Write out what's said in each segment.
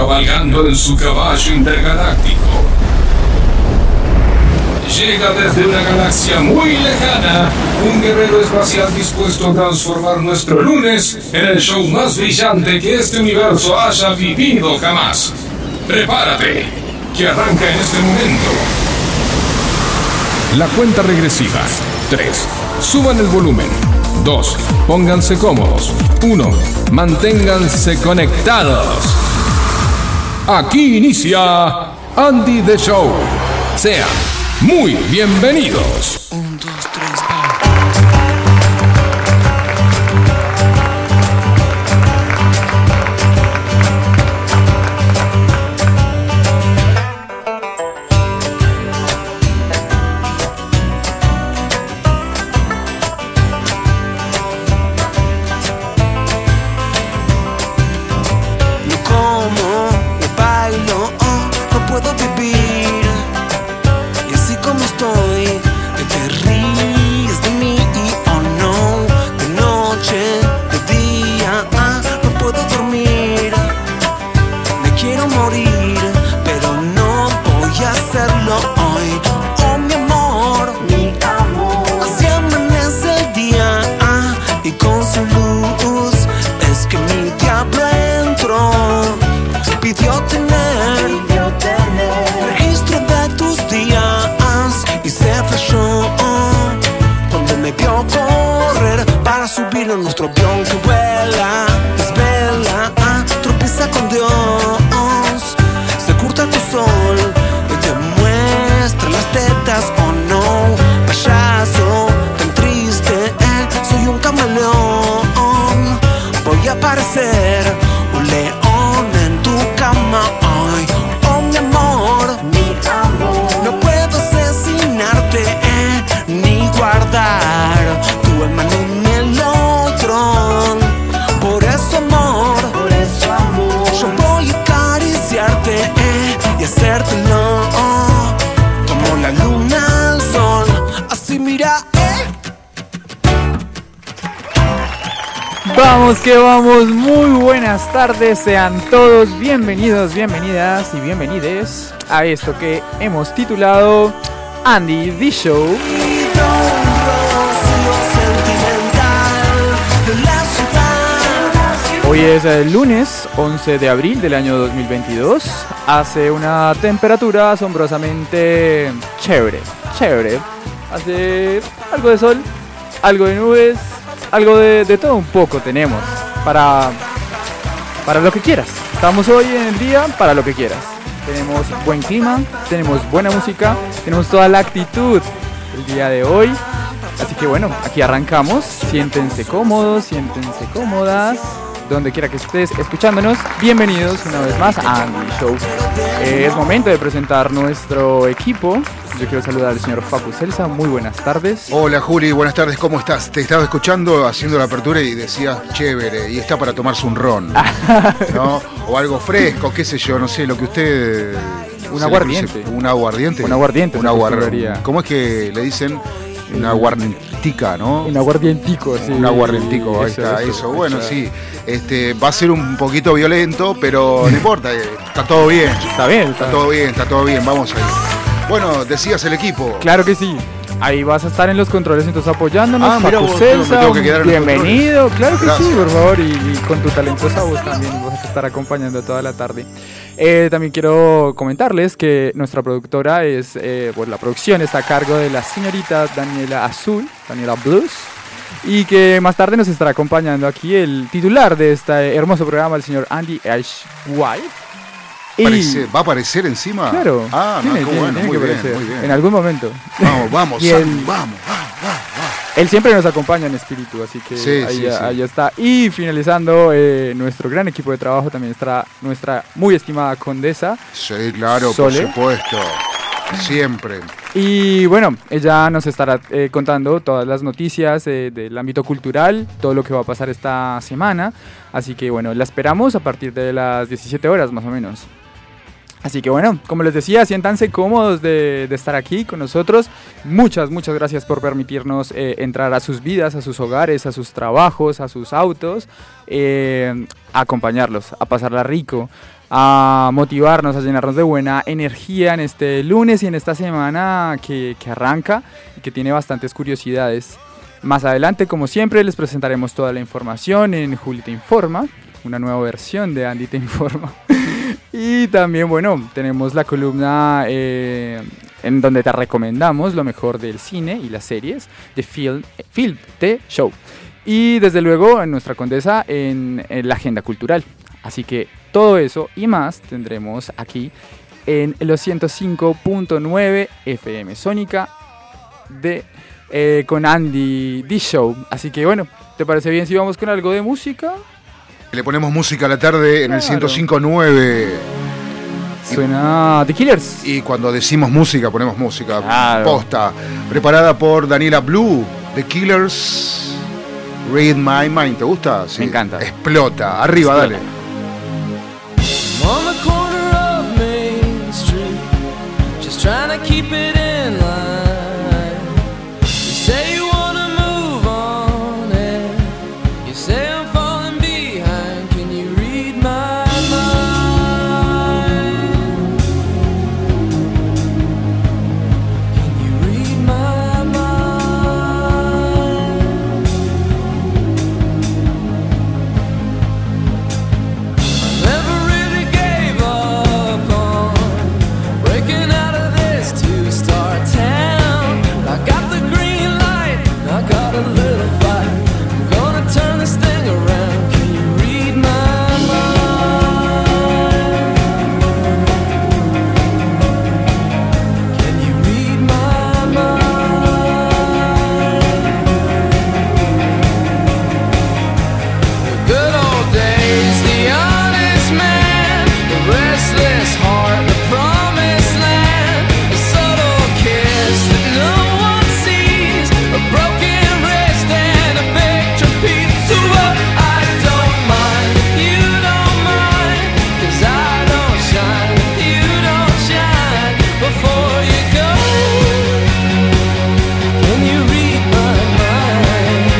cabalgando en su caballo intergaláctico. Llega desde una galaxia muy lejana, un guerrero espacial dispuesto a transformar nuestro lunes en el show más brillante que este universo haya vivido jamás. Prepárate, que arranca en este momento. La cuenta regresiva. 3. Suban el volumen. 2. Pónganse cómodos. 1. Manténganse conectados. Aquí inicia Andy The Show. Sean muy bienvenidos. 1, 2, 3, nuestro avión que vuela, desvela, tropieza con Dios, se curta tu sol y te muestra las tetas, oh no, payaso, tan triste, soy un camaleón, voy a parecer un león en tu cama, ay, oh mi amor, no puedo asesinarte, ni guardar tu alma en el otro. Por eso amor, yo voy a acariciarte y hacértelo como la luna al sol. Así mira, Vamos que vamos, muy buenas tardes, sean todos bienvenidos, bienvenidas y bienvenides a esto que hemos titulado Andy The Show. Hoy es el lunes 11 de abril del año 2022. Hace una temperatura asombrosamente chévere. Hace algo de sol, algo de nubes, algo de todo un poco tenemos para lo que quieras. Estamos hoy en el día para lo que quieras. Tenemos buen clima, tenemos buena música, tenemos toda la actitud el día de hoy. Así que bueno, aquí arrancamos. Siéntense cómodos, siéntense cómodas. Donde quiera que estés escuchándonos, bienvenidos una vez más a Andy Show. Es momento de presentar nuestro equipo. Yo quiero saludar al señor Facu Celsa, muy buenas tardes. Hola Juli, buenas tardes, ¿cómo estás? Te estaba escuchando haciendo la apertura y decías chévere, y está para tomarse un ron, ¿no? O algo fresco, qué sé yo, no sé, lo que usted... Un aguardiente. ¿Un aguardiente? Un aguardiente. ¿Cómo es que le dicen? Una aguardentica, ¿no? Un aguardientico, sí. Un aguardientico, ahí está, eso. Bueno, sí, va a ser un poquito violento, pero no importa, está todo bien. Está todo bien, vamos ahí. Bueno, decías el equipo. Claro que sí. Ahí vas a estar en los controles, entonces apoyándonos. Mira vos, Celsa, me tengo que quedar en bienvenido, claro que Gracias. sí, por favor, y con tu talentosa voz también nos vas a estar acompañando toda la tarde. También quiero comentarles que nuestra productora la producción está a cargo de la señorita Daniela Azul, Daniela Blues, y que más tarde nos estará acompañando aquí el titular de este hermoso programa, el señor Andy Ash White. ¿Va a aparecer encima? Claro. Tiene que aparecer muy bien. En algún momento. Vamos, Y vamos. Él siempre nos acompaña en espíritu, así que Sí. ahí está. Y finalizando, nuestro gran equipo de trabajo también estará nuestra muy estimada condesa. Sí, claro, Sole. por supuesto. Siempre. Y bueno, ella nos estará contando todas las noticias del ámbito cultural, todo lo que va a pasar esta semana. Así que bueno, la esperamos a partir de las 17 horas más o menos. Así que bueno, como les decía, siéntanse cómodos de estar aquí con nosotros. Muchas gracias por permitirnos entrar a sus vidas, a sus hogares, a sus trabajos, a sus autos, a acompañarlos, a pasarla rico, a motivarnos, a llenarnos de buena energía en este lunes y en esta semana que arranca y que tiene bastantes curiosidades. Más adelante, como siempre, les presentaremos toda la información en Juli Te Informa, una nueva versión de Andy Te Informa. Y también, bueno, tenemos la columna en donde te recomendamos lo mejor del cine y las series de Film The Show. Y desde luego en nuestra Condesa en la agenda cultural. Así que todo eso y más tendremos aquí en los 105.9 FM Sónica con Andy The Show. Así que bueno, ¿te parece bien si vamos con algo de música? Le ponemos música a la tarde en el 105.9. Suena The Killers. Y cuando decimos música, ponemos música posta. Preparada por Daniela Blue, The Killers, Read My Mind. ¿Te gusta? Sí. Me encanta. Explota. Arriba, dale. On the corner of Main Street, just trying to keep it in line. You say you wanna move on, and you say I'm falling behind. Can you read my mind? Can you read my mind? Never really gave up on breaking out of this two-star town. I got the green light, I got a little fight. I'm gonna turn this thing around. Can you read my mind? Can you read my mind? The good old days, the honest man, the restless heart, the promised land, a subtle kiss that no one sees, a broken wrist and a big trapeze. So what? I don't mind if you don't mind, 'cause I don't shine if you don't shine. Before you go, can you read my mind?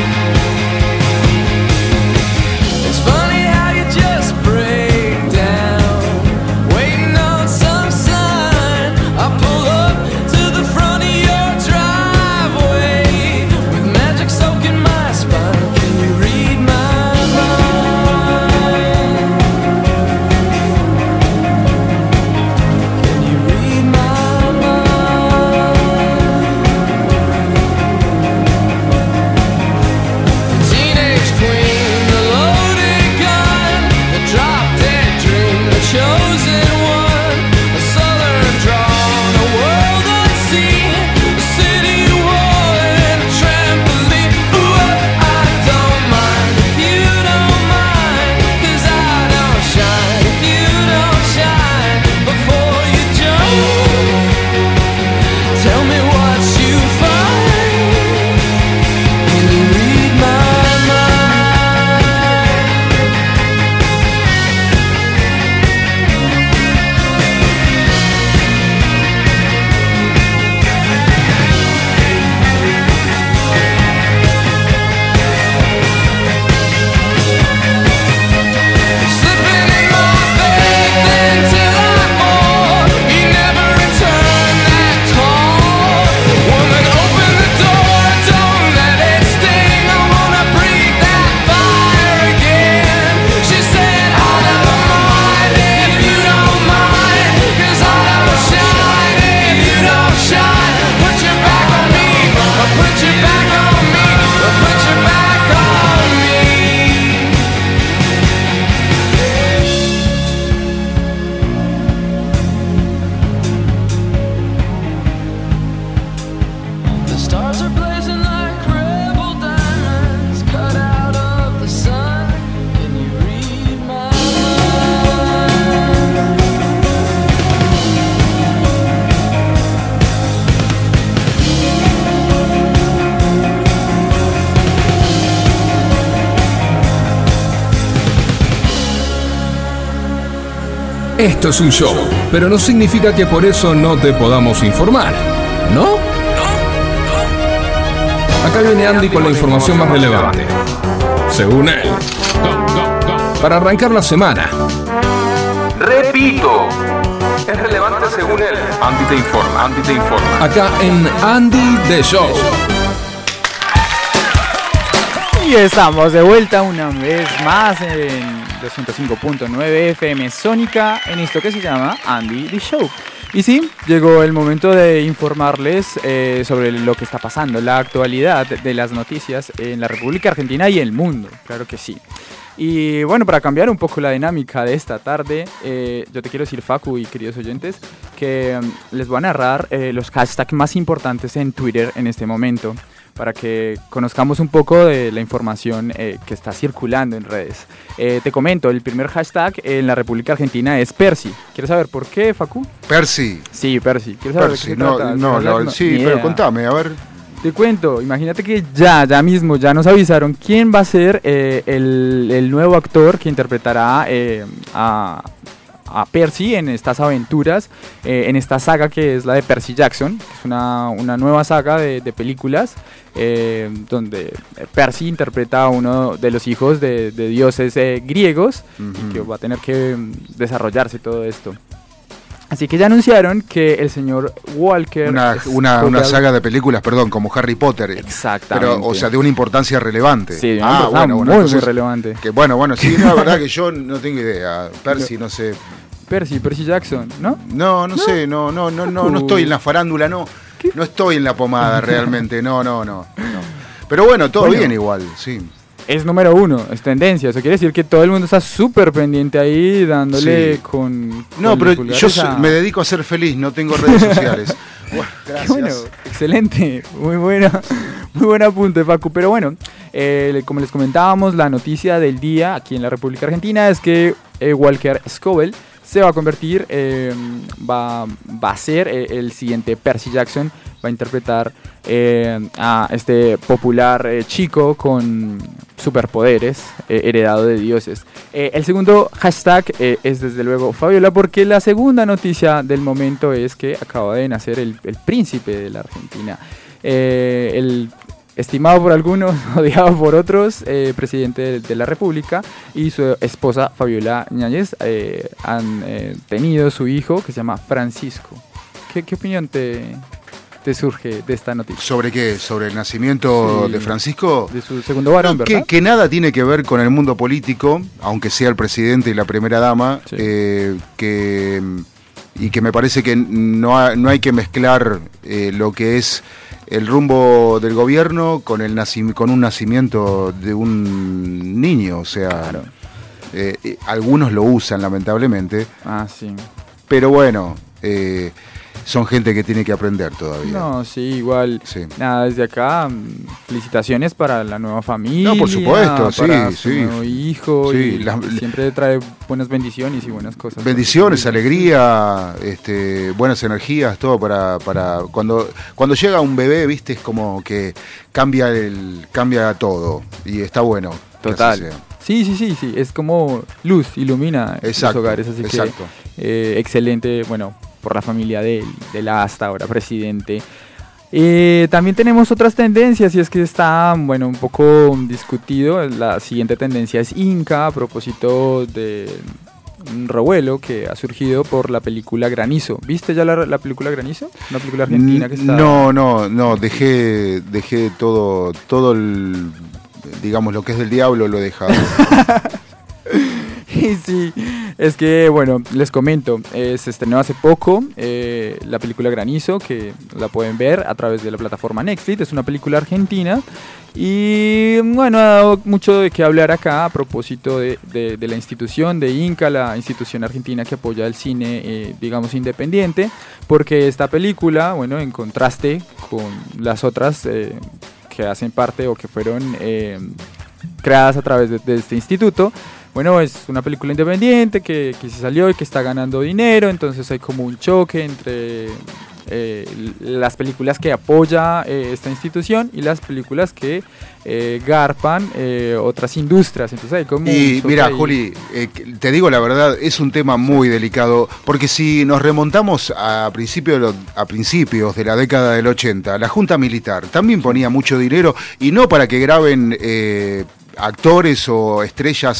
It's funny how you just break down, waiting on some sign. I pull up to the front of your driveway with magic soaking my spine. Can you read my mind? Can you read my mind? The teenage queen, the loaded gun, the drop-dead dream, the chosen one, a southern drawn, a world unseen, a city wall and a trampoline. Ooh, I don't mind if you don't mind, 'cause I don't shine if you don't shine. Before you jump, tell me what you find. Can you read my mind? Slipping in my faith until I'm bored. You never return that call. Woman, open the door, don't let it sting. I wanna breathe that fire again. She said, I don't mind if you don't mind, 'cause I don't shine if you don't shine. Put your back on me, put your back on me, put your back on me. The stars are blazing like rebel diamonds cut out of the sun. Can you read my mind? Esto es un show, pero no significa que por eso no te podamos informar, ¿no? Acá viene Andy con la información más relevante, según él. Para arrancar la semana, Repito, es relevante según él. Andy te informa. Acá en Andy The Show. Y estamos de vuelta una vez más en 205.9 FM Sónica en esto que se llama Andy The Show. Y sí, llegó el momento de informarles sobre lo que está pasando, la actualidad de las noticias en la República Argentina y el mundo, claro que sí. Y bueno, para cambiar un poco la dinámica de esta tarde, yo te quiero decir, Facu y queridos oyentes, que les voy a narrar los hashtags más importantes en Twitter en este momento, para que conozcamos un poco de la información que está circulando en redes. Te comento, el primer hashtag en la República Argentina es Percy. ¿Quieres saber por qué, Facu? ¿Percy? Sí, Percy. ¿Quieres saber Percy, de qué se trata? no, sí, pero contame, a ver. Te cuento, imagínate que ya mismo nos avisaron quién va a ser el nuevo actor que interpretará a Percy en estas aventuras, en esta saga que es la de Percy Jackson, que es una nueva saga de películas donde Percy interpreta a uno de los hijos de dioses griegos y que va a tener que desarrollarse todo esto. Así que ya anunciaron que el señor Walker... Una saga de películas, perdón, como Harry Potter. Exactamente. Pero, o sea, de una importancia relevante. Sí, de una importancia muy relevante. Que bueno, sí, la verdad que yo no tengo idea. Percy, no sé. Percy Jackson, ¿no? No sé, no estoy en la farándula, no estoy en la pomada realmente, no. Pero bueno, todo bien igual, sí. Es número 1, es tendencia, eso quiere decir que todo el mundo está súper pendiente ahí dándole con no, pero yo me dedico a ser feliz, no tengo redes sociales. Bueno, gracias. Bueno, excelente, muy buen apunte, Facu. Pero bueno, como les comentábamos, la noticia del día aquí en la República Argentina es que Walker Scobell se va a convertir, va a ser el siguiente Percy Jackson, va a interpretar a este popular chico con superpoderes, heredado de dioses. El segundo hashtag es desde luego Fabiola, porque la segunda noticia del momento es que acaba de nacer el príncipe de la Argentina. El estimado por algunos, odiado por otros, presidente de la República y su esposa Fabiola Ñáñez han tenido su hijo que se llama Francisco. ¿Qué opinión te surge de esta noticia? ¿Sobre qué? ¿Sobre el nacimiento de Francisco? De su segundo varón, ¿verdad? Que nada tiene que ver con el mundo político, aunque sea el presidente y la primera dama, sí. Que me parece que no hay que mezclar lo que es el rumbo del gobierno con un nacimiento de un niño, o sea, claro. Algunos lo usan lamentablemente. Sí. Pero bueno, son gente que tiene que aprender todavía. No, sí, igual. Sí. Nada, desde acá, felicitaciones para la nueva familia. No, por supuesto, para su nuevo hijo. Sí, siempre trae buenas bendiciones y buenas cosas. Bendiciones, alegría, buenas energías, todo para cuando llega un bebé, viste, es como que cambia todo y está bueno. Total. Sí, es como luz, ilumina los hogares, así que excelente, bueno, por la familia del hasta ahora presidente. También tenemos otras tendencias y es que está, bueno, un poco discutido. La siguiente tendencia es Inca, a propósito de un revuelo que ha surgido por la película Granizo. ¿Viste ya la película Granizo? Una película argentina que está... No, dejé todo el, digamos, lo que es del diablo lo he dejado. Y sí, es que, bueno, les comento, se estrenó hace poco la película Granizo, que la pueden ver a través de la plataforma Netflix. Es una película argentina y, bueno, ha dado mucho de qué hablar acá a propósito de la institución de Inca, la institución argentina que apoya el cine, digamos, independiente, porque esta película, bueno, en contraste con las otras que hacen parte o que fueron creadas a través de este instituto, bueno, es una película independiente que se salió y que está ganando dinero, entonces hay como un choque entre las películas que apoya esta institución y las películas que garpan otras industrias. Entonces hay como y mira, Juli, te digo la verdad, es un tema muy delicado, porque si nos remontamos a principios de la década del 80, la Junta Militar también ponía mucho dinero, y no para que graben actores o estrellas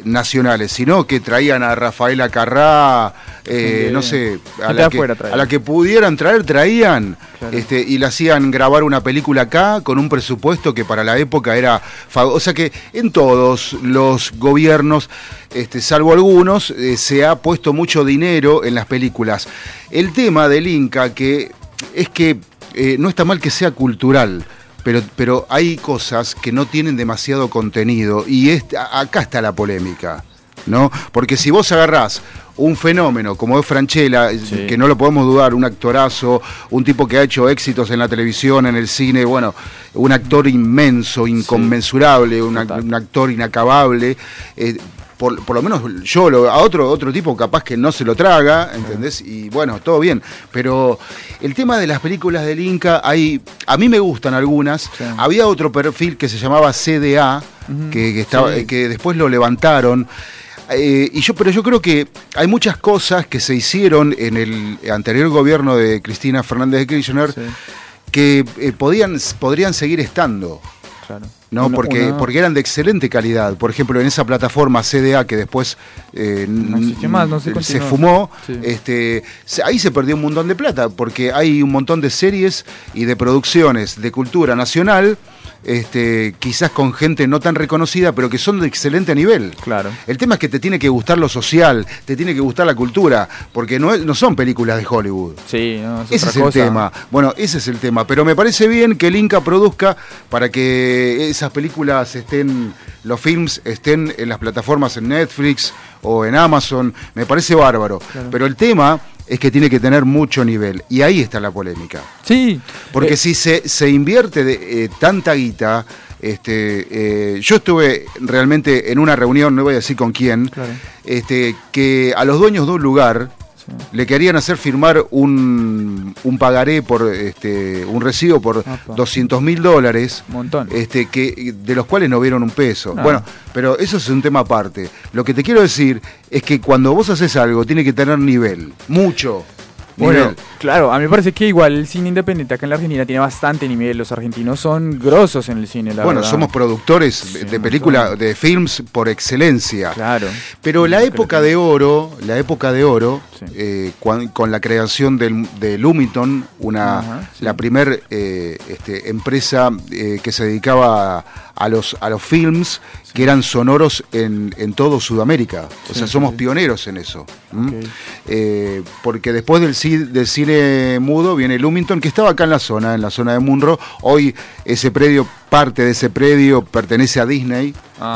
nacionales, sino que traían a Rafaela Carrá, no sé, a la que pudieran traían, claro. Y le hacían grabar una película acá con un presupuesto que para la época era... O sea que en todos los gobiernos, salvo algunos, se ha puesto mucho dinero en las películas. El tema del Inca es que no está mal que sea cultural, pero hay cosas que no tienen demasiado contenido y acá está la polémica, ¿no? Porque si vos agarrás un fenómeno como es Francella, sí, que no lo podemos dudar, un actorazo, un tipo que ha hecho éxitos en la televisión, en el cine, bueno, un actor inmenso, inconmensurable, sí, un actor inacabable, por lo menos a otro tipo capaz que no se lo traga, ¿entendés? Y bueno, todo bien, pero el tema de las películas del Inca, a mí me gustan algunas, sí. Había otro perfil que se llamaba CDA, que después lo levantaron, pero yo creo que hay muchas cosas que se hicieron en el anterior gobierno de Cristina Fernández de Kirchner, sí, que podrían seguir estando. Claro. ¿No? Porque eran de excelente calidad. Por ejemplo, en esa plataforma CDA que después se fumó, sí, ahí se perdió un montón de plata, porque hay un montón de series y de producciones de cultura nacional, quizás con gente no tan reconocida, pero que son de excelente nivel. Claro. El tema es que te tiene que gustar lo social, te tiene que gustar la cultura, porque no son películas de Hollywood. Sí, ese es el tema. Bueno, ese es el tema. Pero me parece bien que el Inca produzca para que esas películas los films estén en las plataformas en Netflix o en Amazon. Me parece bárbaro. Claro. Pero el tema es que tiene que tener mucho nivel. Y ahí está la polémica. Sí. Porque si se invierte tanta guita, yo estuve realmente en una reunión, no voy a decir con quién, claro, que a los dueños de un lugar, sí, le querían hacer firmar un pagaré por un recibo por $200.000, montón, de los cuales no vieron un peso. No. Bueno, pero eso es un tema aparte. Lo que te quiero decir es que cuando vos haces algo tiene que tener nivel, mucho. Bueno, claro, a mí me parece que igual el cine independiente acá en la Argentina tiene bastante nivel. Los argentinos son grosos en el cine, la verdad. Somos productores de películas, de films por excelencia. Claro. Pero la época de oro, sí, con la creación de Lumiton, la primer empresa que se dedicaba a los films, sí, que eran sonoros en todo Sudamérica. O sea, somos pioneros en eso. Okay. Porque después del cine mudo viene Lumiton, que estaba acá en la zona de Munro. Hoy parte de ese predio pertenece a Disney,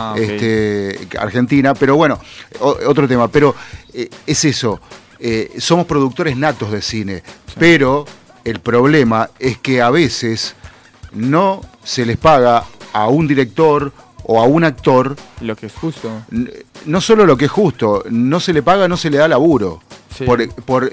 Argentina. Pero bueno, otro tema. Pero es eso. Somos productores natos de cine. Sí. Pero el problema es que a veces no se les paga a un director o a un actor lo que es justo. No solo lo que es justo, no se le paga, no se le da laburo, sí, por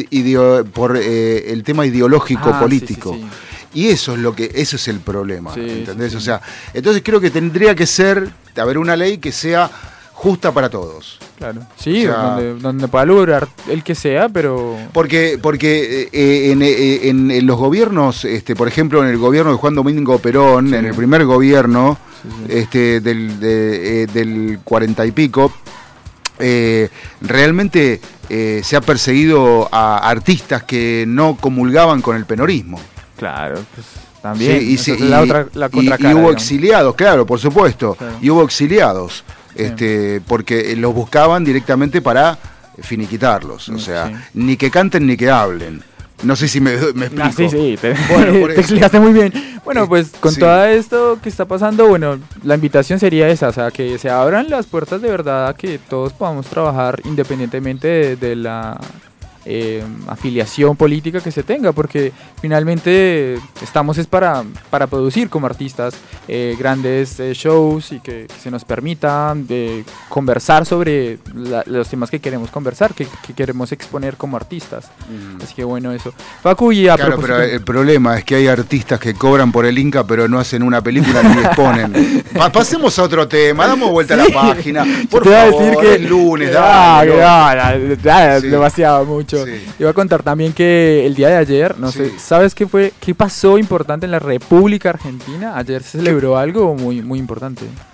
el tema ideológico político. Sí, sí, sí. Y eso es el problema, sí, ¿entendés? Sí, sí. O sea, entonces creo que tendría que haber una ley que sea justa para todos. Claro. Sí, o sea, donde pueda lograr el que sea, pero... Porque en los gobiernos, por ejemplo, en el gobierno de Juan Domingo Perón, sí, en el primer gobierno, sí, sí, del 40 y pico, realmente se ha perseguido a artistas que no comulgaban con el peronismo. Claro, pues también. Sí, la contracara, y hubo exiliados, claro, por supuesto, claro. Y hubo exiliados. Porque los buscaban directamente para finiquitarlos, o sea, sí, ni que canten ni que hablen. No sé si me explico. Sí, te explicaste muy bien. Bueno, pues con todo esto que está pasando, bueno, la invitación sería esa, o sea, que se abran las puertas de verdad a que todos podamos trabajar independientemente de la afiliación política que se tenga, porque finalmente estamos para producir como artistas grandes shows y que se nos permita conversar sobre los temas que queremos conversar, que queremos exponer como artistas. Así que bueno, eso. Facu, y a propósito... Pero el problema es que hay artistas que cobran por el Inca pero no hacen una película ni exponen. Pasemos a otro tema, damos vuelta a la página. Por favor, decir que el lunes, demasiado mucho. Sí. Iba a contar también que el día de ayer, no sé, ¿sabes qué pasó importante en la República Argentina? Ayer se celebró algo muy, muy importante.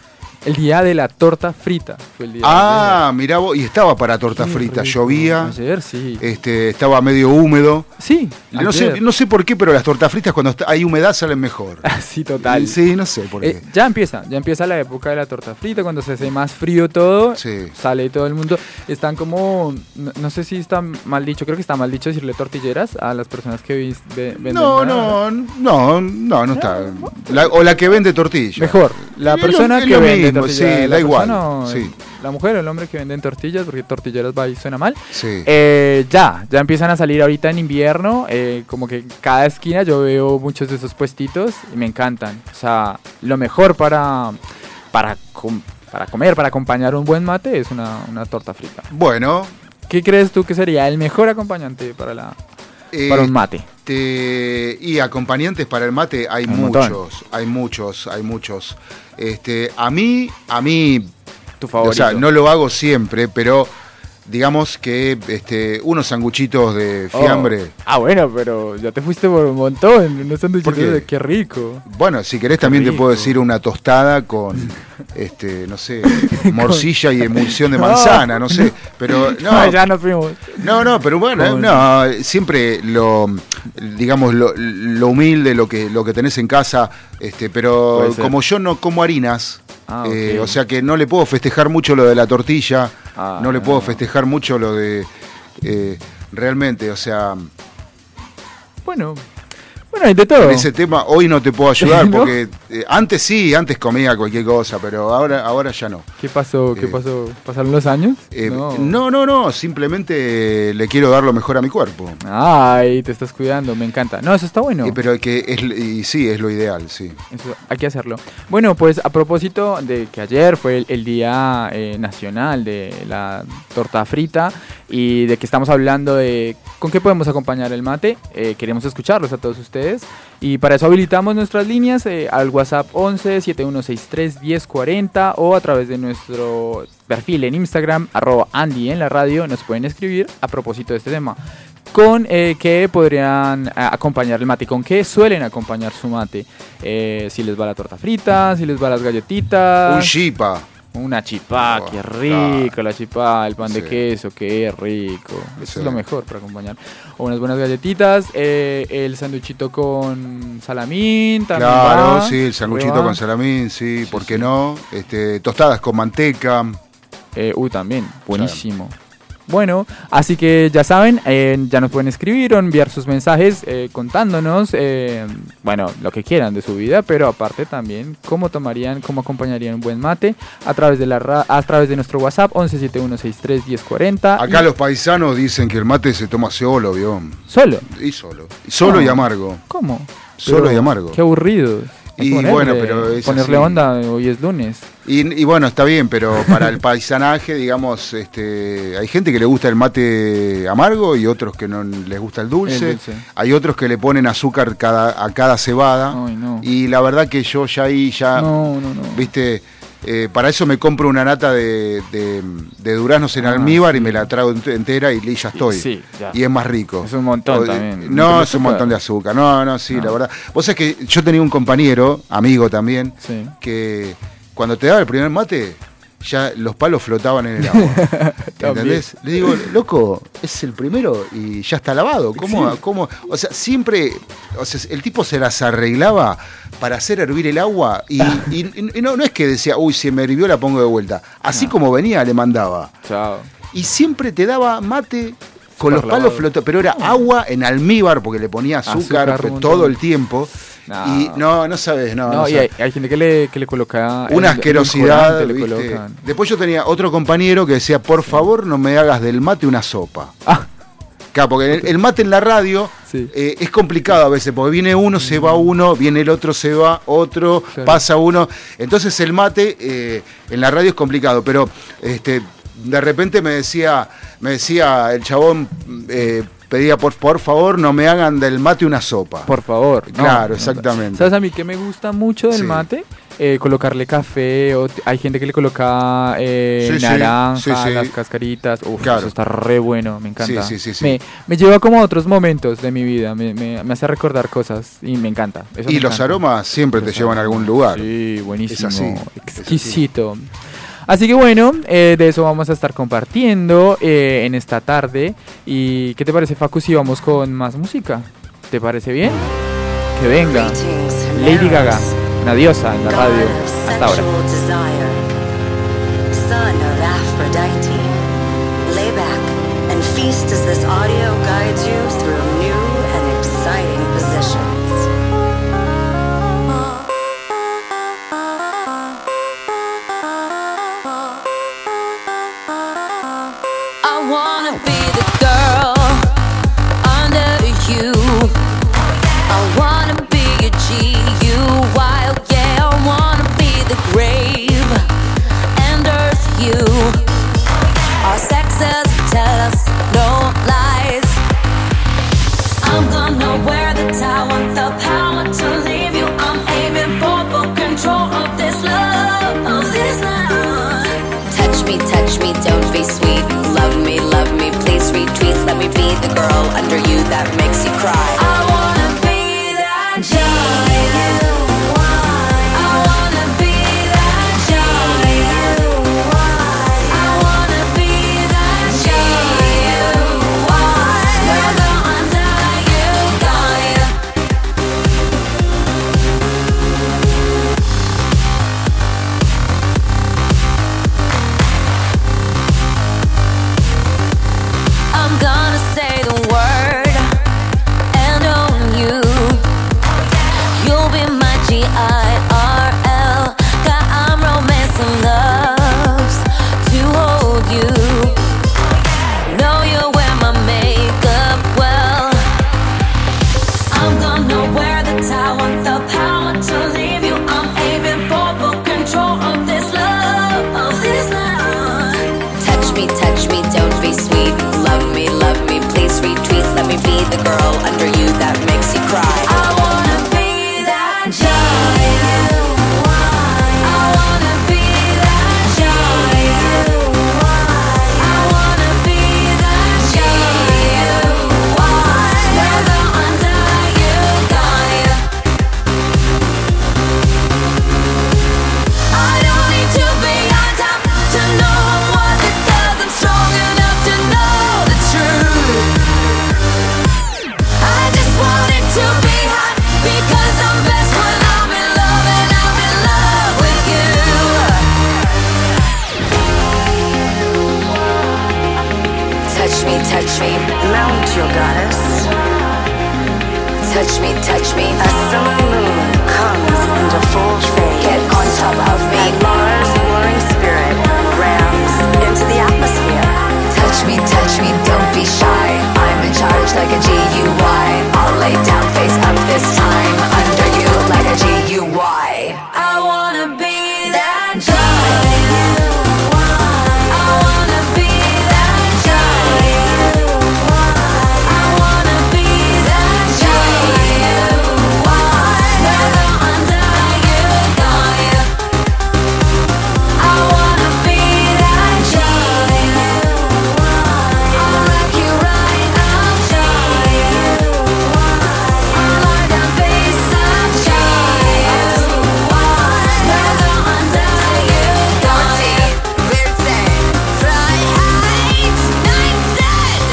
El día de la torta frita fue el día Mirá vos, y estaba para torta Qué frita, rico. llovía, Ayer, sí. estaba medio húmedo. Sí, No ayer. sé por qué, pero las tortas fritas cuando hay humedad salen mejor. Sí, total. Sí, no sé por qué. Ya empieza la época de la torta frita, cuando se hace más frío todo, Sí. sale todo el mundo. Están como, no sé si está mal dicho, creo que está mal dicho decirle tortilleras a las personas que venden. No está. O la que vende tortillas. Mejor, la Es persona lo que vende mismo, tortillas. sí, la da igual, persona o sí. La mujer o el hombre que venden tortillas, porque tortilleras va y suena mal. Sí. Ya empiezan a salir ahorita en invierno, como que cada esquina yo veo muchos de esos puestitos y me encantan. O sea, lo mejor para comer, para acompañar un buen mate es una torta frita. Bueno. ¿Qué crees tú que sería el mejor acompañante para un mate? Y acompañantes para el mate hay Un montón. muchos. A mí, Tu o favorito. sea, no lo hago siempre, pero digamos que unos sanguchitos de fiambre. Bueno, pero ya te fuiste por un montón. Unos ¿Por qué? sanduchitos de qué rico. Bueno, si querés también te rico. puedo decir una tostada con, no sé, morcilla y emulsión de manzana, no sé. Pero no, Ya nos fuimos. no, pero bueno, Con- no, siempre digamos, lo humilde, lo que tenés en casa, pero Puede ser. como yo no como harinas, Ok. o sea que no le puedo festejar mucho lo de la tortilla, no le puedo No. festejar mucho lo de, realmente, o sea, Bueno, hay de todo. en ese tema hoy no te puedo ayudar, ¿No? porque antes comía cualquier cosa, pero ahora ya no. ¿Qué pasó? ¿Qué Eh, pasó? ¿Pasaron los años? No, simplemente le quiero dar lo mejor a mi cuerpo. Ay, te estás cuidando, me encanta. No, eso está bueno. Pero sí, es lo ideal, sí. Eso, hay que hacerlo. Bueno, pues a propósito de que ayer fue el Día Nacional de la Torta Frita y de que estamos hablando de con qué podemos acompañar el mate, queremos escucharlos a todos ustedes y para eso habilitamos nuestras líneas al WhatsApp 11 7163 1040 o a través de nuestro perfil en Instagram @Andy en la radio nos pueden escribir a propósito de este tema. ¿Con qué podrían acompañar el mate? ¿Con qué suelen acompañar su mate? Si les va la torta frita, si les va las galletitas. Un chipa. Una chipá, Oh, qué rico la chipá, el pan de Sí. queso, qué rico. Eso Sí. es lo mejor para acompañar. O unas buenas galletitas, el sanduchito con salamín también. Claro, va. sí, el sanguchito Va. con salamín, sí, ¿por qué sí. no? Tostadas con manteca. También, buenísimo. Bueno, así que ya saben, ya nos pueden escribir o enviar sus mensajes contándonos, lo que quieran de su vida, pero aparte también cómo acompañarían un buen mate a través de nuestro WhatsApp 1171631040. Acá los paisanos dicen que el mate se toma solo, ¿vio? Solo. Y solo. Solo y amargo. ¿Cómo? Solo Pero y amargo. Qué aburridos. Hay que Y bueno, pero es ponerle así. onda, hoy es lunes. Y bueno, está bien, pero para el paisanaje, digamos, hay gente que le gusta el mate amargo y otros que no les gusta el dulce. El dulce. Hay otros que le ponen azúcar a cada cebada. Ay, no. Y la verdad que yo ya No. viste, para eso me compro una nata de duraznos en almíbar sí. y me la trago entera y ya estoy. Sí, ya. Y es más rico. Es un montón también. Un No, montón de es un azúcar. montón de azúcar. No, sí, No. la verdad. Vos sabés que yo tenía un compañero, amigo también, Sí. que cuando te daba el primer mate, ya los palos flotaban en el agua. ¿Entendés? Le digo, loco, es el primero y ya está lavado. ¿Cómo? O sea, siempre, el tipo se las arreglaba para hacer hervir el agua y no es que decía, uy, si me hirvió la pongo de vuelta. Así como venía, le mandaba. Chao. Y siempre te daba mate con los Súper palos lavado. flotando, pero era agua en almíbar porque le ponía azúcar, Azúcar, un todo montón. el tiempo. No. Y no sabes, no Y sabes. hay gente que le coloca Una el asquerosidad, edulcorante, le ¿viste? colocan. Después yo tenía otro compañero que decía, por favor no me hagas del mate una sopa. Ah, Claro, porque el mate en la radio Sí. es complicado a veces, porque viene uno, se va uno, viene el otro, se va otro, Claro. pasa uno. Entonces el mate en la radio es complicado, pero de repente me decía el chabón, pedía por favor no me hagan del mate una sopa. por favor. Claro, exactamente. ¿Sabes a mí que me gusta mucho del Sí. mate? colocarle café, o hay gente que le coloca naranja, las cascaritas. Uf, Claro. eso está re bueno, me encanta. Sí. Me lleva como a otros momentos de mi vida, me hace recordar cosas y me encanta. Eso Y me los encanta. aromas siempre te Los llevan a aromas, algún lugar. Sí, buenísimo, Es así, exquisito. Así que bueno, de eso vamos a estar compartiendo en esta tarde. ¿Y qué te parece, Facu, si vamos con más música? ¿Te parece bien? Que venga Lady Gaga, una diosa en la radio hasta ahora. Son of Aphrodite, lay back and feast as this audio guides you through new and exciting positions. I wanna be the girl under you. I wanna be a G-U-Y, yeah. I wanna be the grave and earth you. Our sexes tell us no lies. I'm gonna wear the tower, the power to leave you. I'm aiming for full control of this love, of this love. Touch me, don't be sweet. Love me, please retreat. Let me be the girl under you that makes you cry. I wanna be that giant. I wanna be that giant. I wanna be that giant. Never under you, Gaia. I'm gonna say the word and own you. You'll be my G-I-R-L. God, I'm romancing loves to hold you. Know you wear my makeup well. I'm gonna wear the tower, the power to leave you. I'm aiming for full control of this love, of this love. Touch me, don't be sweet. Love me, please retreat. Let me be the girl under you that makes you cry. I wanna be that giant. I wanna be that giant. I wanna be that giant. Never under you, Gaia. I don't need to be on top to know what it does. I'm strong enough to know the truth. I just want it to be hot because I'm best when I'm in love and I'm in love with you. Touch me, Mount your goddess. Touch me. A summer moon comes into full fade. Get on top of me. And Mars' luring spirit rams into the atmosphere. Touch me, don't be shy. I'm in charge like a G-U-Y. I'll lay down face up this time under you like a G-U-Y. I wanna be that giant. I wanna be that giant. I wanna be that giant. Never under you, Gaia. I wanna be that giant. I'll rock you right up, giant. I'm like a bass up, giant. Never under you, Gaia. Fly high, nine said.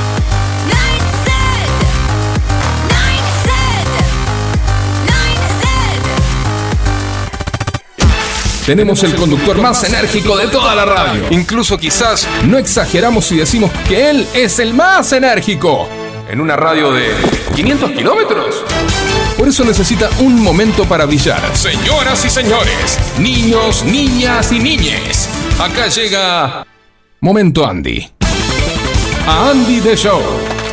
Tenemos el conductor más enérgico de toda la radio. Incluso quizás no exageramos si decimos que él es el más enérgico. En una radio de 500 kilómetros. Por eso necesita un momento para brillar. Señoras y señores, niños, niñas y niñes. Acá llega Momento Andy. A Andy The Show.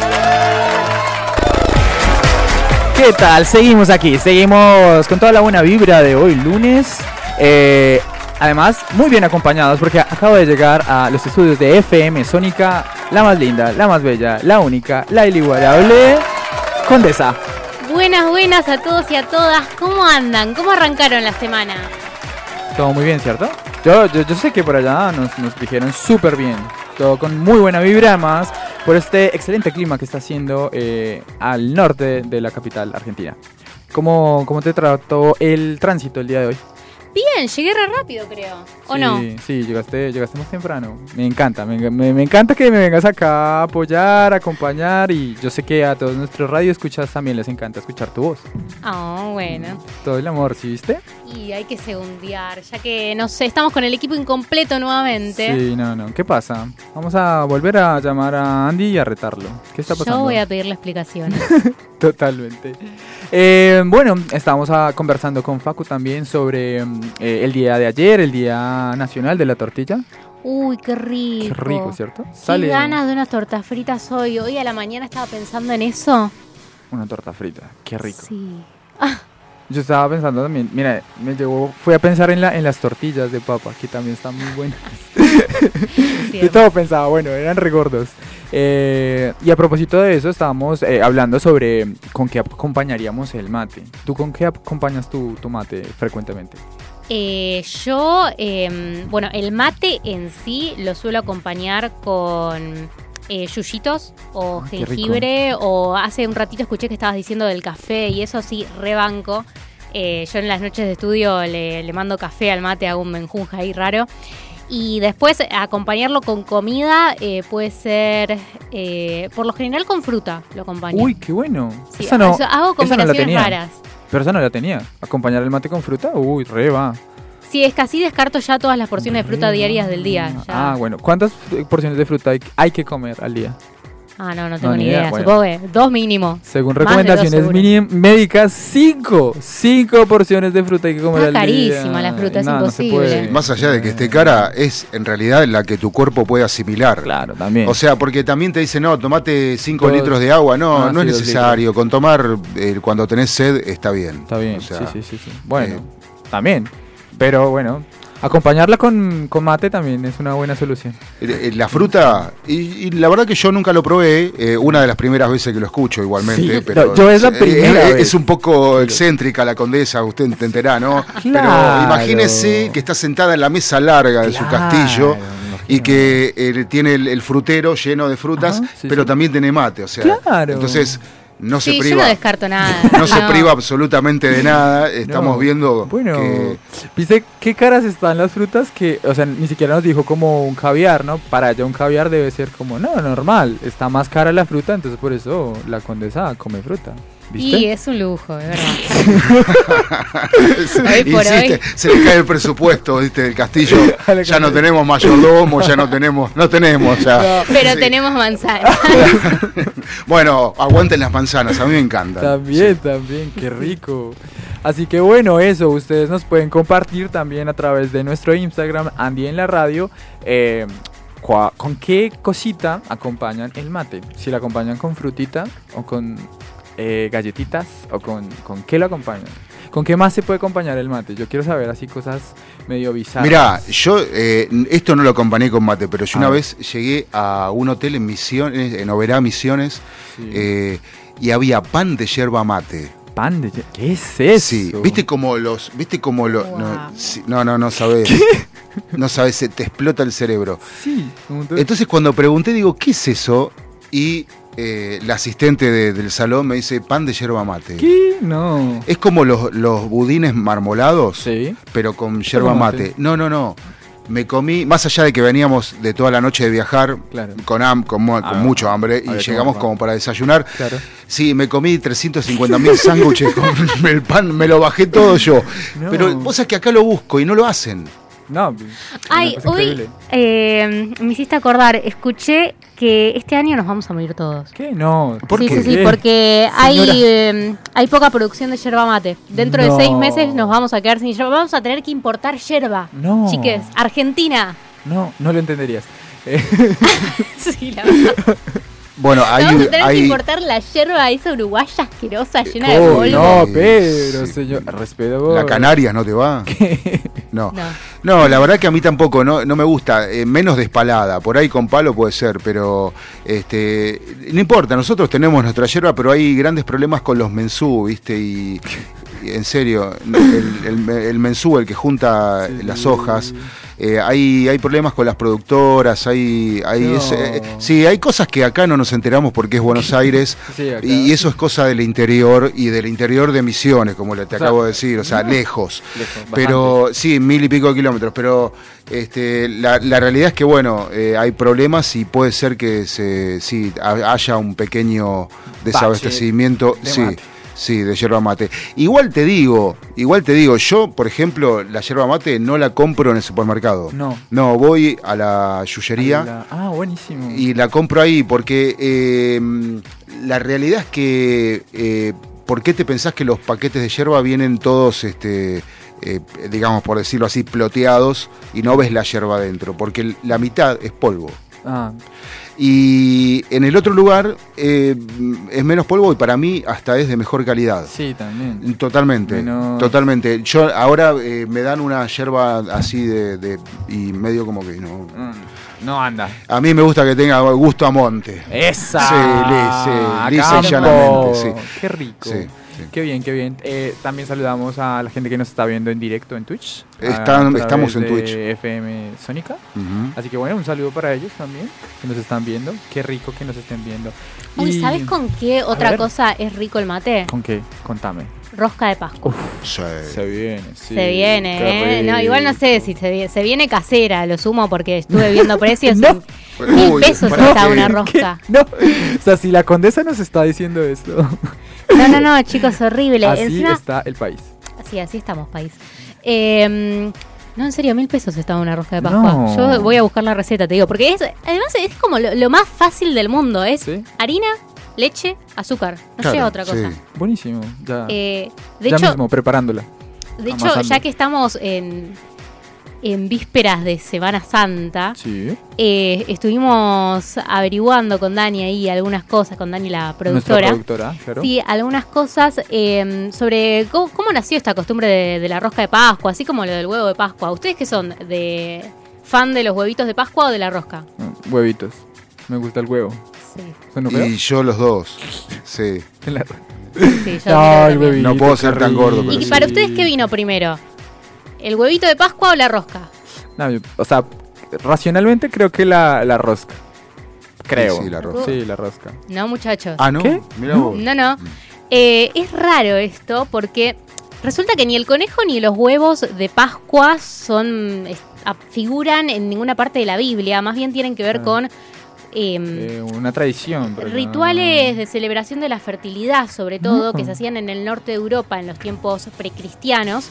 ¿Qué tal? Seguimos aquí, seguimos con toda la buena vibra de hoy lunes. Además, muy bien acompañados porque acabo de llegar a los estudios de FM Sónica, la más linda, la más bella, la única, la inigualable Condesa. Buenas a todos y a todas. ¿Cómo andan? ¿Cómo arrancaron la semana? Todo muy bien, ¿cierto? Yo sé que por allá nos dijeron súper bien. Todo con muy buena vibra, además, por este excelente clima que está haciendo al norte de la capital argentina. ¿Cómo te trató el tránsito el día de hoy? Bien, llegué re rápido, creo. ¿O Sí, no? Sí, llegaste más temprano. Me encanta, me encanta que me vengas acá a apoyar, a acompañar, y yo sé que a todos nuestros radioescuchas también les encanta escuchar tu voz. Ah, bueno. Todo el amor, ¿sí viste? Y hay que segundear, ya que, no sé, estamos con el equipo incompleto nuevamente. Sí, no. ¿Qué pasa? Vamos a volver a llamar a Andy y a retarlo. ¿Qué está pasando? Yo voy a pedirle explicaciones. Totalmente. Bueno, estábamos conversando con Facu también sobre el día de ayer, el Día Nacional de la Tortilla. Uy, qué rico. Qué rico, ¿cierto? Qué ganas de unas tortas fritas hoy. Hoy a la mañana estaba pensando en eso. Una torta frita, qué rico. Sí. Yo estaba pensando también, mira, fui a pensar en las tortillas de papa, que también están muy buenas. Yo todo pensaba, bueno, eran regordos. Y a propósito de eso, estábamos hablando sobre con qué acompañaríamos el mate. ¿Tú con qué acompañas tu mate frecuentemente? Bueno, el mate en sí lo suelo acompañar con yuyitos o Qué jengibre, o hace un ratito escuché que estabas diciendo del café y eso sí, rebanco. Yo en las noches de estudio le mando café al mate, hago un menjunje ahí raro. Y después acompañarlo con comida puede ser, por lo general con fruta lo acompaño. Uy, qué bueno. Sí, Esa no, hago esa no la combinaciones tenía. raras. Pero esa no la tenía. ¿Acompañar el mate con fruta? Uy, re va. Sí, es que así descarto ya todas las porciones de fruta diarias del día. Ya. Ah, bueno. ¿Cuántas porciones de fruta hay que comer al día? Ah, no tengo ni ni idea. idea. Bueno. Supongo que 2 mínimo. Según Más de 2 recomendaciones seguro. médicas, 5 porciones de fruta hay que comer Está al día. carísima la fruta, es No, no se imposible. puede. Más allá de que esté cara, es en realidad la que tu cuerpo puede asimilar. Claro, también. O sea, porque también te dicen, no, tomate 5 Dos- litros de agua. No, Ah, no sí, es 2 necesario. Con tomar cuando tenés sed está bien. Está bien, O sea, sí. Bueno, también. Pero bueno, acompañarla con mate también es una buena solución. La fruta, y la verdad que yo nunca lo probé, una de las primeras veces que lo escucho igualmente, Sí, pero no, yo es la primera vez. es un poco excéntrica la condesa, usted entenderá, ¿no? Pero Claro. imagínese que está sentada en la mesa larga de su Claro, castillo y imagino. que tiene el frutero lleno de frutas, Ajá, sí, pero sí. también tiene mate, o sea, Claro. entonces no se Sí, yo priva. no descarto nada. No se priva absolutamente de nada. Estamos No. viendo Bueno, que ¿viste qué caras están las frutas? Que, o sea, ni siquiera nos dijo como un caviar, ¿no? Para allá un caviar debe ser como, no, normal. Está más cara la fruta, entonces por eso la condesa come fruta. ¿Viste? Y es un lujo, de verdad. Hoy por insiste, hoy. se le cae el presupuesto, ¿viste? Del castillo. Dale, Ya no Castillo. tenemos mayordomo, ya no tenemos ya. Pero Sí. tenemos manzana. Bueno, aguanten las manzanas, a mí me encantan. También, qué rico. Así que bueno, eso, ustedes nos pueden compartir también a través de nuestro Instagram, Andy en la radio, con qué cosita acompañan el mate. Si lo acompañan con frutita o con galletitas o con qué lo acompañan. ¿Con qué más se puede acompañar el mate? Yo quiero saber así cosas medio bizarras. Mirá, yo esto no lo acompañé con mate, pero yo una Ah. vez llegué a un hotel en Misiones, en Oberá, Misiones, Sí. y había pan de yerba mate. Pan de... ¿Qué es eso? Sí, viste como Wow. no sabés. No sabés, se te explota el cerebro. Sí. Entonces cuando pregunté, digo, ¿qué es eso? Y la asistente del salón me dice, pan de yerba mate. ¿Qué? No. Es como los budines marmolados, Sí. pero con yerba Con mate. mate. No. Me comí, más allá de que veníamos de toda la noche de viajar, Claro. con mucho hambre, y había que llegamos comer pan. como para desayunar. Claro. Sí, me comí 350.000 sándwiches con el pan, me lo bajé todo yo. No. Pero vos sabés que acá lo busco y no lo hacen. No. Ay, una cosa hoy increíble. me hiciste acordar, escuché que este año nos vamos a morir todos. ¿Qué? No. ¿Por Sí, qué? sí, porque Señora. hay poca producción de yerba mate. Dentro No. de 6 meses nos vamos a quedar sin yerba. Vamos a tener que importar yerba. No. Chiques, Argentina. No lo entenderías. Sí, la verdad. Bueno, Vamos a tener que hay importar la yerba esa uruguaya asquerosa llena de Oh, polvo. no, Sí, pero sí. señor, respeto. la Canarias, ¿no te va? No. No. No, la verdad que a mí tampoco, no me gusta, menos de espalada, por ahí con palo puede ser, pero no importa, nosotros tenemos nuestra yerba, pero hay grandes problemas con los mensú, ¿viste? Y en serio, el mensú, el que junta las hojas, hay problemas con las productoras, hay cosas que acá no nos enteramos porque es Buenos Aires, Sí, acá. y eso es cosa del interior y del interior de Misiones, como te acabo de decir, o sea, lejos. Pero sí, 1000 y pico de kilómetros, pero la realidad es que bueno, hay problemas y puede ser que haya un pequeño desabastecimiento. de mate. Sí, de yerba mate. Igual te digo, yo, por ejemplo, la yerba mate no la compro en el supermercado. No, voy a la yuyería buenísimo. y la compro ahí porque la realidad es que ¿por qué te pensás que los paquetes de yerba vienen todos digamos, por decirlo así, ploteados y no ves la yerba adentro? Porque la mitad es polvo. Y en el otro lugar es menos polvo y para mí hasta es de mejor calidad. Sí, también. Totalmente. Yo ahora me dan una yerba así y medio como que no. No anda. A mí me gusta que tenga gusto a monte. ¡Esa! Sí, lisa y llanamente. Sí. ¡Qué rico! Sí. Qué bien, qué bien. También saludamos a la gente que nos está viendo en directo en Twitch. Estamos en Twitch. FM Sónica. Así que bueno, un saludo para ellos también, que nos están viendo. Qué rico que nos estén viendo. Uy, ¿sabes con qué otra cosa es rico el mate? ¿Con qué? Contame. Rosca de Pascua. Se viene, sí. Se viene, Qué rico. No, igual no sé si se viene casera, lo sumo porque estuve viendo precios. No. En 1000 pesos está una rosca. No, o sea, si la condesa nos está diciendo esto. No, chicos, horrible. Así Encima, está el país. Así estamos, país. No, en serio, 1000 pesos estaba una rosca de Pascua. No. Yo voy a buscar la receta, te digo, porque además es como lo más fácil del mundo. Es harina, leche, azúcar. No lleva otra cosa. Buenísimo. Ya, de ya hecho, mismo, preparándola. De hecho, Amasando. ya que estamos en vísperas de Semana Santa, estuvimos averiguando con Dani ahí algunas cosas, con Dani la productora. Nuestra productora, claro. Sí, algunas cosas sobre cómo nació esta costumbre de la rosca de Pascua, así como lo del huevo de Pascua. ¿Ustedes qué son? ¿Fan de los huevitos de Pascua o de la rosca? Huevitos. Me gusta el huevo. Sí. ¿Suena feo? Y yo los dos. Sí. Sí, yo el huevito, no puedo ser tan gordo. ¿Y para ustedes qué vino primero? ¿El huevito de Pascua o la rosca? No, o sea, racionalmente creo que la rosca. Creo. Sí, la rosca. Sí, la rosca. No, muchachos. ¿No? ¿Qué? Mira vos. No. Es raro esto porque resulta que ni el conejo ni los huevos de Pascua figuran en ninguna parte de la Biblia. Más bien tienen que ver con una tradición. rituales de celebración de la fertilidad, sobre todo, que se hacían en el norte de Europa en los tiempos precristianos.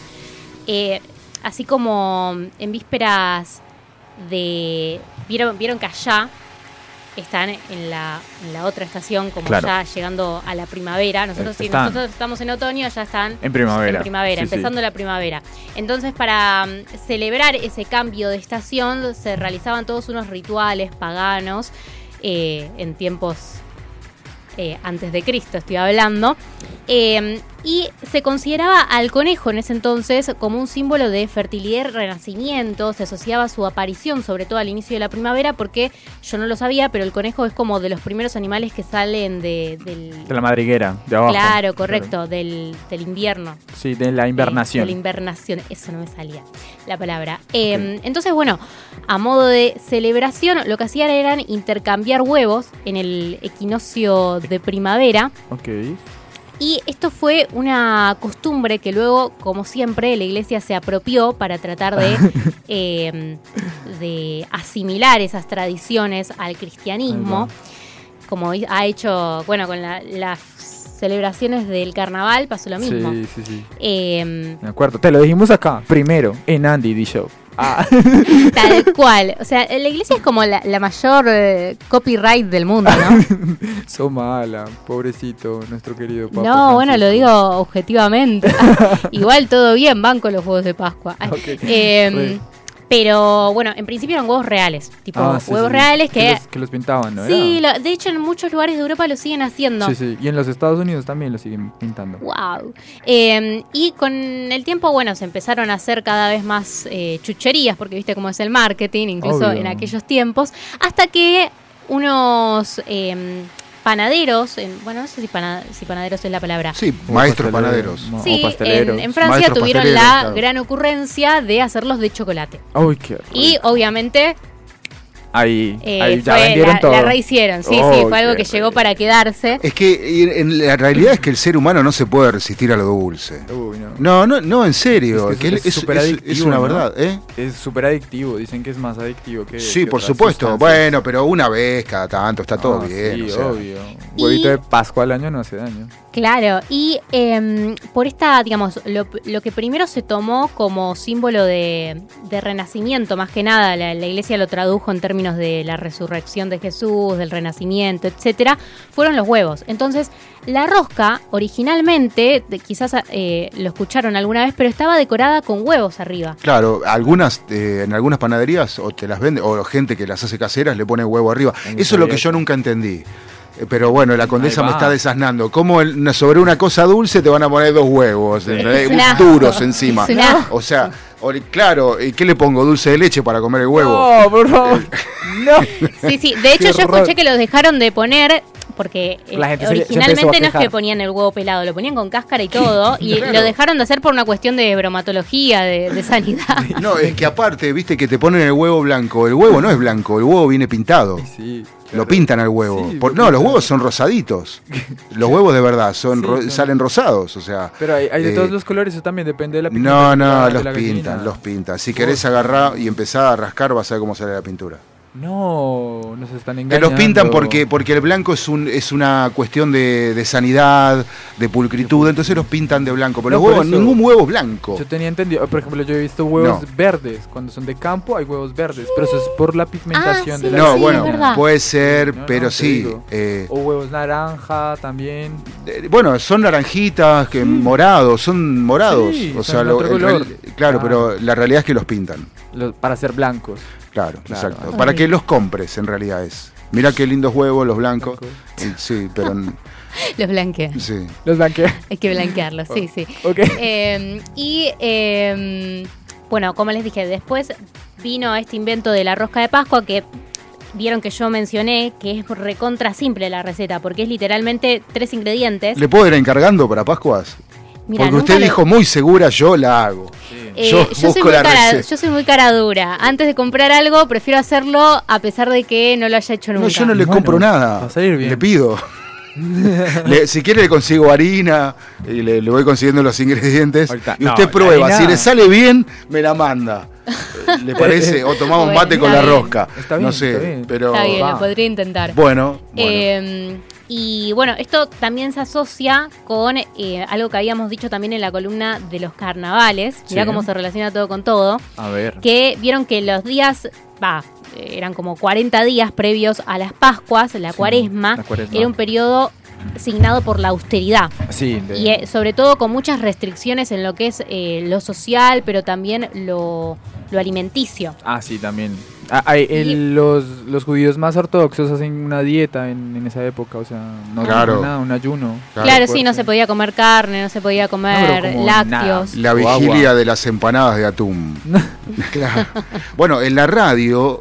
Así como en vísperas de... ¿Vieron que allá están en la otra estación, como ya llegando a la primavera? Nosotros estamos en otoño, ya están en primavera, empezando la primavera. Entonces, para celebrar ese cambio de estación, se realizaban todos unos rituales paganos en tiempos antes de Cristo, estoy hablando. Y se consideraba al conejo en ese entonces como un símbolo de fertilidad y renacimiento. Se asociaba a su aparición, sobre todo al inicio de la primavera, porque yo no lo sabía, pero el conejo es como de los primeros animales que salen de la madriguera, de abajo. Claro, correcto, del invierno. Sí, de la invernación. De la invernación, eso no me salía la palabra. Entonces, bueno, a modo de celebración, lo que hacían eran intercambiar huevos en el equinoccio de primavera. Ok. Y esto fue una costumbre que luego, como siempre, la iglesia se apropió para tratar de asimilar esas tradiciones al cristianismo, como ha hecho, bueno, con las celebraciones del carnaval pasó lo mismo. Sí. Me acuerdo, te lo dijimos acá, primero, en Andy D Show. Tal cual. O sea, la iglesia es como la mayor copyright del mundo, ¿no? So mala, pobrecito, nuestro querido Papa. No, Francisco. bueno, lo digo objetivamente. Igual todo bien, van con los huevos de Pascua. Pero bueno, en principio eran huevos reales, tipo huevos reales que los pintaban, ¿no? Sí, de hecho en muchos lugares de Europa lo siguen haciendo. Sí, y en los Estados Unidos también lo siguen pintando. Wow. Y con el tiempo, bueno, se empezaron a hacer cada vez más chucherías, porque viste cómo es el marketing, incluso en aquellos tiempos, hasta que unos panaderos, bueno, no sé si panaderos es la palabra. Sí, maestros panaderos. Sí, o pasteleros. en Francia Maestros tuvieron pasteleros, la claro. gran ocurrencia de hacerlos de chocolate. Uy, qué rico. Y obviamente Ahí ya fue vendieron todo. la rehicieron, sí, Oh, fue algo qué que llegó rico. para quedarse. Es que en la realidad es que el ser humano no se puede resistir a lo dulce. Uy, no. No, en serio. Es que que es súper adictivo, es una ¿no? verdad, ¿eh? Es súper adictivo, dicen que es más adictivo que Sí, que por otras supuesto. sustancias. Bueno, pero una vez cada tanto está todo bien. Sí, o sea. obvio. Un huevito Y- de Pascua al año no hace daño. Claro, y por esta, digamos, lo que primero se tomó como símbolo de renacimiento, más que nada, la iglesia lo tradujo en términos de la resurrección de Jesús, del renacimiento, etcétera, fueron los huevos. Entonces, la rosca, originalmente, quizás lo escucharon alguna vez, pero estaba decorada con huevos arriba. Claro, en algunas panaderías o te las venden, o gente que las hace caseras le pone huevo arriba. No Eso es lo que sabía yo nunca entendí. Pero bueno, la condesa Ahí me va. está desasnando. ¿Cómo sobre una cosa dulce te van a poner 2 huevos? Sí. Es una- Duros encima. es una- O sea, claro, ¿y qué le pongo? ¿Dulce de leche para comer el huevo? No, por favor. No. Sí, sí, de hecho Qué yo horror. escuché que los dejaron de poner porque La gente se empezó a originalmente no es quejar. que ponían el huevo pelado, lo ponían con cáscara y todo, y Claro. lo dejaron de hacer por una cuestión de bromatología, de sanidad. No, es que aparte, viste que te ponen el huevo blanco. El huevo no es blanco, el huevo viene pintado. Sí, Lo claro. pintan al huevo. Sí, No, lo los pintan. huevos son rosaditos. Los huevos de verdad Sí, son- salen rosados, o sea. Pero hay de eh, todos los colores, eso también depende de la No, pigmentación de los la gallina. pintan, los pintan. Si querés agarrar y empezar a rascar, vas a ver cómo sale la pintura. No, nos están Te engañando. los pintan porque el blanco es una cuestión de sanidad, de pulcritud, entonces los pintan de blanco. Pero No, los por huevos, eso- ningún huevo es blanco. Yo tenía entendido, por ejemplo, yo he visto huevos No. verdes. Cuando son de campo hay huevos verdes, pero eso es por la pigmentación sí, de la No, sí, gallina. bueno, es verdad. puede ser, No, pero no, te sí. digo. O huevos naranja también. Bueno, son naranjitas, morados, son morados. Sí, o son sea, de otro color. claro, Ah. pero la realidad es que los pintan. Para ser blancos. Claro, Claro. exacto. Ah. Para que los compres, en realidad es. Mirá qué lindos huevos, los blancos. Sí, pero Los blanquean. sí. Los blanqueos. Hay que blanquearlos, sí, sí. Ok. Bueno, como les dije, después vino este invento de la rosca de Pascua que vieron que yo mencioné que es recontra simple la receta, porque es literalmente 3 ingredientes. ¿Le puedo ir encargando para Pascuas? Mira, Porque nunca usted lo- dijo muy segura, yo la hago. Yo busco la receta. yo soy muy cara dura. Antes de comprar algo, prefiero hacerlo a pesar de que no lo haya hecho nunca. No, yo no le Bueno, compro nada. va a salir bien. Le pido. Si quiere le consigo harina y le voy consiguiendo los ingredientes. Ahorita- Y no, usted la prueba. harina- Si le sale bien, me la manda. ¿Le parece? O tomamos Bueno, mate con está la bien. rosca. Está bien, no sé, está bien. pero Está bien, va. lo podría intentar. bueno. Y bueno, esto también se asocia con algo que habíamos dicho también en la columna de los carnavales. Mirá Sí. cómo se relaciona todo con todo. A ver. Que vieron que los días, eran como 40 días previos a las Pascuas, la cuaresma, la cuaresma. era un periodo signado por la austeridad. Sí, Y sobre todo con muchas restricciones en lo que es lo social, pero también lo alimenticio. sí, también. Los judíos más ortodoxos hacen una dieta en esa época, o sea, no Claro. nada, un ayuno. Claro, sí, fuerte. no se podía comer carne, no se podía No, comer pero como lácteos. La O vigilia agua. de las empanadas de atún. Claro. Bueno, en la radio,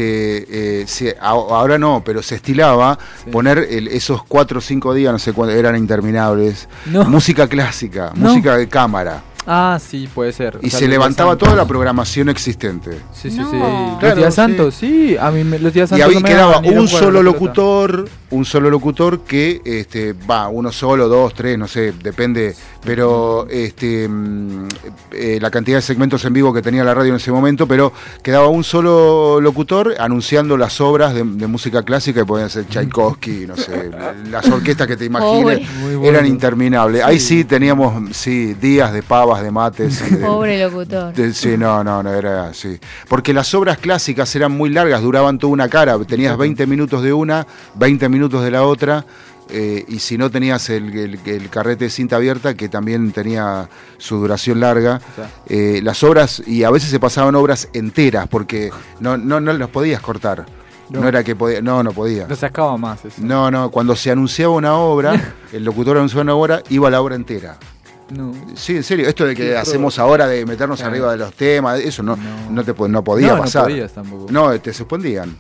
ahora no, pero se estilaba Sí. poner esos 4 o 5 días, no sé cuánto, eran interminables. No. Música clásica, No. música de cámara. Sí, puede ser. Y O sea, se los levantaba días toda la santos. programación existente. Sí, sí, No. sí. Claro, Los días sí. santos, sí. A mí los días Y santos ahí no me quedaba daban ni ir a un jugar a solo la pelota. locutor que uno solo, 2, 3, no sé, depende, pero la cantidad de segmentos en vivo que tenía la radio en ese momento, pero quedaba un solo locutor anunciando las obras de música clásica, que podían ser Tchaikovsky, no sé, las orquestas que te imagines, Pobre. Muy bueno. eran interminables. Ahí sí teníamos días de pavas, de mates. Pobre locutor. Sí, no, era así. Porque las obras clásicas eran muy largas, duraban toda una cara. Tenías 20 minutos de una, 20 minutos de la otra. Y si no tenías el carrete de cinta abierta, que también tenía su duración larga. Las obras, y a veces se pasaban obras enteras, porque no las podías cortar. No era que podía, no podía. No se acaba más eso. No, cuando se anunciaba una obra, el locutor anunciaba una obra, iba a la obra entera. No. Sí, en serio, esto de que Qué hacemos ahora de meternos Claro. arriba de los temas, eso no podía No pasar. podías tampoco. No, te suspendían.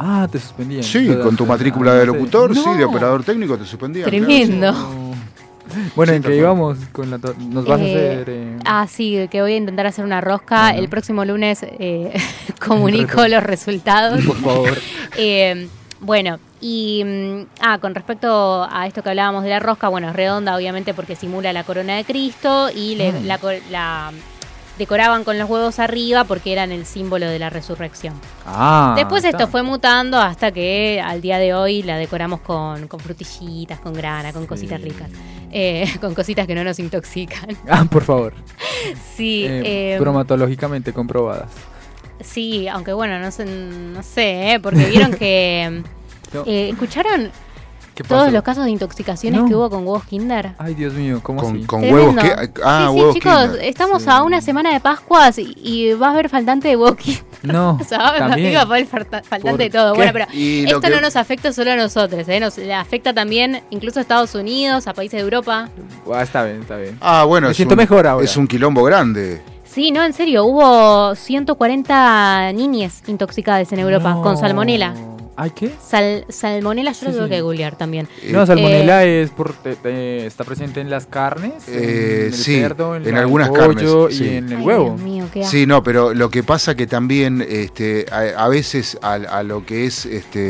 Ah, te suspendían. Sí, Yo- con tu matrícula de no sé. locutor, sí, de No. operador técnico te suspendían. Tremendo. No. Bueno, Sí, ¿en qué tal cual. íbamos? Nos vas a hacer... Sí, que voy a intentar hacer una rosca. Bueno. El próximo lunes comunico los resultados. Por favor. Bueno, y con respecto a esto que hablábamos de la rosca, bueno, es redonda obviamente porque simula la corona de Cristo y la decoraban con los huevos arriba porque eran el símbolo de la resurrección. Ah, Después esto está. fue mutando hasta que al día de hoy la decoramos con frutillitas, con grana, con cositas ricas, con cositas que no nos intoxican. Ah, por favor. Sí, Bromatológicamente comprobadas. sí, aunque bueno, no sé, porque vieron que No. ¿escucharon ¿Qué todos pasó? los casos de intoxicaciones No. que hubo con huevos Kinder? Ay, Dios mío, ¿cómo así? Con Tremendo. huevos que... Ah, sí, huevos chicos, Kinder. estamos Sí. a una semana de Pascuas y va a haber faltante de huevos Kinder. No, O sea, va a haber también. iba a haber faltante ¿Por de todo. qué? Bueno, pero Y lo esto que- no nos afecta solo a nosotros, nos le afecta también incluso a Estados Unidos, a países de Europa. Ah, está bien, está bien. Ah, bueno, Me siento mejor ahora. Es un quilombo grande. Sí, no, en serio, hubo 140 niñes intoxicadas en Europa No. con salmonela. ¿Ay, qué? Salmonela yo Sí, lo tuve sí. que googlear también. No, salmonela es está presente en las carnes, en el sí, cerdo, en el algunas pollo carnes, y sí. en el Ay, huevo. Dios mío, qué asco. Sí, no, pero lo que pasa que también a veces a lo que es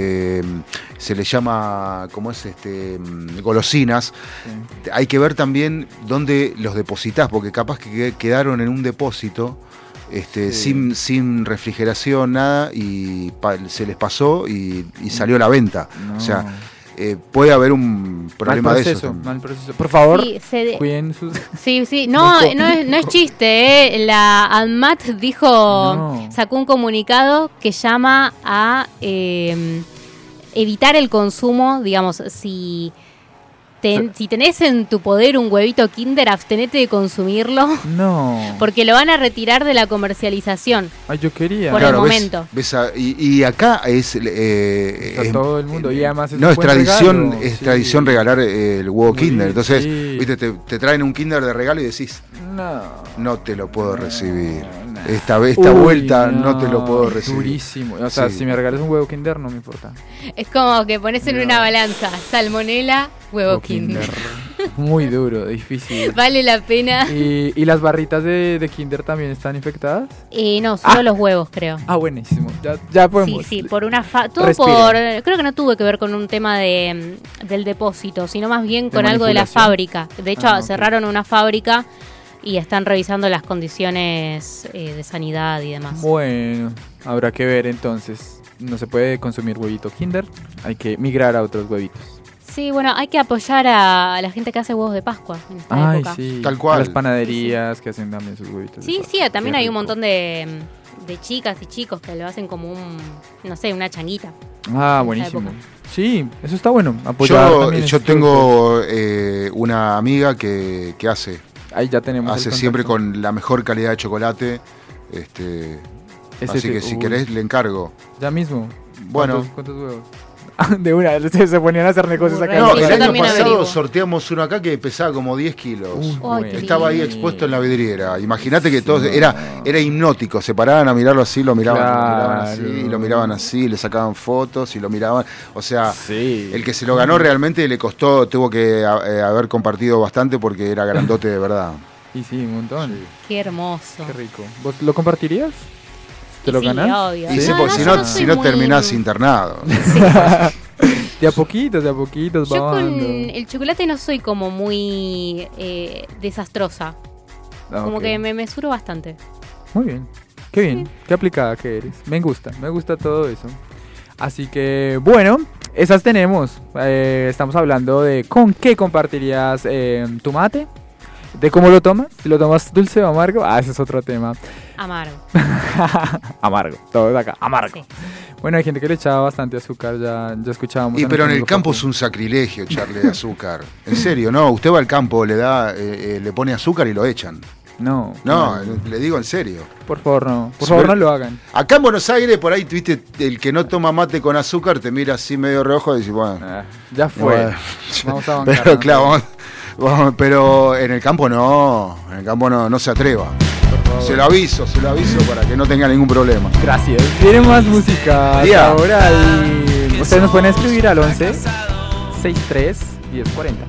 se le llama ¿cómo es? Golosinas, hay que ver también dónde los depositas, porque capaz que quedaron en un depósito Sí. sin refrigeración, nada, y se les pasó y salió a la venta. No. O sea, puede haber un problema mal de proceso, eso. mal proceso. Por favor, Sí, cuiden sus... Sí, no es chiste, ¿eh? La ANMAT dijo, No. sacó un comunicado que llama a evitar el consumo, digamos, si tenés en tu poder un huevito Kinder, abstenete de consumirlo, No. porque lo van a retirar de la comercialización. Ay, yo quería. Por el momento. Y acá es... Está todo el mundo. Y además es no, un es buen tradición, regalo. es Sí. tradición regalar el huevo Muy Kinder. bien, Entonces, sí. viste, te traen un Kinder de regalo y decís, No. no te lo puedo recibir. no. Esta Uy, vuelta no te lo puedo es recibir. Durísimo. O sea, Sí. si me regalas un huevo Kinder, no me importa. Es como que pones en una balanza salmonela, huevo Kinder. Muy duro, difícil. ¿Vale la pena? ¿Y las barritas de Kinder también están infectadas? No, solo los huevos, creo. Ah, buenísimo. Ya podemos. Sí, por una todo Respiren. creo que no tuvo que ver con un tema del depósito, sino más bien ¿De con algo de la manipulación? fábrica. De hecho, Ah, ok. cerraron una fábrica y están revisando las condiciones de sanidad y demás. Bueno, habrá que ver entonces. No se puede consumir huevito Kinder. Hay que migrar a otros huevitos. Sí, bueno, hay que apoyar a la gente que hace huevos de Pascua en esta Ay, época. sí. Tal cual. A las panaderías que hacen también sus huevitos. Sí, de también Qué hay un rico. montón de chicas y chicos que lo hacen como no sé, una changuita. Ah, esa buenísimo. época. Sí, eso está bueno. Apoyar también Yo esos tengo una amiga que hace. productos. Ahí ya tenemos. Hace el siempre contacto. con la mejor calidad de chocolate. Así que si querés le encargo. Ya mismo. Bueno. ¿Cuántos huevos? De una, se ponían a hacer negocios acá. No, Sí, el yo año también pasado averiguo. sorteamos uno acá que pesaba como 10 kilos. Uy, Ay, qué Estaba ahí lindo. expuesto en la vidriera. Imagínate que todos No. era hipnótico. Se paraban a mirarlo así, lo miraban Claro. así, y lo miraban así, le sacaban fotos y lo miraban. O sea, Sí. el que se lo ganó realmente le costó, tuvo que haber compartido bastante porque era grandote de verdad. Y sí, un montón. Qué hermoso. Qué rico. ¿Vos lo compartirías? ¿Te lo Sí, ganas? obvio. Y No, sí, no, porque yo si no no, soy si no muy- terminás internado. De a poquitos va Yo con bajando. el chocolate no soy como muy desastrosa. Ah, Como ok. que me mesuro bastante. Muy bien. Qué bien. Qué aplicada que eres. Me gusta todo eso. Así que, bueno, esas tenemos. Estamos hablando de con qué compartirías tu mate. De cómo lo tomas. Si lo tomas dulce o amargo. Ese es otro tema. Amargo. Amargo. Todos acá. Amargo. Sí. Bueno, hay gente que le echaba bastante azúcar. Ya escuchábamos. a Pero en nuestro el amigo campo es Facu. un sacrilegio echarle azúcar. En serio, no. Usted va al campo, le pone azúcar y lo echan. No. No, le digo en serio. Por favor, no. Por Sí, favor, pero- no lo hagan. Acá en Buenos Aires, por ahí, viste, el que no toma mate con azúcar te mira así medio reojo y dice, bueno. Ah, ya fue. bueno. Vamos a bancar. Pero claro, pero en el campo no se atreva. Por Se lo aviso para que no tenga ningún problema. Gracias. Viene más música hasta ahora y ustedes nos pueden escribir al 11 63 1040.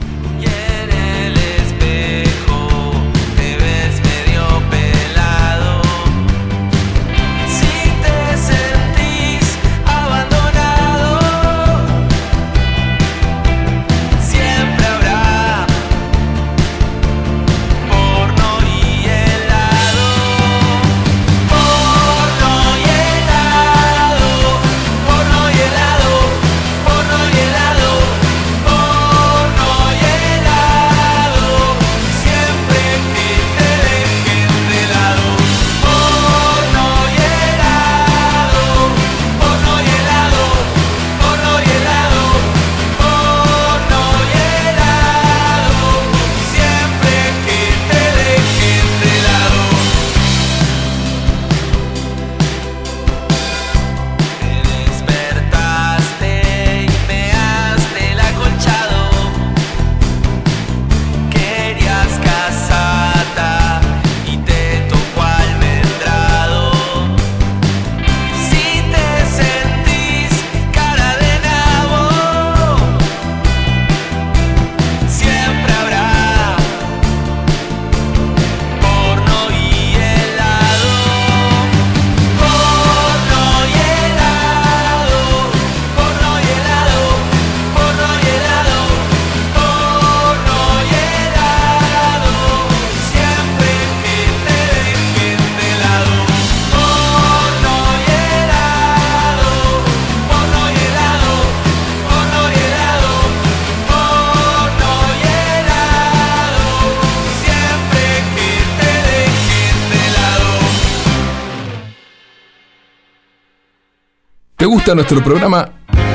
¿Te gusta nuestro programa?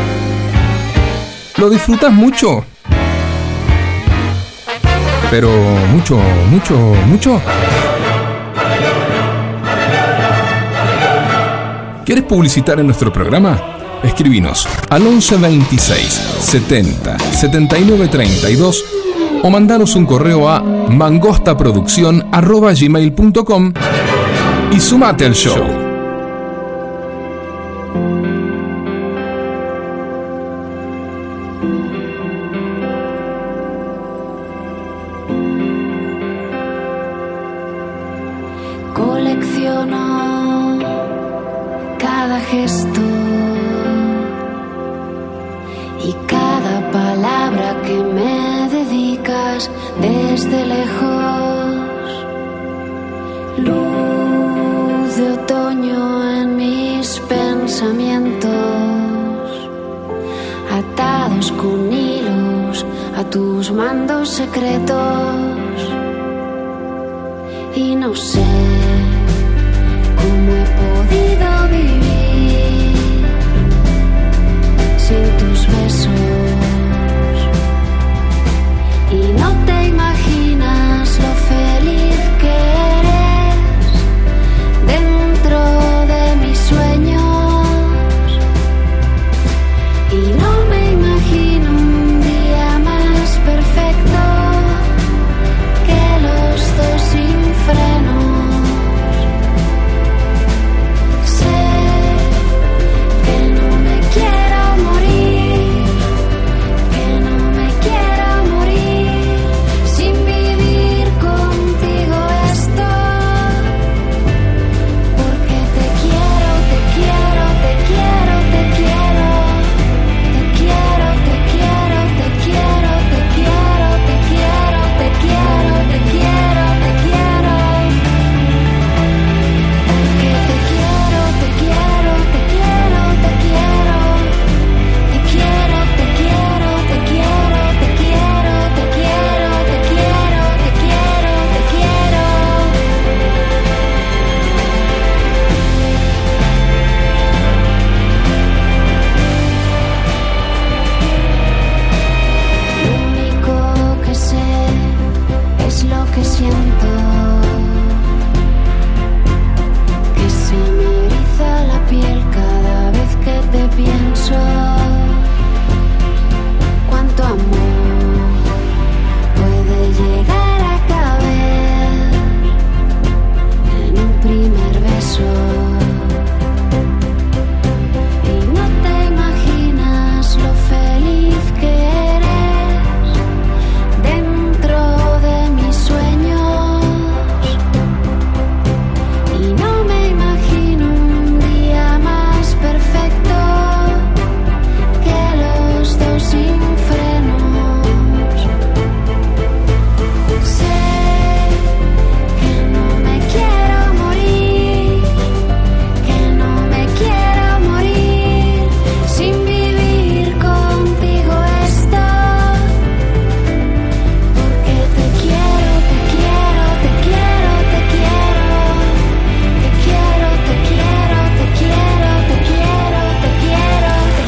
¿Lo disfrutas mucho? Pero mucho. ¿Quieres publicitar en nuestro programa? Escribinos al 11 26 70 79 32 o mandanos un correo a mangostaproduccion@gmail.com y sumate al show. Colecciono cada gesto y cada palabra que me dedicas desde lejos. Luz de otoño en mis pensamientos, atados con hilos a tus mandos secretos. Y no sé cómo he podido vivir sin tus besos. Y no te imaginas lo feliz que eres dentro de mis sueños. Y no me imagino un día más perfecto que los dos sin frenos. Sé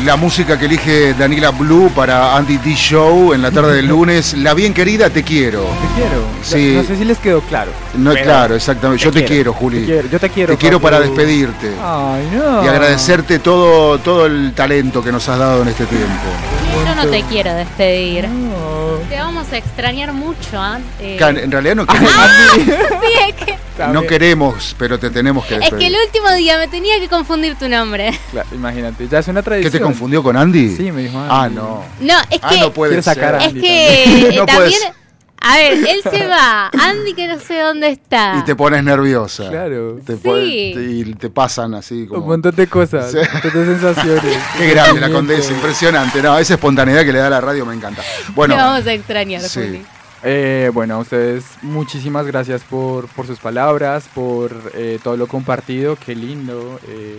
la música que elige Daniela Blue para Andy D Show en la tarde del lunes. La bien querida, te quiero. Te quiero. Sí. No sé si les quedó claro. No, pero claro, exactamente. Yo te quiero, Juli. Yo te quiero. Te quiero para Papu. despedirte. Ay, no. Y agradecerte todo el talento que nos has dado en este tiempo. Yo no te quiero despedir. No. Te vamos a extrañar mucho, ¿ah? En realidad no queremos, Sí, es que, no queremos, pero te tenemos que es despedir. que el último día me tenía que confundir tu nombre. Claro, imagínate, ya es una ¿Qué tradición. te confundió con Andy? Sí, me dijo Andy. Ah, no. No, es que... No puede Quiero sacar ser. a es Andy que No puede también... ser. A ver, él se va. Andy que no sé dónde está. Y te pones nerviosa. Claro. Y te pasan así como... Un montón de cosas, Sí. un montón de sensaciones. Qué grande la condesa, impresionante. No, esa espontaneidad que le da la radio me encanta. Bueno, Te vamos a extrañar, sí. Juli. Bueno, a ustedes muchísimas gracias por sus palabras, por todo lo compartido. Qué lindo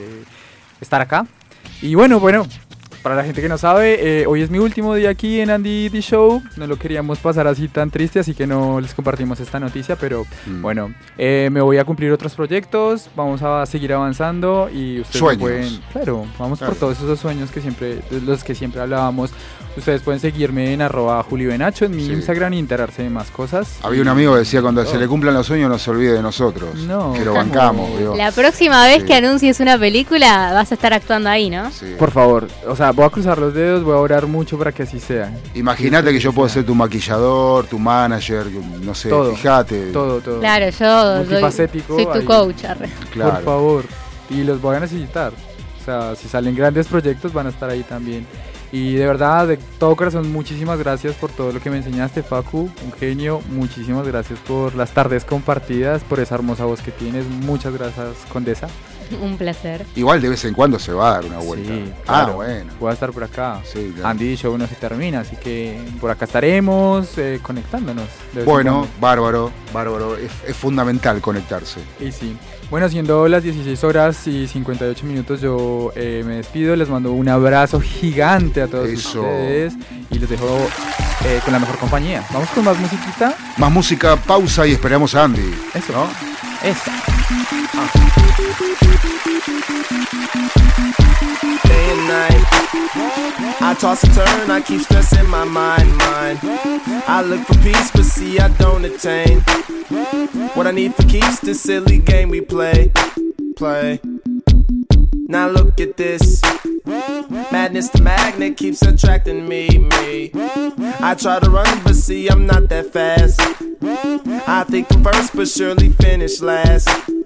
estar acá. Y bueno, para la gente que no sabe, hoy es mi último día aquí en Andy D Show. No lo queríamos pasar así tan triste, así que no les compartimos esta noticia. Pero bueno, me voy a cumplir otros proyectos. Vamos a seguir avanzando y ustedes Sueños. pueden... Claro, vamos Claro. por todos esos sueños que siempre, de los que siempre hablábamos. Ustedes pueden seguirme en @JuliBenacho en mi Sí. Instagram y enterarse de más cosas. había un amigo que decía, cuando se le cumplan los sueños no se olvide de nosotros. No. Que lo bancamos, ¿vio? La próxima vez Sí. que anuncies una película vas a estar actuando ahí, ¿no? Sí. Por favor, o sea, voy a cruzar los dedos, voy a orar mucho para que así sea. Imagínate que yo puedo ser tu maquillador, tu manager, no sé, Todo. fíjate. Todo. Claro, yo Multifacético, soy tu ahí. coach, arre. Claro. Por favor. Y los voy a necesitar. O sea, si salen grandes proyectos van a estar ahí también. Y de verdad, de todo corazón, muchísimas gracias por todo lo que me enseñaste, Facu, un genio. Muchísimas gracias por las tardes compartidas, por esa hermosa voz que tienes. Muchas gracias, Condesa. Un placer. Igual de vez en cuando se va a dar una vuelta. Sí, Ah, claro. bueno. Voy a estar por acá. Sí, claro. Andy Show no se termina, así que por acá estaremos conectándonos. de vez en Bueno, cuando. bárbaro. Es fundamental conectarse. Y sí. Bueno, siendo las 16 horas y 58 minutos, yo me despido. Les mando un abrazo gigante a todos Eso. ustedes y los dejo con la mejor compañía. Vamos con más musiquita. Más música, pausa y esperamos a Andy. Eso. ¿No? Esa. Day and night, I toss and turn, I keep stressing my mind. I look for peace, but see I don't attain. What I need for keeps this silly game we play. Now look at this. Madness, the magnet keeps attracting me. I try to run, but see I'm not that fast. I think I'm first, but surely finish last.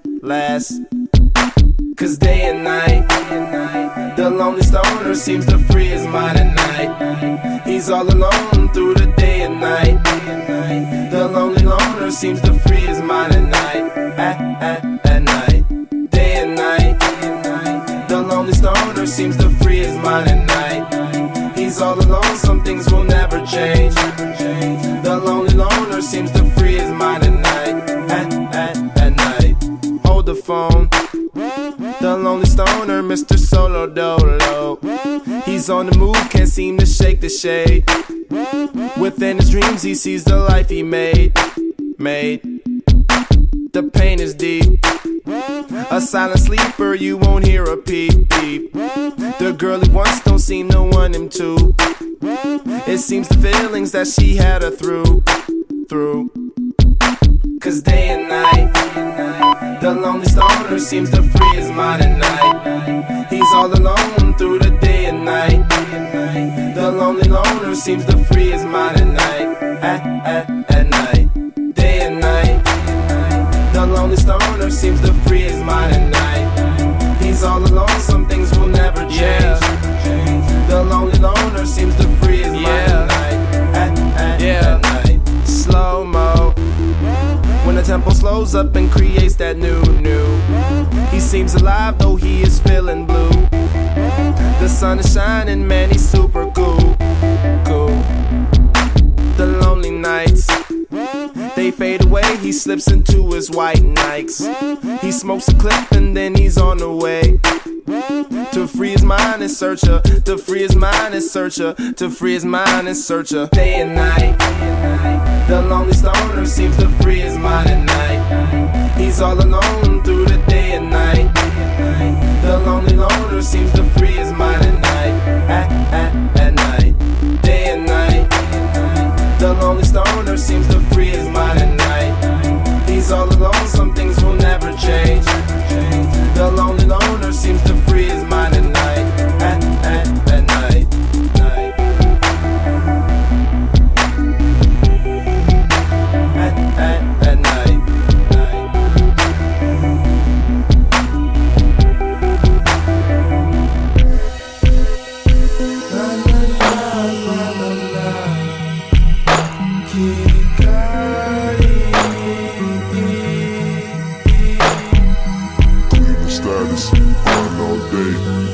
Cause day and night, the lonely stoner seems to free his mind at night. He's all alone through the day and night. The lonely loner seems to free his mind at night. At night, day and night. The lonely stoner seems to free his mind at night. He's all alone, some things will never change. The lonely loner seems to free his mind at night. At night, hold the phone. The lonely stoner, Mr. Solo Dolo. He's on the move, can't seem to shake the shade. Within his dreams, he sees the life he made. The pain is deep. A silent sleeper, you won't hear a peep. The girl he wants don't seem to want him to. It seems the feelings that she had her through. Cause day and night, the lonely stoner seems to free his mind at night. He's all alone through the day and night. The lonely loner seems to free his mind at night. At night, day and night. The lonely stoner seems to free his mind at night. He's all alone, some things will never change. The lonely loner seems to free his mind at night. At night, slow-mo. When the tempo slows up and creates that new. He seems alive though he is feeling blue. The sun is shining, man, he's super cool. The lonely nights, they fade away, he slips into his white Nikes. He smokes a clip and then he's on the way. To free his mind and searcher, to free his mind and searcher, to free his mind and searcher. Day and night, the lonely stoner seems to free his mind at night. He's all alone through the day and night. The lonely loner seems to free his mind at night.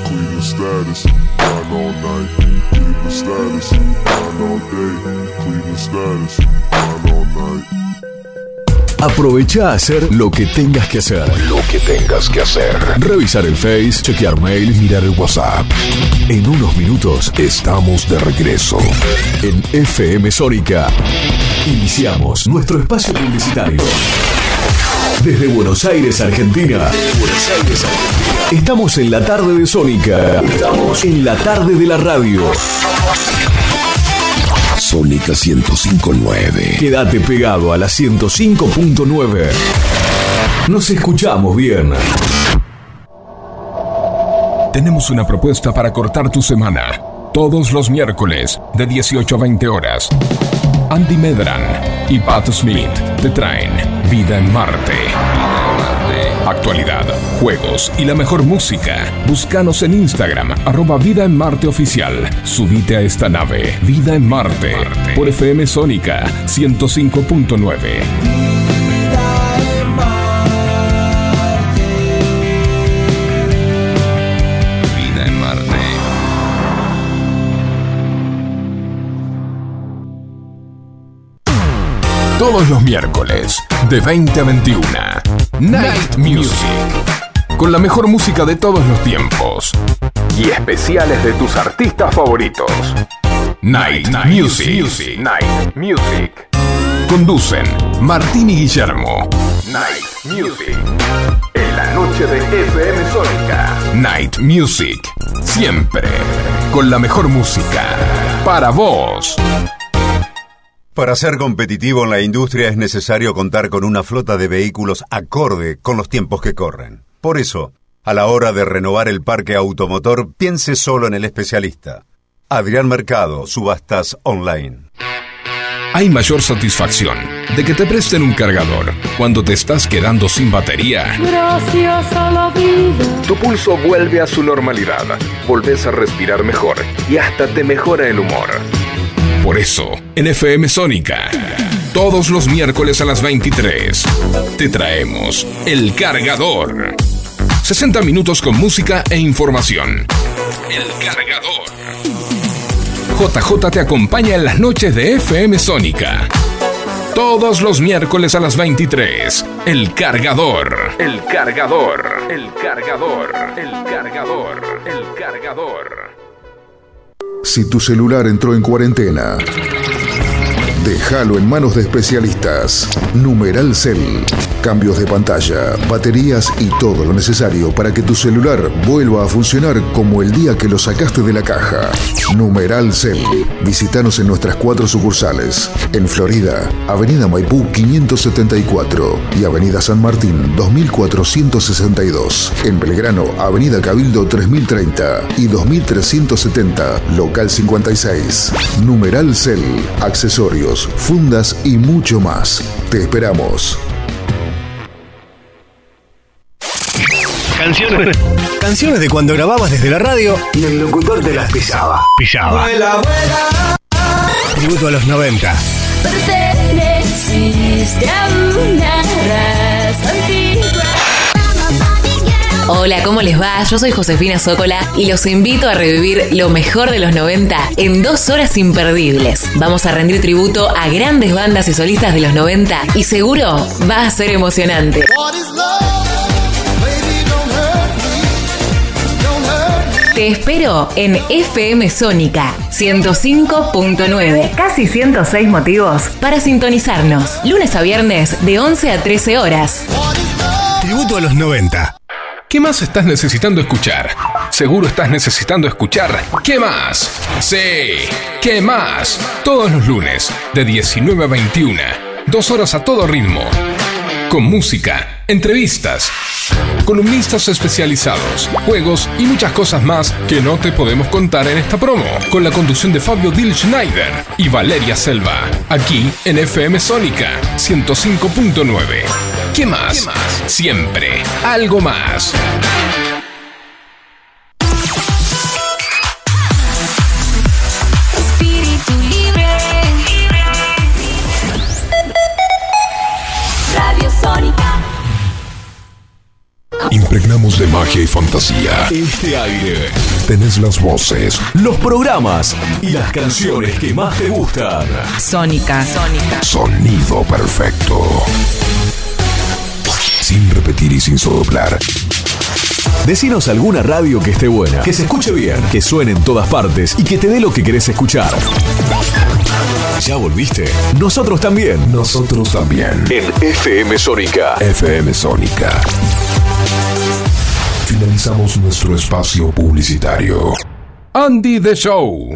clean the status, grind all night. Clean the status, grind all day. Clean the status, grind all night. Aprovecha a hacer lo que tengas que hacer. Lo que tengas que hacer. Revisar el Face, chequear mail, mirar el WhatsApp. En unos minutos estamos de regreso. En FM Sónica iniciamos nuestro espacio publicitario. Desde Buenos Aires, Argentina. Estamos en la tarde de Sónica. Estamos en la tarde de la radio. Sónica 105.9. Quédate pegado a la 105.9. Nos escuchamos bien. Tenemos una propuesta para cortar tu semana. Todos los miércoles, de 18 a 20 horas. Andy Medran y Pat Smith te traen Vida en Marte. Actualidad, juegos y la mejor música. Búscanos en Instagram, @Vida en Marte Oficial. Subite a esta nave, Vida en Marte, por FM Sónica 105.9. Vida en Marte. Todos los miércoles, de 20 a 21. Night Music, con la mejor música de todos los tiempos y especiales de tus artistas favoritos. Night Music. Night Music. Conducen Martín y Guillermo. Night Music, en la noche de FM Sónica. Night Music, siempre con la mejor música para vos. Para ser competitivo en la industria es necesario contar con una flota de vehículos acorde con los tiempos que corren. Por eso, a la hora de renovar el parque automotor, piense solo en el especialista. Adrián Mercado, Subastas Online. Hay mayor satisfacción de que te presten un cargador cuando te estás quedando sin batería. Gracias a la vida. Tu pulso vuelve a su normalidad, volvés a respirar mejor y hasta te mejora el humor. Por eso, en FM Sónica, todos los miércoles a las 23, te traemos El Cargador. 60 minutos con música e información. El Cargador. JJ te acompaña en las noches de FM Sónica. Todos los miércoles a las 23, El Cargador. El Cargador. El Cargador. El Cargador. El Cargador. Si tu celular entró en cuarentena, déjalo en manos de especialistas. Numeral Cell. Cambios de pantalla, baterías y todo lo necesario para que tu celular vuelva a funcionar como el día que lo sacaste de la caja. Numeral Cell. Visítanos en nuestras 4 sucursales. En Florida, Avenida Maipú 574 y Avenida San Martín 2462. En Belgrano, Avenida Cabildo 3030 y 2370, local 56. Numeral Cell. Accesorios, fundas y mucho más. Te esperamos. Canciones de cuando grababas desde la radio y el locutor te las pisaba. Vuela, vuela. Tributo a los 90. Perteneciste a una raza antigua. Hola, ¿cómo les va? Yo soy Josefina Zócola y los invito a revivir lo mejor de los 90 en 2 horas imperdibles. Vamos a rendir tributo a grandes bandas y solistas de los 90 y seguro va a ser emocionante. Te espero en FM Sónica 105.9. Casi 106 motivos para sintonizarnos. Lunes a viernes de 11 a 13 horas. Tributo a los 90. ¿Qué más estás necesitando escuchar? Seguro estás necesitando escuchar ¿Qué más? Sí, ¿Qué más? Todos los lunes, de 19 a 21. 2 horas a todo ritmo. Con música, entrevistas, columnistas especializados, juegos y muchas cosas más que no te podemos contar en esta promo. Con la conducción de Fabio Dil Schneider y Valeria Selva. Aquí en FM Sónica 105.9. ¿Qué más? ¿Qué más? Siempre algo más. Espíritu libre. Radio Sónica. Impregnamos de magia magia y fantasía. Este aire. Tenés las voces, los programas y las canciones que más te gustan. Sónica. Sonido perfecto. Sin repetir y sin soplar. Decinos alguna radio que esté buena, que se escuche bien, que suene en todas partes y que te dé lo que querés escuchar. ¿Ya volviste? Nosotros también. Nosotros también. En FM Sónica. FM Sónica. Finalizamos nuestro espacio publicitario. Andy The Show.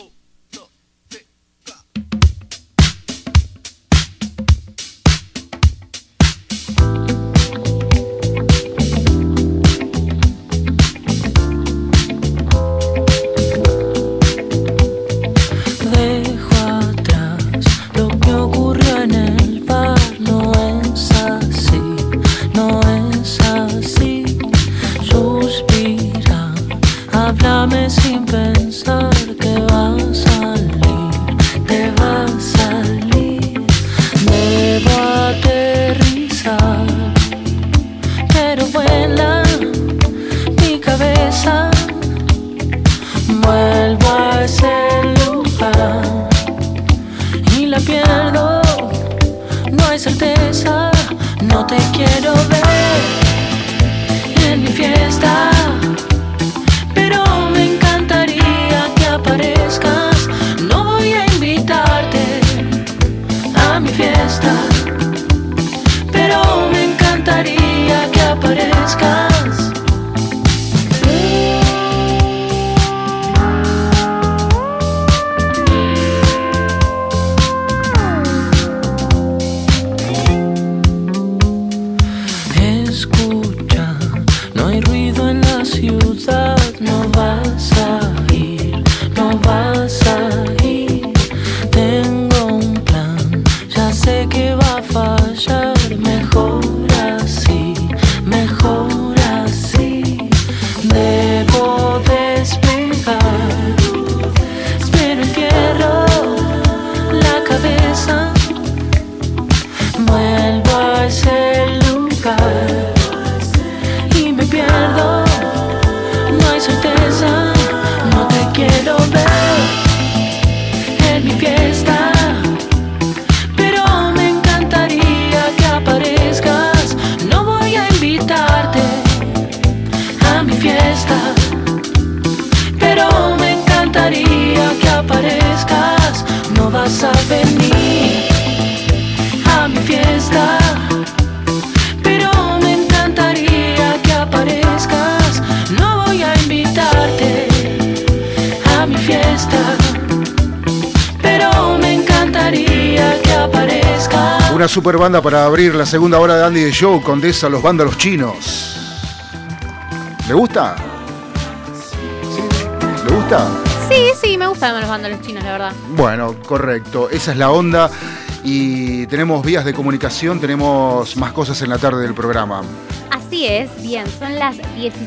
Una super banda para abrir la segunda hora de Andy The Show, Condesa, Los Vándalos Chinos. ¿Le gusta? ¿Sí? ¿Le gusta? Sí, me gustan los Vándalos Chinos, la verdad. Bueno, correcto, esa es la onda. Y tenemos vías de comunicación, tenemos más cosas en la tarde del programa. Así es, bien, son las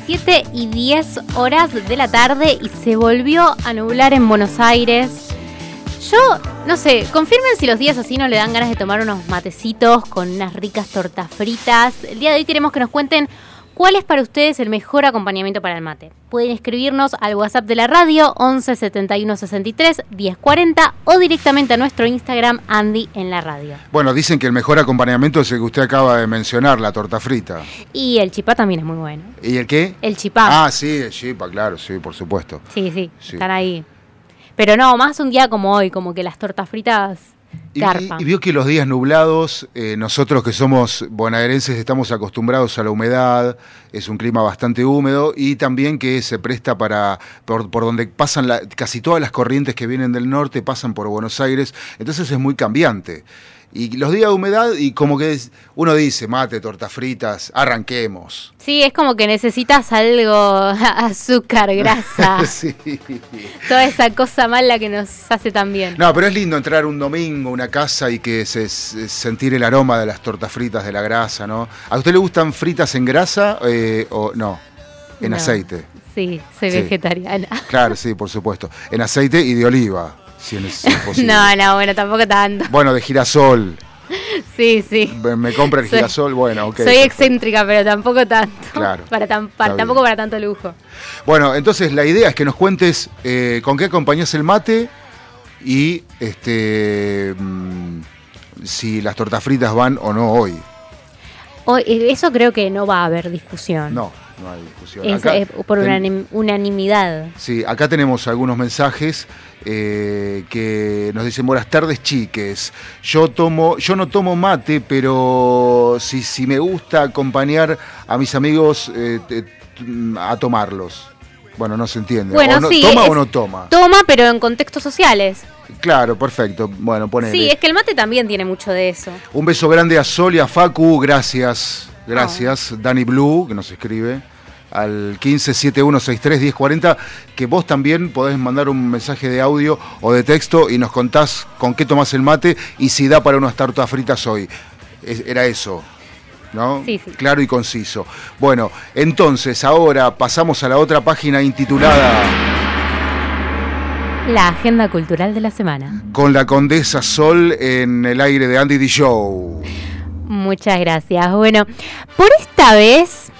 17:10 de la tarde y se volvió a nublar en Buenos Aires. Yo, no sé, confirmen si los días así no le dan ganas de tomar unos matecitos con unas ricas tortas fritas. El día de hoy queremos que nos cuenten cuál es para ustedes el mejor acompañamiento para el mate. Pueden escribirnos al WhatsApp de la radio 11 71 63 10 40 o directamente a nuestro Instagram Andy en la radio. Bueno, dicen que el mejor acompañamiento es el que usted acaba de mencionar, la torta frita. Y el chipá también es muy bueno. ¿Y el qué? El chipá. Ah, sí, el chipá, claro, sí, por supuesto. Sí, están ahí. Pero no, más un día como hoy, como que las tortas fritas garpan. Y vio que los días nublados, nosotros que somos bonaerenses estamos acostumbrados a la humedad, es un clima bastante húmedo y también que se presta por donde pasan casi todas las corrientes que vienen del norte pasan por Buenos Aires, entonces es muy cambiante. Y los días de humedad, y como que uno dice, mate, tortas fritas, arranquemos. Sí, es como que necesitas algo, azúcar, grasa. Sí. Toda esa cosa mala que nos hace tan bien. No, pero es lindo entrar un domingo a una casa y que sentir el aroma de las tortas fritas, de la grasa, ¿no? ¿A usted le gustan fritas en grasa o no? En aceite. Sí, soy vegetariana. Claro, sí, por supuesto. En aceite y de oliva. Si es posible. No, bueno, tampoco tanto. Bueno, de girasol. Sí, sí. Me compra el girasol, bueno, ok. Soy excéntrica, pero tampoco tanto. Claro. Tampoco para tanto lujo. Bueno, entonces la idea es que nos cuentes con qué acompañás el mate y si las tortas fritas van o no hoy. Eso creo que no va a haber discusión. No hay discusión. Es por unanimidad. Sí, acá tenemos algunos mensajes que nos dicen: buenas tardes, chiques. Yo no tomo mate, pero si me gusta acompañar a mis amigos a tomarlos. Bueno, no se entiende. Bueno, sí, ¿Toma o no toma? Toma, pero en contextos sociales. Claro, perfecto. Bueno, ponele. Sí, es que el mate también tiene mucho de eso. Un beso grande a Sol y a Facu. Gracias. Dani Blue, que nos escribe al 1571631040, que vos también podés mandar un mensaje de audio o de texto y nos contás con qué tomás el mate y si da para unas tortas fritas hoy. Era eso, ¿no? Sí. Claro y conciso. Bueno, entonces ahora pasamos a la otra página intitulada La agenda cultural de la semana. Con la Condesa Sol en el aire de Andy D. Show. Muchas gracias. Bueno, por esta vez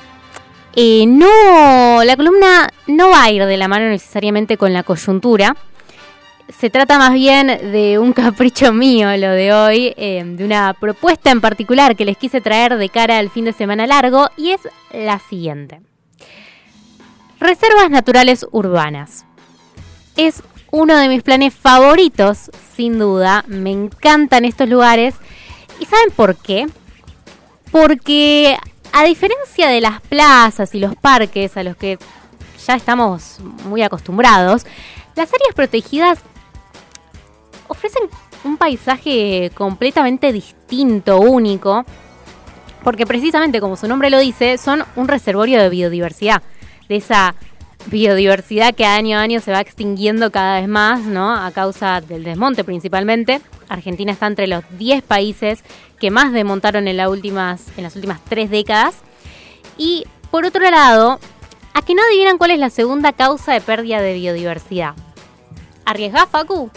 la columna no va a ir de la mano necesariamente con la coyuntura. Se trata más bien de un capricho mío lo de hoy, de una propuesta en particular que les quise traer de cara al fin de semana largo, y es la siguiente. Reservas naturales urbanas. Es uno de mis planes favoritos, sin duda. Me encantan estos lugares. ¿Y saben por qué? Porque a diferencia de las plazas y los parques a los que ya estamos muy acostumbrados, las áreas protegidas ofrecen un paisaje completamente distinto, único, porque precisamente, como su nombre lo dice, son un reservorio de biodiversidad, de esa biodiversidad que año a año se va extinguiendo cada vez más, ¿no? A causa del desmonte principalmente. Argentina está entre los 10 países que más desmontaron en las últimas 3 décadas. Y por otro lado, ¿a que no adivinan cuál es la segunda causa de pérdida de biodiversidad? ¿Arriesgás, Facu?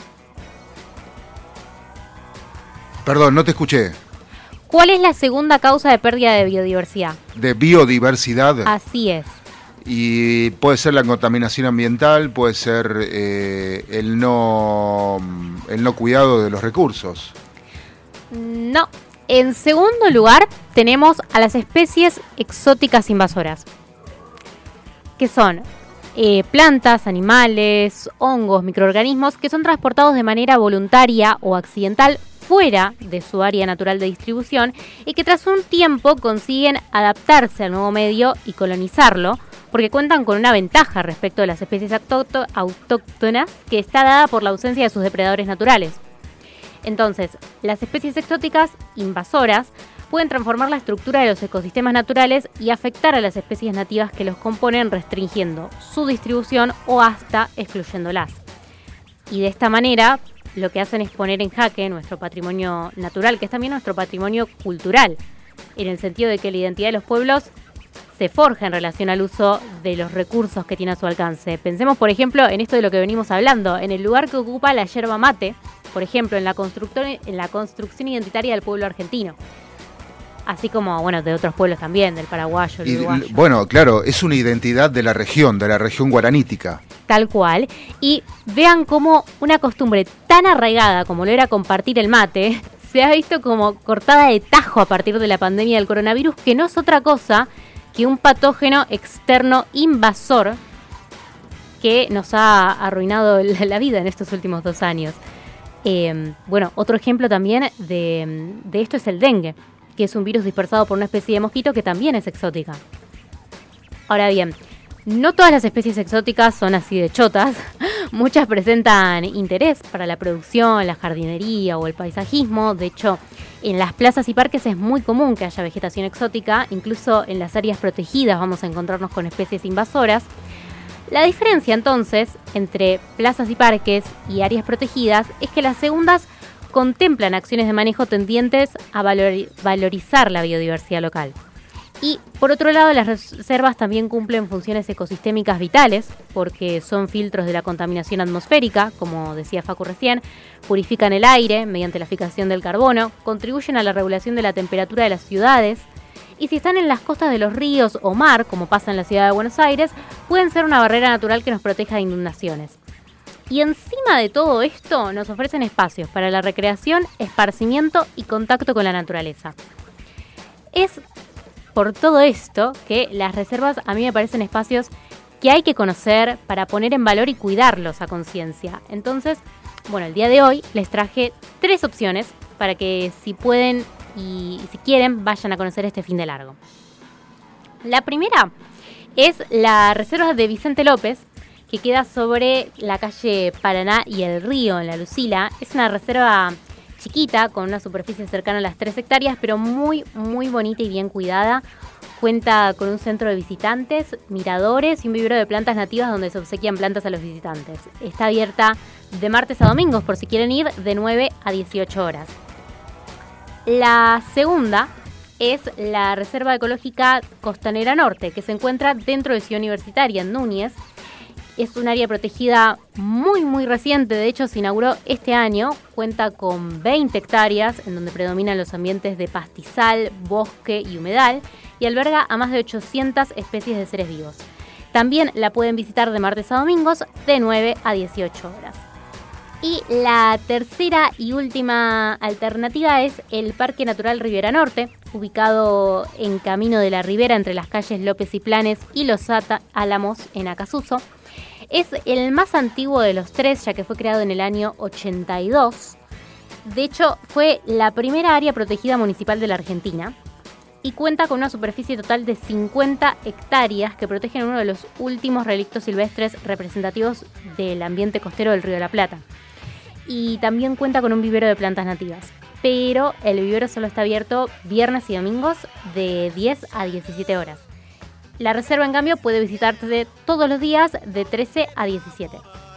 Perdón, no te escuché. ¿Cuál es la segunda causa de pérdida de biodiversidad? ¿De biodiversidad? Así es. Y puede ser la contaminación ambiental, puede ser el no cuidado de los recursos. No. En segundo lugar, tenemos a las especies exóticas invasoras, que son plantas, animales, hongos, microorganismos que son transportados de manera voluntaria o accidental fuera de su área natural de distribución y que tras un tiempo consiguen adaptarse al nuevo medio y colonizarlo, porque cuentan con una ventaja respecto de las especies autóctonas que está dada por la ausencia de sus depredadores naturales. Entonces, las especies exóticas invasoras pueden transformar la estructura de los ecosistemas naturales y afectar a las especies nativas que los componen, restringiendo su distribución o hasta excluyéndolas. Y de esta manera, lo que hacen es poner en jaque nuestro patrimonio natural, que es también nuestro patrimonio cultural, en el sentido de que la identidad de los pueblos se forja en relación al uso de los recursos que tiene a su alcance. Pensemos, por ejemplo, en esto de lo que venimos hablando, en el lugar que ocupa la yerba mate, por ejemplo, en la construcción identitaria del pueblo argentino. Así como, bueno, de otros pueblos también, del paraguayo, el uruguayo. Bueno, claro, es una identidad de la región guaranítica. Tal cual. Y vean cómo una costumbre tan arraigada como lo era compartir el mate, se ha visto como cortada de tajo a partir de la pandemia del coronavirus, que no es otra cosa que un patógeno externo invasor que nos ha arruinado la vida en estos últimos 2 años. Bueno, otro ejemplo también de esto es el dengue, que es un virus dispersado por una especie de mosquito que también es exótica. Ahora bien, no todas las especies exóticas son así de chotas. Muchas presentan interés para la producción, la jardinería o el paisajismo. De hecho, en las plazas y parques es muy común que haya vegetación exótica. Incluso en las áreas protegidas vamos a encontrarnos con especies invasoras. La diferencia entonces entre plazas y parques y áreas protegidas es que las segundas contemplan acciones de manejo tendientes a valorizar la biodiversidad local. Y por otro lado, las reservas también cumplen funciones ecosistémicas vitales, porque son filtros de la contaminación atmosférica, como decía Facu recién, purifican el aire mediante la fijación del carbono, contribuyen a la regulación de la temperatura de las ciudades, y si están en las costas de los ríos o mar, como pasa en la ciudad de Buenos Aires, pueden ser una barrera natural que nos proteja de inundaciones. Y encima de todo esto, nos ofrecen espacios para la recreación, esparcimiento y contacto con la naturaleza. Es por todo esto que las reservas a mí me parecen espacios que hay que conocer para poner en valor y cuidarlos a conciencia. Entonces, bueno, el día de hoy les traje 3 opciones para que si pueden y si quieren vayan a conocer este fin de largo. La primera es la reserva de Vicente López, que queda sobre la calle Paraná y el Río, en La Lucila. Es una reserva chiquita, con una superficie cercana a las 3 hectáreas, pero muy, muy bonita y bien cuidada. Cuenta con un centro de visitantes, miradores y un vivero de plantas nativas donde se obsequian plantas a los visitantes. Está abierta de martes a domingos, por si quieren ir, de 9 a 18 horas. La segunda es la Reserva Ecológica Costanera Norte, que se encuentra dentro de Ciudad Universitaria, en Núñez. Es un área protegida muy, muy reciente, de hecho se inauguró este año, cuenta con 20 hectáreas en donde predominan los ambientes de pastizal, bosque y humedal y alberga a más de 800 especies de seres vivos. También la pueden visitar de martes a domingos de 9 a 18 horas. Y la tercera y última alternativa es el Parque Natural Ribera Norte, ubicado en Camino de la Ribera entre las calles López y Planes y Los Álamos en Acasuso. Es el más antiguo de los 3, ya que fue creado en el año 82. De hecho, fue la primera área protegida municipal de la Argentina y cuenta con una superficie total de 50 hectáreas que protegen uno de los últimos relictos silvestres representativos del ambiente costero del Río de la Plata. Y también cuenta con un vivero de plantas nativas. Pero el vivero solo está abierto viernes y domingos de 10 a 17 horas. La reserva, en cambio, puede visitarse todos los días de 13 a 17.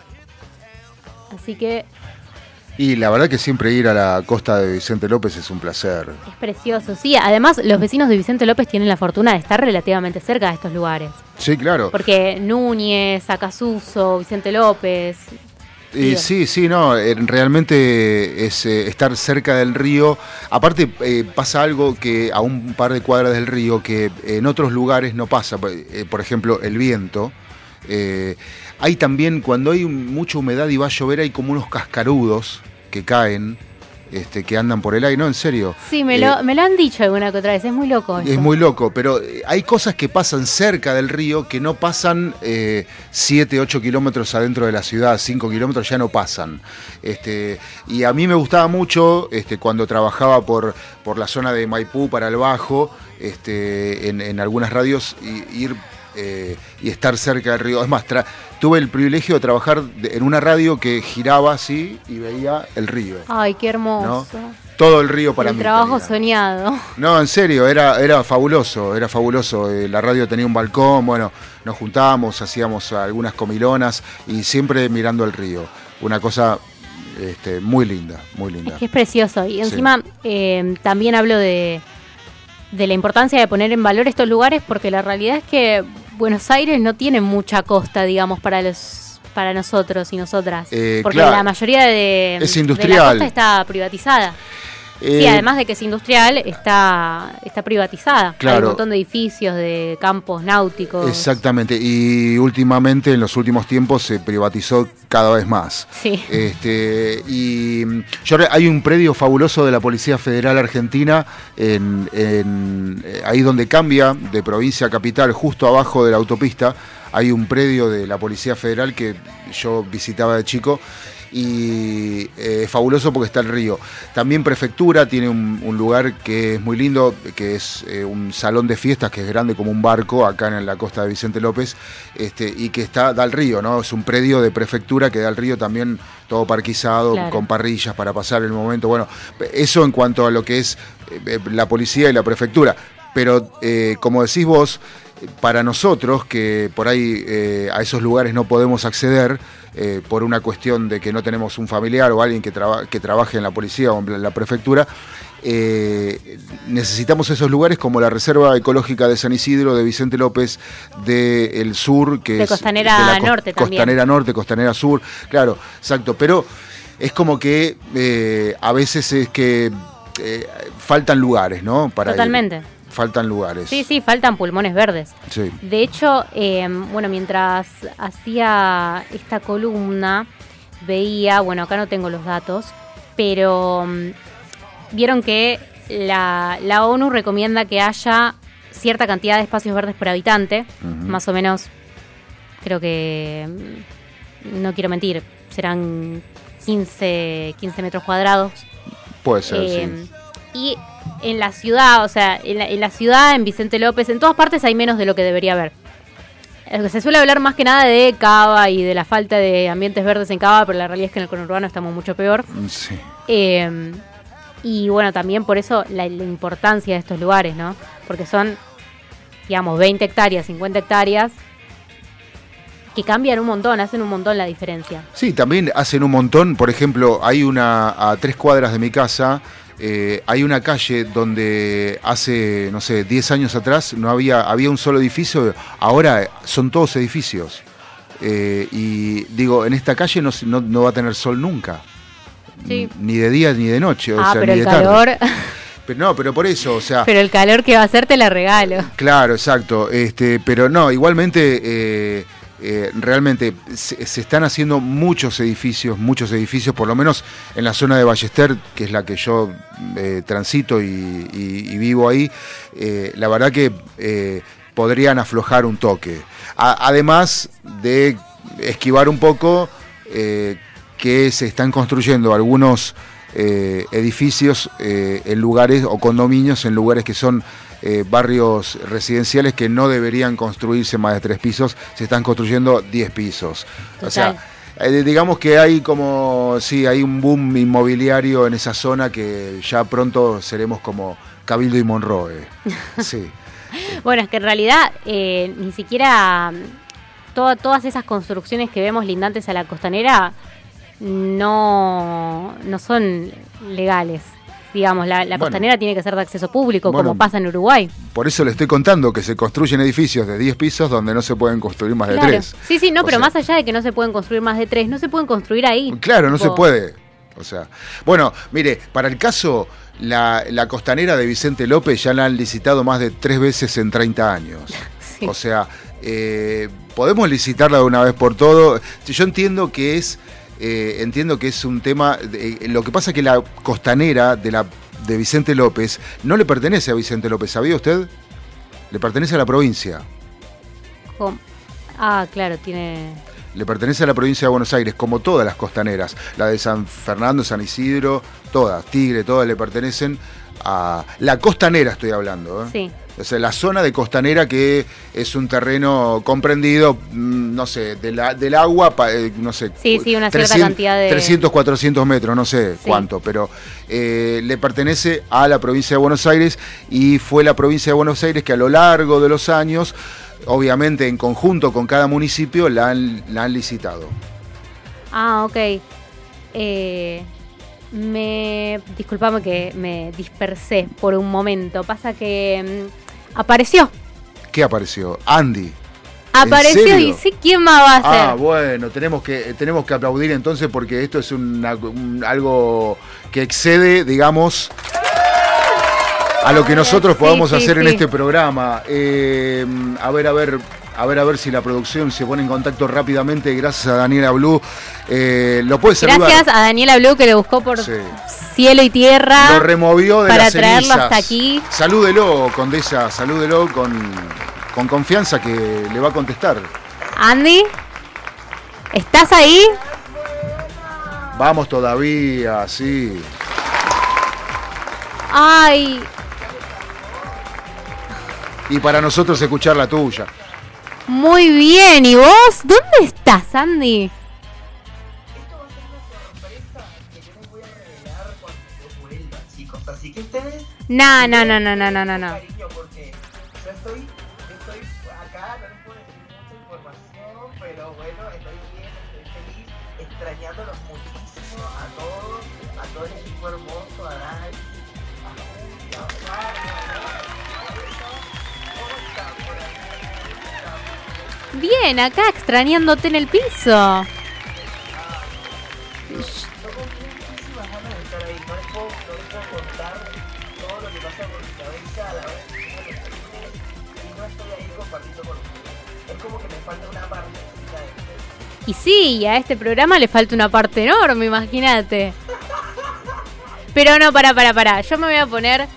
Así que... Y la verdad que siempre ir a la costa de Vicente López es un placer. Es precioso, sí. Además, los vecinos de Vicente López tienen la fortuna de estar relativamente cerca de estos lugares. Sí, claro. Porque Núñez, Acasuso, Vicente López... Sí, no, realmente es estar cerca del río. Aparte pasa algo que a un par de cuadras del río que en otros lugares no pasa. Por ejemplo, el viento. Hay también, cuando hay mucha humedad y va a llover, hay como unos cascarudos que caen, que andan por el aire. No, en serio. Sí, me lo han dicho alguna que otra vez, es muy loco eso. Es muy loco, pero hay cosas que pasan cerca del río que no pasan 7, 8 kilómetros adentro de la ciudad, 5 kilómetros ya no pasan. Y a mí me gustaba mucho cuando trabajaba por la zona de Maipú para el Bajo, en algunas radios, ir y estar cerca del río. Es más, tuve el privilegio de trabajar en una radio que giraba así y veía el río. Ay, qué hermoso. ¿No? Todo el río para mí. El trabajo soñado. No, en serio, era fabuloso, era fabuloso. La radio tenía un balcón, bueno, nos juntábamos, hacíamos algunas comilonas y siempre mirando el río. Una cosa muy linda, muy linda. Es que es precioso. Y encima también hablo de la importancia de poner en valor estos lugares, porque la realidad es que Buenos Aires no tiene mucha costa, digamos, para nosotros y nosotras, porque claro, la mayoría de la costa está privatizada. Sí, además de que es industrial, está privatizada. Claro. Hay un montón de edificios, de campos náuticos. Exactamente, y últimamente, en los últimos tiempos, se privatizó cada vez más. Sí. Hay un predio fabuloso de la Policía Federal Argentina, ahí donde cambia de provincia a capital, justo abajo de la autopista, hay un predio de la Policía Federal que yo visitaba de chico, y es fabuloso porque está el río. También Prefectura tiene un lugar que es muy lindo, que es un salón de fiestas que es grande como un barco acá en la costa de Vicente López, y que da al río, ¿no? Es un predio de Prefectura que da al río, también todo parquizado, claro, con parrillas para pasar el momento. Bueno, eso en cuanto a lo que es la policía y la prefectura. Pero como decís vos, para nosotros, que por ahí a esos lugares no podemos acceder, por una cuestión de que no tenemos un familiar o alguien que trabaje en la policía o en la prefectura, necesitamos esos lugares como la Reserva Ecológica de San Isidro, de Vicente López, del sur, que de es Costanera de la Norte también. Costanera Norte, Costanera Sur, claro, exacto, pero es como que a veces es que faltan lugares, ¿no? Para Totalmente. Faltan lugares. Sí, faltan pulmones verdes. Sí. De hecho, bueno, mientras hacía esta columna, veía, bueno, acá no tengo los datos, pero vieron que la ONU recomienda que haya cierta cantidad de espacios verdes por habitante, más o menos, creo que, no quiero mentir, serán 15 metros cuadrados. Puede ser, sí. Y en la ciudad, o sea, en la ciudad, en Vicente López, en todas partes hay menos de lo que debería haber. Se suele hablar más que nada de Cava y de la falta de ambientes verdes en Cava, pero la realidad es que en el conurbano estamos mucho peor. Sí. Y bueno, también por eso la importancia de estos lugares, ¿no? Porque son, digamos, 20 hectáreas, 50 hectáreas, que cambian un montón, hacen un montón la diferencia. Sí, también hacen un montón. Por ejemplo, hay a 3 cuadras de mi casa, hay una calle donde hace, no sé, 10 años atrás había un solo edificio, ahora son todos edificios. Y digo, en esta calle no va a tener sol nunca. Sí. Ni de día ni de noche, o sea, pero ni el de calor... tarde. Pero por eso, o sea... Pero el calor que va a hacer te la regalo. Claro, exacto. Pero no, igualmente... realmente se están haciendo muchos edificios, por lo menos en la zona de Ballester, que es la que yo transito y vivo ahí. La verdad que podrían aflojar un toque. Además de esquivar un poco que se están construyendo algunos edificios en lugares o condominios en lugares que son barrios residenciales que no deberían construirse más de 3 pisos, se están construyendo 10 pisos. Total. O sea, digamos que hay hay un boom inmobiliario en esa zona que ya pronto seremos como Cabildo y Monroe. Sí. Bueno, es que en realidad ni siquiera todas esas construcciones que vemos lindantes a la costanera no son legales. Digamos, la costanera tiene que ser de acceso público, como pasa en Uruguay. Por eso le estoy contando que se construyen edificios de 10 pisos donde no se pueden construir más de 3. Sí, pero más allá de que no se pueden construir más de 3, no se pueden construir ahí. Claro, no se puede. O sea, bueno, mire, para el caso, la costanera de Vicente López ya la han licitado más de 3 veces en 30 años. Sí. O sea, podemos licitarla de una vez por todo. Yo entiendo que es un tema, lo que pasa es que la costanera de Vicente López no le pertenece a Vicente López, ¿sabía usted? Le pertenece a la provincia. ¿Cómo? Claro, le pertenece a la provincia de Buenos Aires, como todas las costaneras, la de San Fernando, San Isidro, todas, Tigre, todas le pertenecen a la costanera, estoy hablando, ¿eh? Sí. O sea, la zona de costanera, que es un terreno comprendido, no sé, del agua, no sé. Sí, una cierta cantidad de... 300, 400 metros, no sé cuánto, pero le pertenece a la provincia de Buenos Aires, y fue la provincia de Buenos Aires que a lo largo de los años, obviamente en conjunto con cada municipio, la han licitado. Ok. Disculpame que me dispersé por un momento. Pasa que apareció. ¿Qué apareció? Andy. Apareció y sí, ¿quién más va a ser? Bueno, tenemos que aplaudir entonces, porque esto es algo que excede, digamos, a lo que nosotros podamos hacer en este programa. A ver si la producción se pone en contacto rápidamente. Gracias a Daniela Blue. Lo puede saludar. Gracias a Daniela Blue, que lo buscó por cielo y tierra. Lo removió de para las traerlo cenizas. hasta aquí. Salúdelo, Condesa, salúdelo con confianza, que le va a contestar. Andy, ¿estás ahí? Vamos todavía, sí. Ay. Y para nosotros escuchar la tuya. Muy bien, ¿y vos? ¿Dónde estás, Andy? No. extrañándolos muchísimo a todos, a todo el equipo hermoso, a Dani, a Julia, a Mario, ¿cómo están por ahí? Bien, acá extrañándote en el piso. Tengo muchísimas ganas de estar ahí, no les puedo contar todo lo que pasa por mi cabeza a la vez que tengo los lunes y no estoy ahí compartiendo con ustedes. Es como que me falta una partecita de ustedes. Y sí, y a este programa le falta una parte enorme, imagínate. Pero no, pará. Yo me voy a poner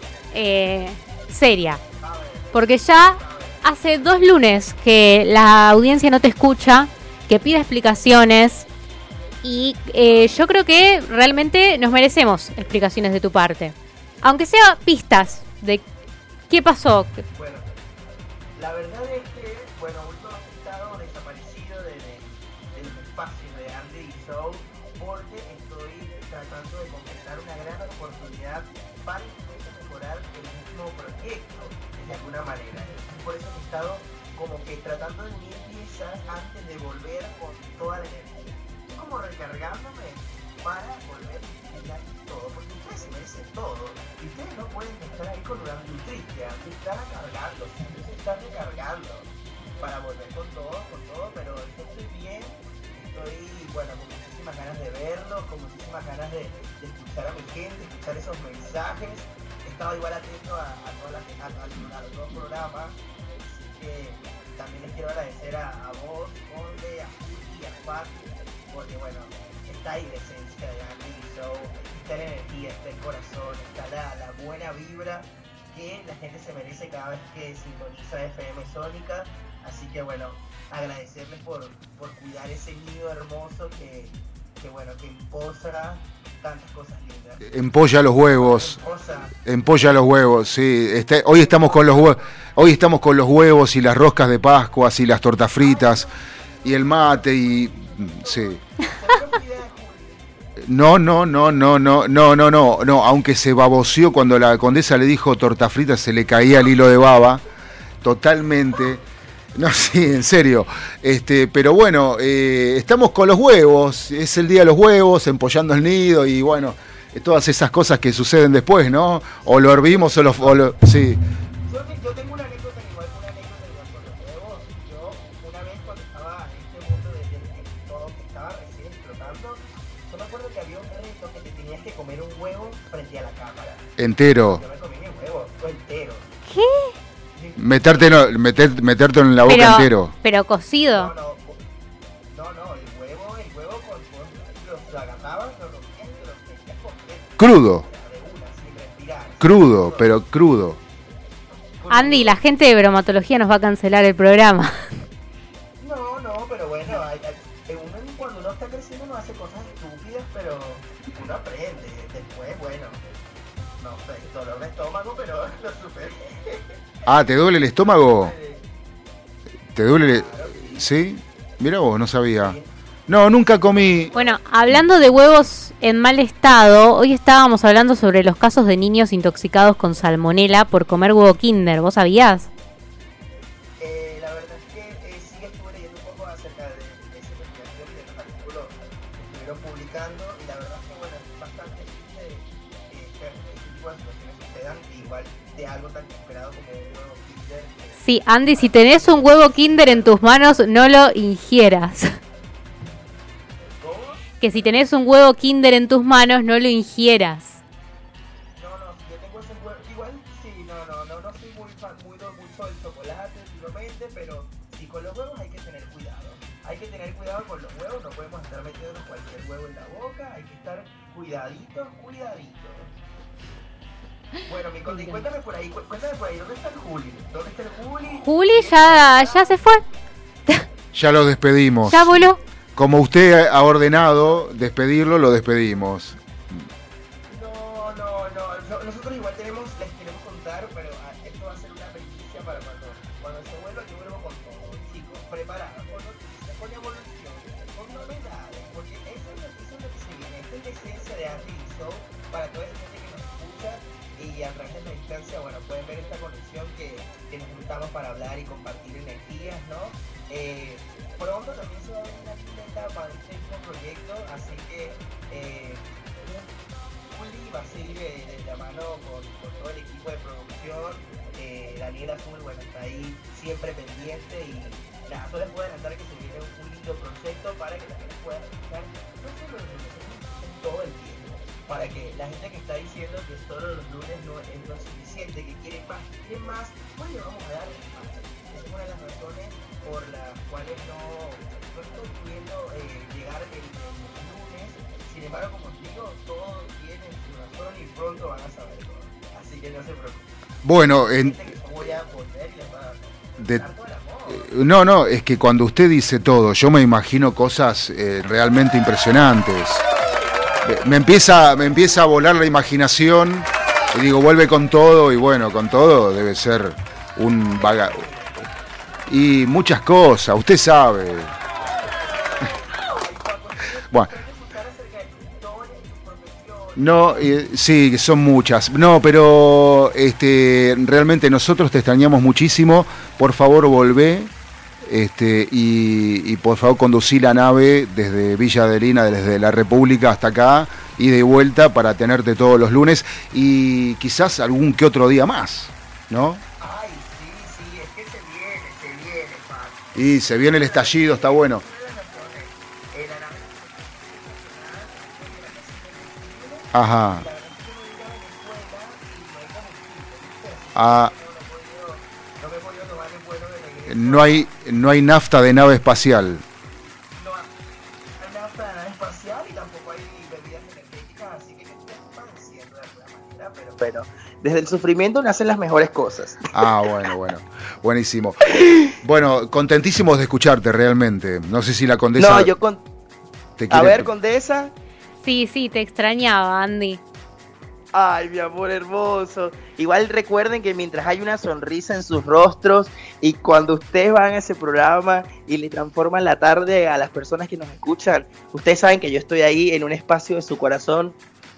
seria. Porque ya hace 2 lunes que la audiencia no te escucha, que pide explicaciones. Y yo creo que realmente nos merecemos explicaciones de tu parte. Aunque sea pistas de qué pasó. Bueno, la verdad es que, últimamente he estado desaparecido de los espacios de Andy Show porque estoy tratando de completar una gran oportunidad para incluso mejorar el mismo proyecto de alguna manera. Por eso he estado como que tratando de unir piezas antes de volver con toda la energía. Como recargándome para volver a dar todo, porque ustedes se merecen todo y ustedes no pueden estar ahí con un Andy triste. Andy está cargando, Andy se está recargando para volver con todo, pero yo estoy bien, estoy con muchísimas ganas de verlo, con muchísimas ganas de escuchar a mi gente, escuchar esos mensajes. He estado igual atento a los dos programas, así que también les quiero agradecer a vos, Conde, a Juli y a Pati, porque está ahí la esencia de Andy Show, está la energía, está el corazón, está la buena vibra que la gente se merece cada vez que sintoniza FM Sónica. Así que agradecerles por cuidar ese nido hermoso que emposa tantas cosas lindas. Empolla los huevos, sí. Hoy estamos con los huevos y las roscas de Pascuas y las tortas fritas y el mate y sí. No, aunque se baboseó cuando la condesa le dijo torta frita, se le caía el hilo de baba totalmente. No, sí, en serio. Pero estamos con los huevos, es el día de los huevos, empollando el nido y todas esas cosas que suceden después, ¿no? O lo hervimos sí. Yo tengo una anécdota con los huevos. Yo una vez cuando estaba en este mundo que estaba recién explotando, yo me acuerdo que había un reto que te tenías que comer un huevo frente a la cámara. Entero. Yo me comí mi huevo entero. ¿Qué? Meterte en la boca entero. Pero cocido. No, el huevo lo agarrabas, lo rompías y lo metías completo. Crudo. Sin respirar. Pero crudo. Andy, la gente de bromatología nos va a cancelar el programa. No, pero uno cuando uno está creciendo no hace cosas estúpidas, pero uno aprende. Después, no sé, dolor de estómago, pero lo superé. Ah, ¿te duele el estómago? ¿Te duele? ¿Sí? Mira vos, no sabía. No, nunca comí. Bueno, hablando de huevos en mal estado, hoy estábamos hablando sobre los casos de niños intoxicados con salmonela por comer huevo Kinder. ¿Vos sabías? La verdad es que sí estuve leyendo un poco acerca de esa investigación y de los artículos que estuvieron publicando, y la verdad es que es bastante triste que este tipo de situaciones sucedan, igual de algo tan esperado como un huevo Kinder. Sí, Andy, si tenés un huevo Kinder en tus manos, no lo ingieras. Que si tenés un huevo Kinder en tus manos, no lo ingieras. No, yo tengo ese huevo, igual sí, no soy mucho del chocolate últimamente, pero sí, con los huevos hay que tener cuidado. Hay que tener cuidado con los huevos, no podemos estar metiéndonos cualquier huevo en la boca, hay que estar cuidadito. Bueno, mi Conde, cuéntame por ahí, ¿dónde está el Juli? Juli ya se fue. Ya lo despedimos. Ya voló. Como usted ha ordenado despedirlo, lo despedimos. No, nosotros igual les queremos contar, pero esto va a ser una primicia para cuando se vuelva, yo vuelvo con todo, chicos, preparados, con noticias, con evoluciones, con novedades, porque eso es lo que se viene, esta es la esencia de Andy Show para toda esa gente que nos escucha, y a través de la distancia, pueden ver esta conexión que nos juntamos para hablar y compartir energías, ¿no? Pronto también se va a ver una linda etapa de este mismo proyecto así que Juli va a seguir de la mano con todo el equipo de producción. Daniel Azul, bueno, está ahí siempre pendiente y nada, solo les puedo adelantar que se viene un lindo proyecto para que la gente pueda escuchar no solo los lunes, sino todo el tiempo. Para que la gente que está diciendo que solo los lunes no es lo suficiente, que quiere más, pues le vamos a dar más. Esa es una de las razones por las cuales no estoy pudiendo llegar el lunes. Sin embargo, como os digo, todo tiene su razón y pronto van a saber todo. Así que no se preocupen. Bueno, voy a volver y les va a no, es que cuando usted dice todo, yo me imagino cosas realmente impresionantes. Me empieza a volar la imaginación y digo, vuelve con todo, y bueno, con todo debe ser un y muchas cosas, usted sabe. Bueno. No, sí, son muchas. No, pero realmente nosotros te extrañamos muchísimo. Por favor, volvé. Y por favor conducí la nave desde Villa Adelina, desde la República hasta acá y de vuelta para tenerte todos los lunes y quizás algún que otro día más, ¿no? Ay, sí, es que se viene, Paco. Y se viene el estallido, está bueno. Ajá. No hay nafta de nave espacial. No hay nafta de nave espacial y tampoco hay bebidas energéticas, así que están haciendo de alguna manera, pero desde el sufrimiento nacen las mejores cosas. Ah, bueno. Buenísimo. Bueno, contentísimos de escucharte realmente. No sé si la condesa... No, yo con... A ver, condesa. Sí, te extrañaba, Andy. Ay, mi amor hermoso. Igual recuerden que mientras hay una sonrisa en sus rostros y cuando ustedes van a ese programa y le transforman la tarde a las personas que nos escuchan, ustedes saben que yo estoy ahí en un espacio de su corazón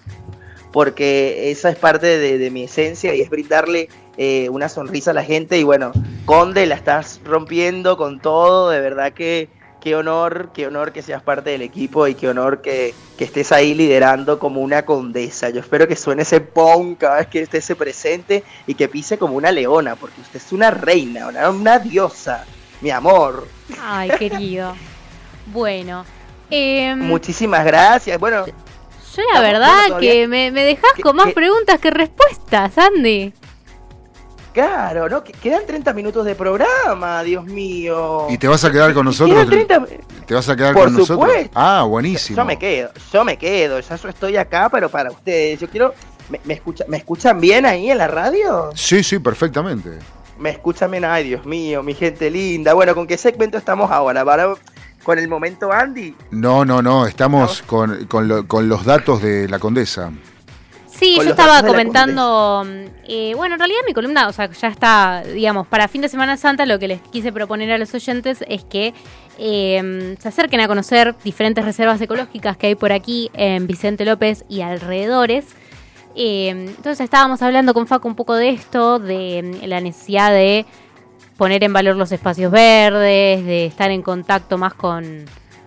porque esa es parte de mi esencia y es brindarle una sonrisa a la gente. Y bueno, Conde, la estás rompiendo con todo, de verdad que qué honor que seas parte del equipo y qué honor que estés ahí liderando como una condesa. Yo espero que suene ese pom cada vez que esté presente y que pise como una leona, porque usted es una reina, una diosa, mi amor. Ay, querido. Bueno. Muchísimas gracias. Bueno, yo la verdad que me dejas con más preguntas que respuestas, Andy. Claro, ¿no? Quedan 30 minutos de programa, Dios mío. ¿Y te vas a quedar con nosotros? ¿Te vas a quedar con nosotros? Por supuesto. Ah, buenísimo. Yo me quedo. Ya yo estoy acá, pero para ustedes. Yo quiero... ¿Me escuchan bien ahí en la radio? Sí, perfectamente. Me escuchan bien. Ay, Dios mío, mi gente linda. Bueno, ¿con qué segmento estamos ahora? ¿Con el momento Andy? No. Estamos con los datos de la condesa. Sí, yo estaba comentando, bueno, en realidad mi columna, o sea, ya está, digamos, para fin de Semana Santa lo que les quise proponer a los oyentes es que se acerquen a conocer diferentes reservas ecológicas que hay por aquí en Vicente López y alrededores. Entonces estábamos hablando con Facu un poco de esto, de la necesidad de poner en valor los espacios verdes, de estar en contacto más con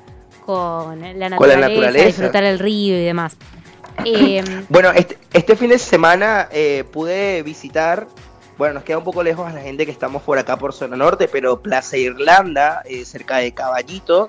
la naturaleza, disfrutar el río y demás. Bueno, este fin de semana pude visitar, bueno, nos queda un poco lejos a la gente que estamos por acá por zona norte, pero Plaza Irlanda, cerca de Caballito,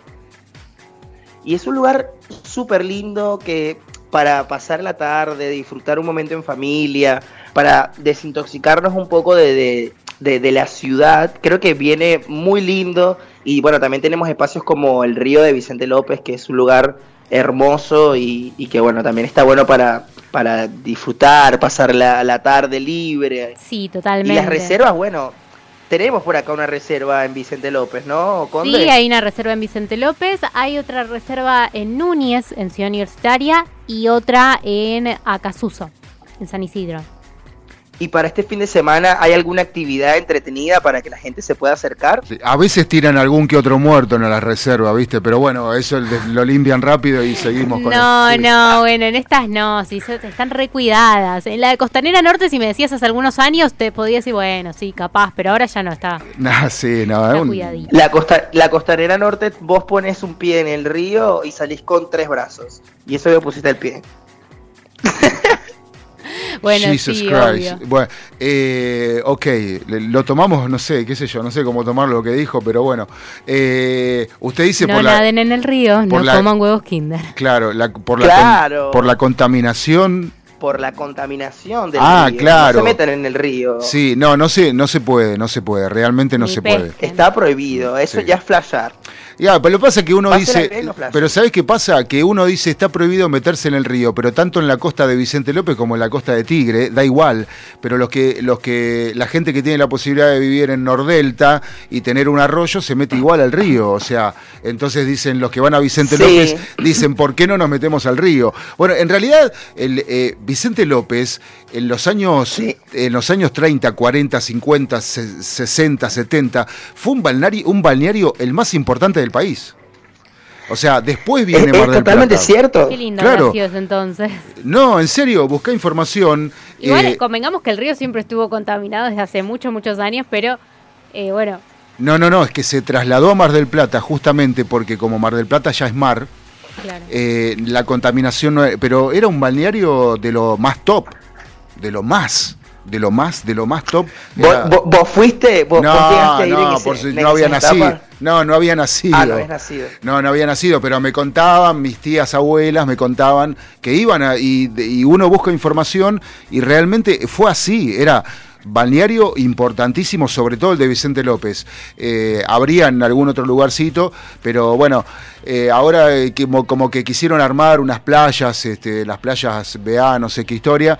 y es un lugar súper lindo que para pasar la tarde, disfrutar un momento en familia, para desintoxicarnos un poco de la ciudad, creo que viene muy lindo. Y bueno, también tenemos espacios como el río de Vicente López, que es un lugar hermoso y que bueno, también está bueno para disfrutar, pasar la tarde libre. Sí, totalmente. Y las reservas, bueno, tenemos por acá una reserva en Vicente López, ¿no, Conde? Sí, hay una reserva en Vicente López, hay otra reserva en Núñez, en Ciudad Universitaria, y otra en Acasuso, en San Isidro. Y para este fin de semana, ¿hay alguna actividad entretenida para que la gente se pueda acercar? Sí, a veces tiran algún que otro muerto en la reserva, ¿viste? Pero bueno, eso lo limpian rápido y seguimos con No, sí. bueno, en estas no, sí, están recuidadas. En la de Costanera Norte, si me decías hace algunos años, te podía decir, bueno, sí, capaz, pero ahora ya no está. Nah, sí, no, Está es un... cuidadito. La Costanera Norte, vos pones un pie en el río y salís con 3 brazos. Y eso que pusiste el pie. Bueno, Jesus sí, Christ. obvio. Bueno, ok, lo tomamos, no sé, qué sé yo, no sé cómo tomarlo lo que dijo, pero bueno. Usted dice No por naden en el río, no coman huevos Kinder. Claro, por la contaminación. Por la contaminación del río. Claro. No se metan en el río. Sí, no se puede, realmente no se puede. Está prohibido, eso Sí. ya es flashar. Ya, pero lo que pasa es que uno Va a ser dice, al menos flash. pero ¿sabés qué pasa? Que uno dice está prohibido meterse en el río, pero tanto en la costa de Vicente López como en la costa de Tigre, da igual, pero la gente que tiene la posibilidad de vivir en Nordelta y tener un arroyo se mete igual al río, o sea, entonces dicen los que van a Vicente Sí. López, dicen ¿por qué no nos metemos al río? Bueno, en realidad Vicente López en los años 30, 40, 50, 60, 70 fue un balneario el más importante del país. O sea, después viene Mar del Plata. Totalmente cierto. Qué lindo Claro. nació ese entonces. No, en serio, buscá información. Igual convengamos que el río siempre estuvo contaminado desde hace muchos años, pero bueno, No, es que se trasladó a Mar del Plata justamente porque como Mar del Plata ya es mar, claro. la contaminación no, pero era un balneario de lo más top, de lo más top. Era... ¿Vos fuiste? ¿Vos llegaste a ir no había nacido. No había nacido. Ah, no habías nacido. No había nacido, pero me contaban, mis tías abuelas me contaban que iban y uno busca información y realmente fue así, era balneario importantísimo, sobre todo el de Vicente López. Habría en algún otro lugarcito, pero bueno, ahora como que quisieron armar unas playas, las playas BA, no sé qué historia,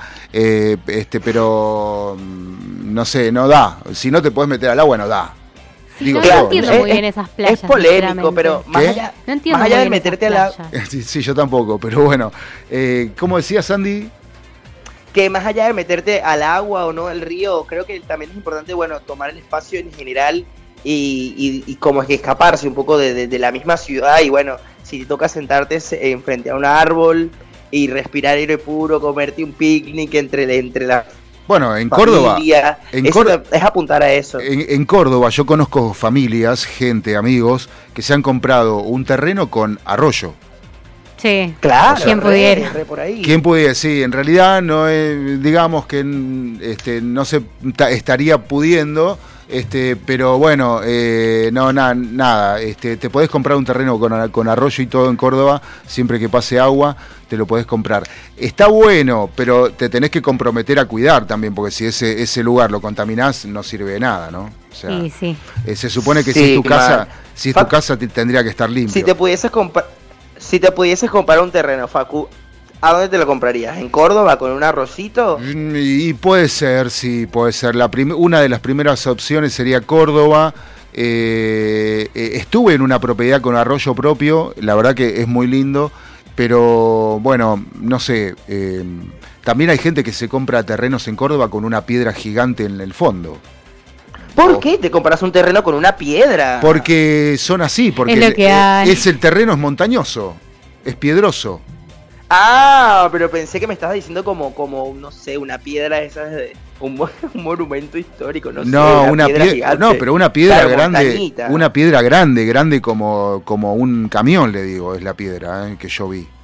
pero no sé, no da. Si no te podés meter al agua, no da. Sí, no entiendo muy bien esas playas. Es polémico, sinceramente. pero más ¿Qué? allá, No entiendo más allá muy de bien meterte a esas la... playas. Sí, yo tampoco, pero bueno. ¿Cómo decías, Sandy? Que más allá de meterte al agua o no al río, creo que también es importante, bueno, tomar el espacio en general y como es que escaparse un poco de la misma ciudad. Y bueno, si te toca sentarte frente a un árbol y respirar aire puro, comerte un picnic entre la Bueno, en familia, Córdoba, es apuntar a eso. En Córdoba yo conozco familias, gente, amigos, que se han comprado un terreno con arroyo. Sí, claro. ¿Quién pudiera? Por ahí. ¿Quién pudiera? Sí, en realidad no es, digamos que no se estaría pudiendo, pero bueno, nada, te podés comprar un terreno con arroyo y todo en Córdoba, siempre que pase agua, te lo podés comprar. Está bueno, pero te tenés que comprometer a cuidar también, porque si ese lugar lo contaminás, no sirve de nada, ¿no? O sea, sí. Se supone que Sí, si es tu claro. casa tendría que estar limpio. Si te pudieses comprar un terreno, Facu, ¿a dónde te lo comprarías? ¿En Córdoba con un arrocito? Y puede ser, sí, puede ser. Una de las primeras opciones sería Córdoba. Estuve en una propiedad con arroyo propio, la verdad que es muy lindo, pero bueno, no sé. También hay gente que se compra terrenos en Córdoba con una piedra gigante en el fondo. ¿Por qué te compras un terreno con una piedra? Porque son así, porque Es lo que hay. el terreno es montañoso, es piedroso. Ah, pero pensé que me estabas diciendo como no sé, una piedra esa de un monumento histórico, no sé. Una piedra piedra, gigante. no, pero una piedra Claro, grande, montañita. una piedra grande como un camión, le digo, es la piedra que yo vi.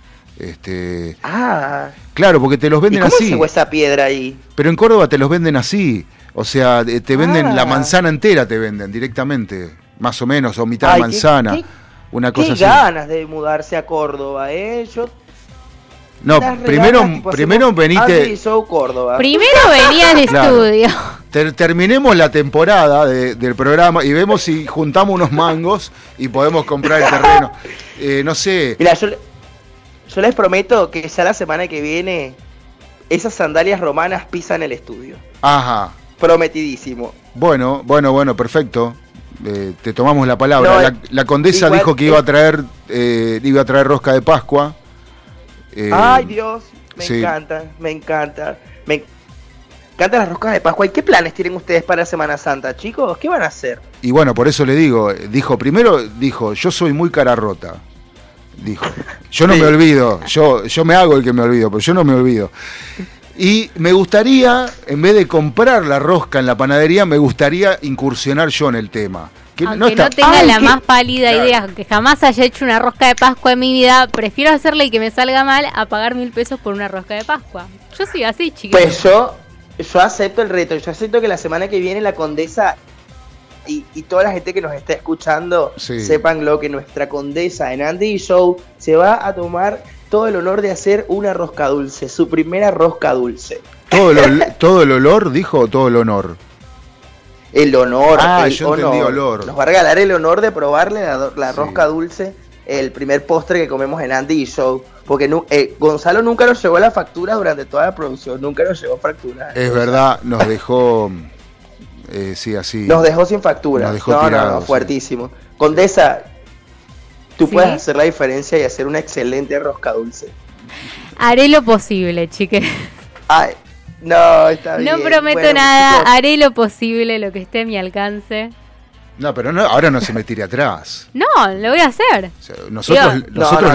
Claro, porque te los venden ¿Y cómo así. llegó esa piedra ahí? Pero en Córdoba te los venden así. O sea, te venden la manzana entera, te venden directamente, más o menos, o mitad Ay, manzana, una cosa Qué así. ganas de mudarse a Córdoba, Yo No, las primero regalas, tipo, venite. hacemos Andy Show Córdoba. Primero venía al Claro. estudio. Terminemos la temporada del programa y vemos si juntamos unos mangos y podemos comprar el terreno. No sé. Mira, yo les prometo que ya la semana que viene esas sandalias romanas pisan el estudio. Ajá. Prometidísimo. Bueno, perfecto. Te tomamos la palabra. No, la condesa igual dijo que iba a traer rosca de Pascua. Ay, Dios, me sí. encanta. encantan las roscas de Pascua. ¿Y qué planes tienen ustedes para Semana Santa, chicos? ¿Qué van a hacer? Y bueno, por eso le digo, primero dijo, yo soy muy cara rota. Dijo, yo no me olvido, yo me hago el que me olvido, pero yo no me olvido. Y me gustaría, en vez de comprar la rosca en la panadería, me gustaría incursionar yo en el tema. Que aunque no tenga la más pálida idea, que jamás haya hecho una rosca de Pascua en mi vida, prefiero hacerle y que me salga mal a pagar 1.000 pesos por una rosca de Pascua. Yo soy así, chicos. Pues yo acepto el reto, yo acepto que la semana que viene la Condesa y toda la gente que nos está escuchando sepan lo que nuestra Condesa en Andy Show se va a tomar todo el honor de hacer una rosca dulce, su primera rosca dulce. ¿Todo el olor, dijo, o todo el honor? El honor. Yo entendí olor. Nos va a regalar el honor de probarle la rosca dulce, el primer postre que comemos en Andy Show. Porque Gonzalo nunca nos llevó la factura durante toda la producción, nunca nos llevó factura. Es verdad, nos dejó... así. Nos dejó sin factura. Nos dejó tirados, fuertísimo. Condesa, tú puedes hacer la diferencia y hacer una excelente rosca dulce. Haré lo posible, chiques. Ay, no, está bien. No prometo nada, chicos, haré lo posible, lo que esté a mi alcance. No, pero ahora no se me tire atrás. No, lo voy a hacer. O sea, nosotros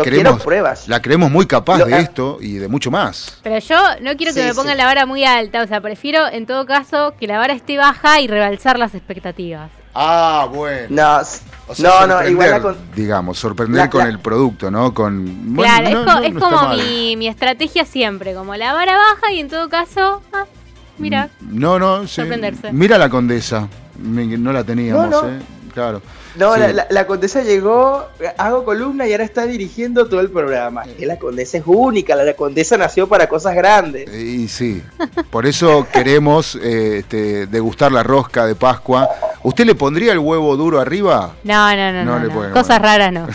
la creemos muy capaz de esto y de mucho más. Pero yo no quiero que me pongan la vara muy alta, o sea, prefiero en todo caso que la vara esté baja y rebalsar las expectativas. Ah, bueno. No, igual digamos, sorprender con el producto, ¿no? Claro, es como mi estrategia siempre, como la vara baja y en todo caso, mira. Sorprenderse. Mira la Condesa. No la teníamos, claro. No, la Condesa llegó, hago columna y ahora está dirigiendo todo el programa. Que la Condesa es única, la Condesa nació para cosas grandes. Y sí, por eso queremos degustar la rosca de Pascua. ¿Usted le pondría el huevo duro arriba? No. Le pone, cosas raras no.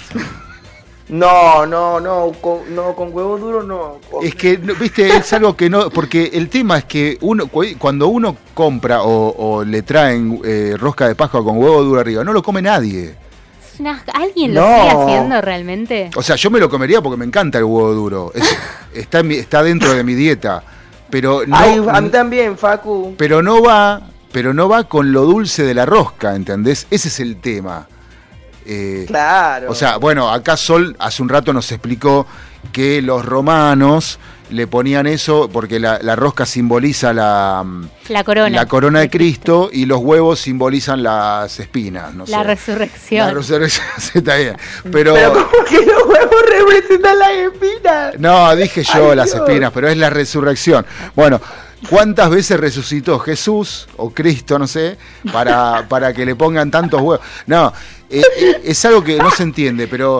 No, con huevo duro no. Es que, viste, es algo que no, porque el tema es que cuando uno compra o le traen rosca de Pascua con huevo duro arriba, no lo come nadie. ¿Alguien lo sigue haciendo realmente? O sea, yo me lo comería porque me encanta el huevo duro. Está dentro de mi dieta. Pero no. A mí también, Facu. Pero no va con lo dulce de la rosca, ¿entendés? Ese es el tema. Claro. O sea, bueno, acá Sol hace un rato nos explicó que los romanos le ponían eso porque la rosca simboliza la corona de Cristo y los huevos simbolizan las espinas, no la sé. Resurrección. La resurrección, sí, está bien. Pero ¿cómo que los huevos representan las espinas? No, dije yo las espinas, pero es la resurrección. Bueno, ¿cuántas veces resucitó Jesús o Cristo, no sé, para que le pongan tantos huevos? No, es algo que no se entiende, pero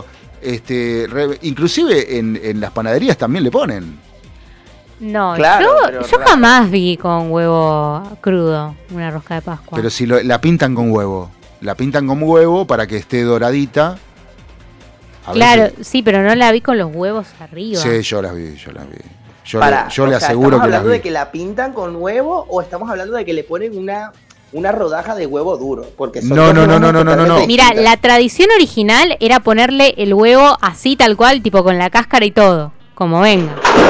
inclusive en las panaderías también le ponen. No, claro, yo jamás vi con huevo crudo una rosca de Pascua. Pero si la pintan con huevo. La pintan con huevo para que esté doradita. Claro, sí, pero no la vi con los huevos arriba. Sí, yo las vi. Yo le aseguro que las vi. ¿Estamos hablando de que la pintan con huevo o estamos hablando de que le ponen una rodaja de huevo duro? Porque no. Mira, la tradición original era ponerle el huevo así tal cual, tipo con la cáscara y todo, como venga.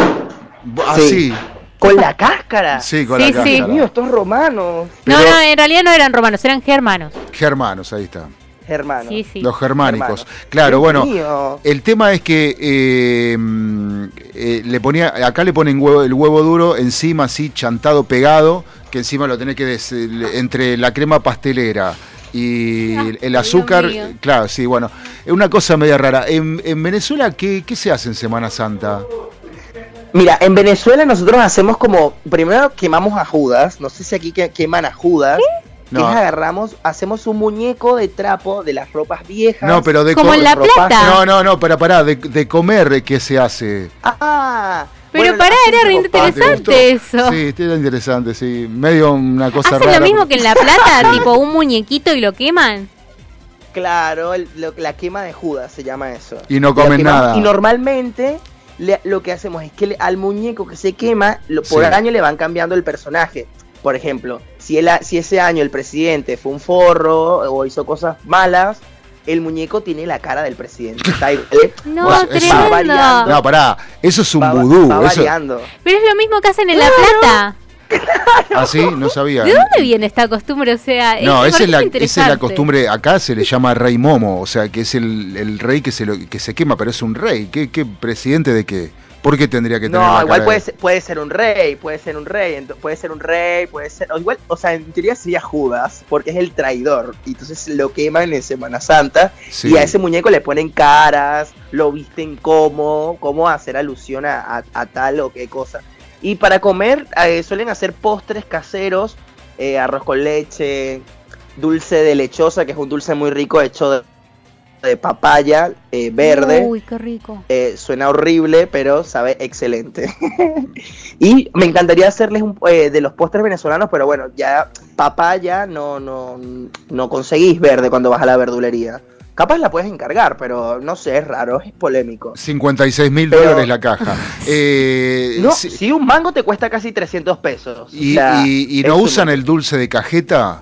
Así. ¿Con la cáscara? Sí, con la cáscara. Dios mío, estos romanos. No, en realidad no eran romanos, eran germanos. Germanos, ahí está. Germanos. Sí. Los germánicos. Claro, bueno, el tema es que acá le ponen el huevo duro encima así chantado, pegado, que encima lo tenés que entre la crema pastelera y el azúcar, claro, sí, bueno, es una cosa media rara. En Venezuela, ¿qué se hace en Semana Santa? Mira, en Venezuela nosotros hacemos primero quemamos a Judas, no sé si aquí queman a Judas. ¿Qué? No. Hacemos un muñeco de trapo de las ropas viejas. No, pero como en La Plata. No, pará, de comer, ¿qué se hace? Pero pará, era re interesante eso. Sí, era interesante, sí. Medio una cosa rara. ¿Hacen lo mismo que en La Plata? Tipo un muñequito y lo queman. Claro, la quema de Judas se llama eso. Y no comen nada. Y normalmente lo que hacemos es que al muñeco que se quema, por año le van cambiando el personaje. Por ejemplo, si ese año el presidente fue un forro o hizo cosas malas, el muñeco tiene la cara del presidente. No, tremendo. No, pará, eso es un vudú. Va variando. Pero es lo mismo que hacen en La Plata. ¿Ah, sí? No sabía. ¿De dónde viene esta costumbre? O sea, No, me esa es parece la interesante. costumbre. Acá se le llama rey momo, o sea, que es el rey que se quema, pero es un rey. ¿Qué presidente de qué? ¿Por qué tendría que tener No, la igual cara de- puede ser un rey, puede ser un rey, o igual, o sea, en teoría sería Judas, porque es el traidor, y entonces lo queman en Semana Santa, Sí. y a ese muñeco le ponen caras, lo visten como hacer alusión a tal o qué cosa. Y para comer suelen hacer postres caseros, arroz con leche, dulce de lechosa, que es un dulce muy rico hecho de papaya verde. Uy, qué rico. Suena horrible, pero sabe excelente. Y me encantaría hacerles de los postres venezolanos, pero bueno, ya papaya no conseguís verde cuando vas a la verdulería. Capaz la puedes encargar, pero no sé, es raro, es polémico. $56.000 la caja. No, si un mango te cuesta casi 300 pesos. ¿Y, O sea, y es no un- usan el dulce de cajeta?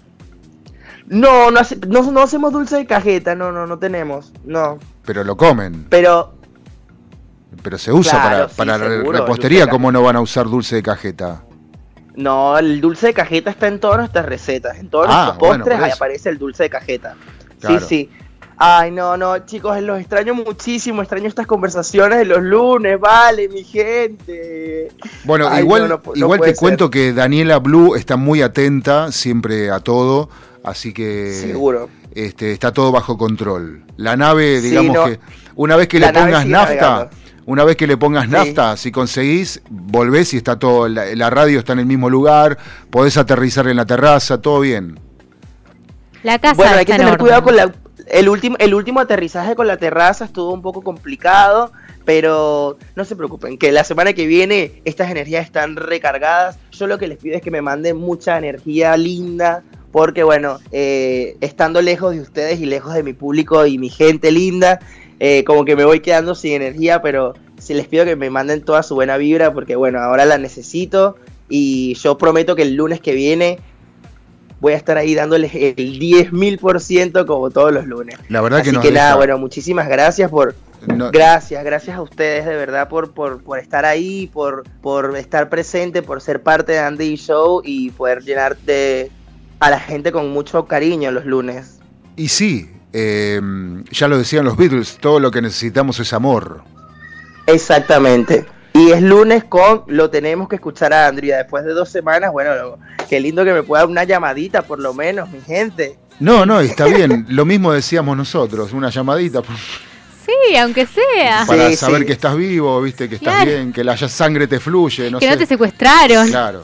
No hacemos dulce de cajeta, no tenemos, no. Pero lo comen. Pero Pero se usa Claro, sí, para seguro, repostería. dulce de ¿Cómo no van a usar dulce de cajeta? no, el dulce de cajeta está en todas nuestras recetas, en todos Ah, nuestros bueno, postres por ahí eso. aparece el dulce de cajeta. Claro. Sí. Ay, no, chicos, los extraño muchísimo, extraño estas conversaciones de los lunes, vale, mi gente. Bueno, Ay, igual, no igual puede te cuento que Daniela Blue está muy atenta siempre a todo, así que Seguro. está todo bajo control. La nave, Sí, digamos no. que una vez que La le nave pongas sigue nafta, navegando. una vez que le pongas Sí. nafta, si conseguís, volvés y está todo, la radio está en el mismo lugar, podés aterrizar en la terraza, todo bien. La casa Bueno, hay está que en tener orden. cuidado con el último aterrizaje con la terraza estuvo un poco complicado, pero no se preocupen, que la semana que viene estas energías están recargadas. Yo lo que les pido es que me manden mucha energía linda, porque bueno, estando lejos de ustedes y lejos de mi público y mi gente linda, como que me voy quedando sin energía, pero sí les pido que me manden toda su buena vibra, porque bueno, ahora la necesito, y yo prometo que el lunes que viene voy a estar ahí dándoles el 10.000% como todos los lunes. La verdad Así que nos que nada, deja- bueno, muchísimas gracias No- gracias a ustedes de verdad por estar ahí, por estar presente, por ser parte de Andy Show y poder llenar a la gente con mucho cariño los lunes. Y sí, ya lo decían los Beatles, todo lo que necesitamos es amor. Exactamente. Y es lunes con Lo Tenemos que Escuchar a Andrea. Después de 2 semanas, bueno, qué lindo que me pueda dar una llamadita por lo menos, mi gente. No, está bien, lo mismo decíamos nosotros, una llamadita Sí, aunque sea. para Sí, saber sí. que estás vivo, viste, que estás Claro. bien, que la sangre te fluye, no Que sé. no te secuestraron. Claro.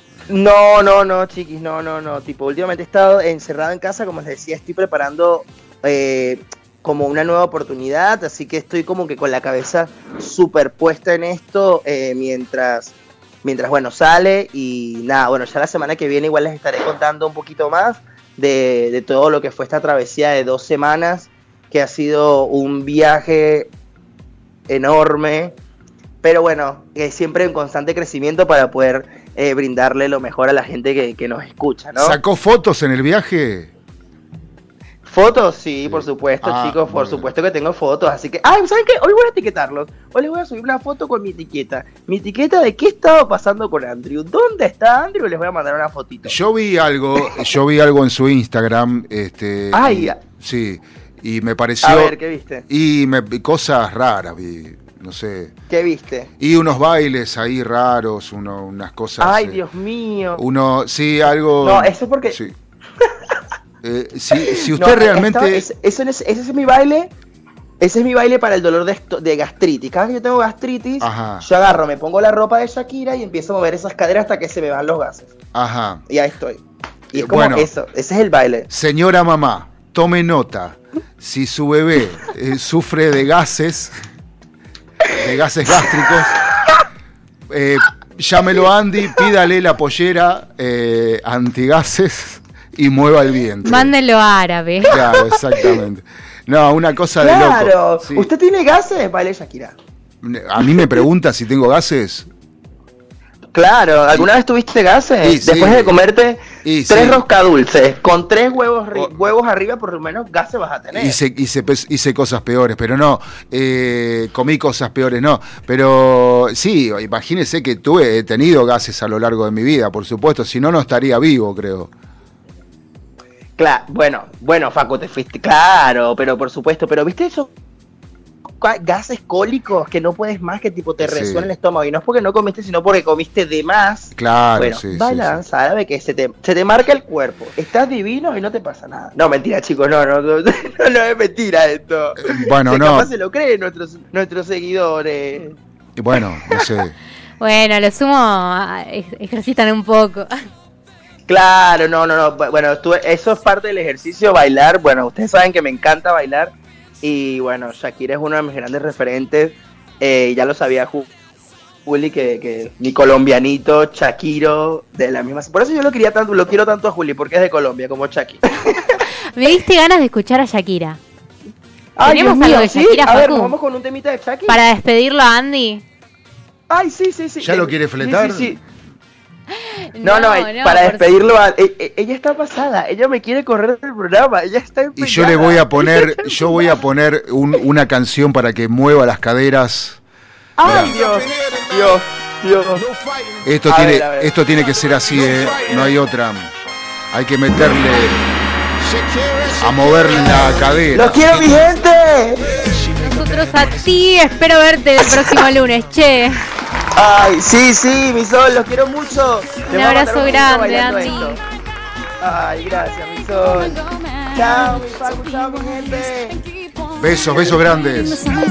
No, chiquis, no. Tipo, últimamente he estado encerrado en casa, como les decía, estoy preparando como una nueva oportunidad, así que estoy como que con la cabeza súper puesta en esto mientras, bueno, sale y nada, bueno, ya la semana que viene igual les estaré contando un poquito más de todo lo que fue esta travesía de 2 semanas, que ha sido un viaje enorme, pero bueno, siempre en constante crecimiento para poder brindarle lo mejor a la gente que nos escucha, ¿no? ¿Sacó fotos en el viaje? Fotos, sí, por supuesto, Ah, chicos, por muy supuesto que tengo fotos, así que, ¿saben qué? Hoy voy a etiquetarlos, hoy les voy a subir una foto con mi etiqueta de qué estaba pasando con Andrew, ¿dónde está Andrew? Les voy a mandar una fotito. Yo vi algo en su Instagram, Ay, sí, y me pareció a ver, ¿qué viste? y cosas raras vi, no sé. ¿Qué viste? Y unos bailes ahí raros, unas cosas. Ay, Dios mío. Sí, algo. No, eso es porque... Sí. Si usted No, realmente. ese es mi baile. Ese es mi baile para el dolor de gastritis. Cada vez que yo tengo gastritis, Ajá. yo agarro, me pongo la ropa de Shakira y empiezo a mover esas caderas hasta que se me van los gases. Ajá. Y ahí estoy. Y es como Bueno. eso, ese es el baile. Señora mamá, tome nota. Si su bebé sufre de gases gástricos, llámelo a Andy, pídale la pollera antigases y mueva el vientre. Mándenlo a árabe. Claro, exactamente. No, una cosa de Claro. loco. Sí. ¿Usted tiene gases? Baile Shakira. A mí me pregunta si tengo gases. Claro, ¿alguna vez tuviste gases? Sí, sí. Después de comerte Y 3 sí. roscadulces con 3 huevos arriba, por lo menos gases vas a tener. Hice cosas peores, pero no. Comí cosas peores, no. Pero sí, imagínese que he tenido gases a lo largo de mi vida, por supuesto. Si no, no estaría vivo, creo. Claro, bueno, Facu, te fuiste, claro, pero por supuesto, pero ¿viste esos gases cólicos que no puedes más, que tipo te resuenan el estómago? Y no es porque no comiste, sino porque comiste de más. Claro, bueno, sí. Balance, sabe que se te marca el cuerpo. Estás divino y no te pasa nada. No, mentira, chicos, no es mentira esto. Bueno, no. Capaz se lo creen nuestros seguidores. Bueno, no sé. Bueno, lo sumo, ejercitan un poco. Claro, no. Bueno, eso es parte del ejercicio, bailar. Bueno, ustedes saben que me encanta bailar. Y bueno, Shakira es uno de mis grandes referentes. Ya lo sabía Juli, que mi colombianito, Shakiro, de la misma. Por eso yo lo quiero tanto a Juli, porque es de Colombia, como Shakira. Me diste ganas de escuchar a Shakira. Ay, ¿Tenemos Dios mío, algo de ¿sí? Shakira, A ver, Facu? ¿nos vamos con un temita de Shakira? Para despedirlo a Andy. Ay, sí. ¿Ya lo quiere fletar? Sí. No, para despedirlo, ella está pasada, ella me quiere correr del programa, ella está empeñada. Y yo voy a poner una canción para que mueva las caderas. Ay, Dios. Esto tiene que ser así, no hay otra. Hay que meterle a mover la cadera. ¡Los quiero, mi gente! Nosotros a ti, espero verte el próximo lunes, che. Ay, sí, mi sol, los quiero mucho. Un abrazo grande, Andy. Ay, gracias, mi sol. Chao, mi Facu, chao, mi gente. Besos grandes. I'm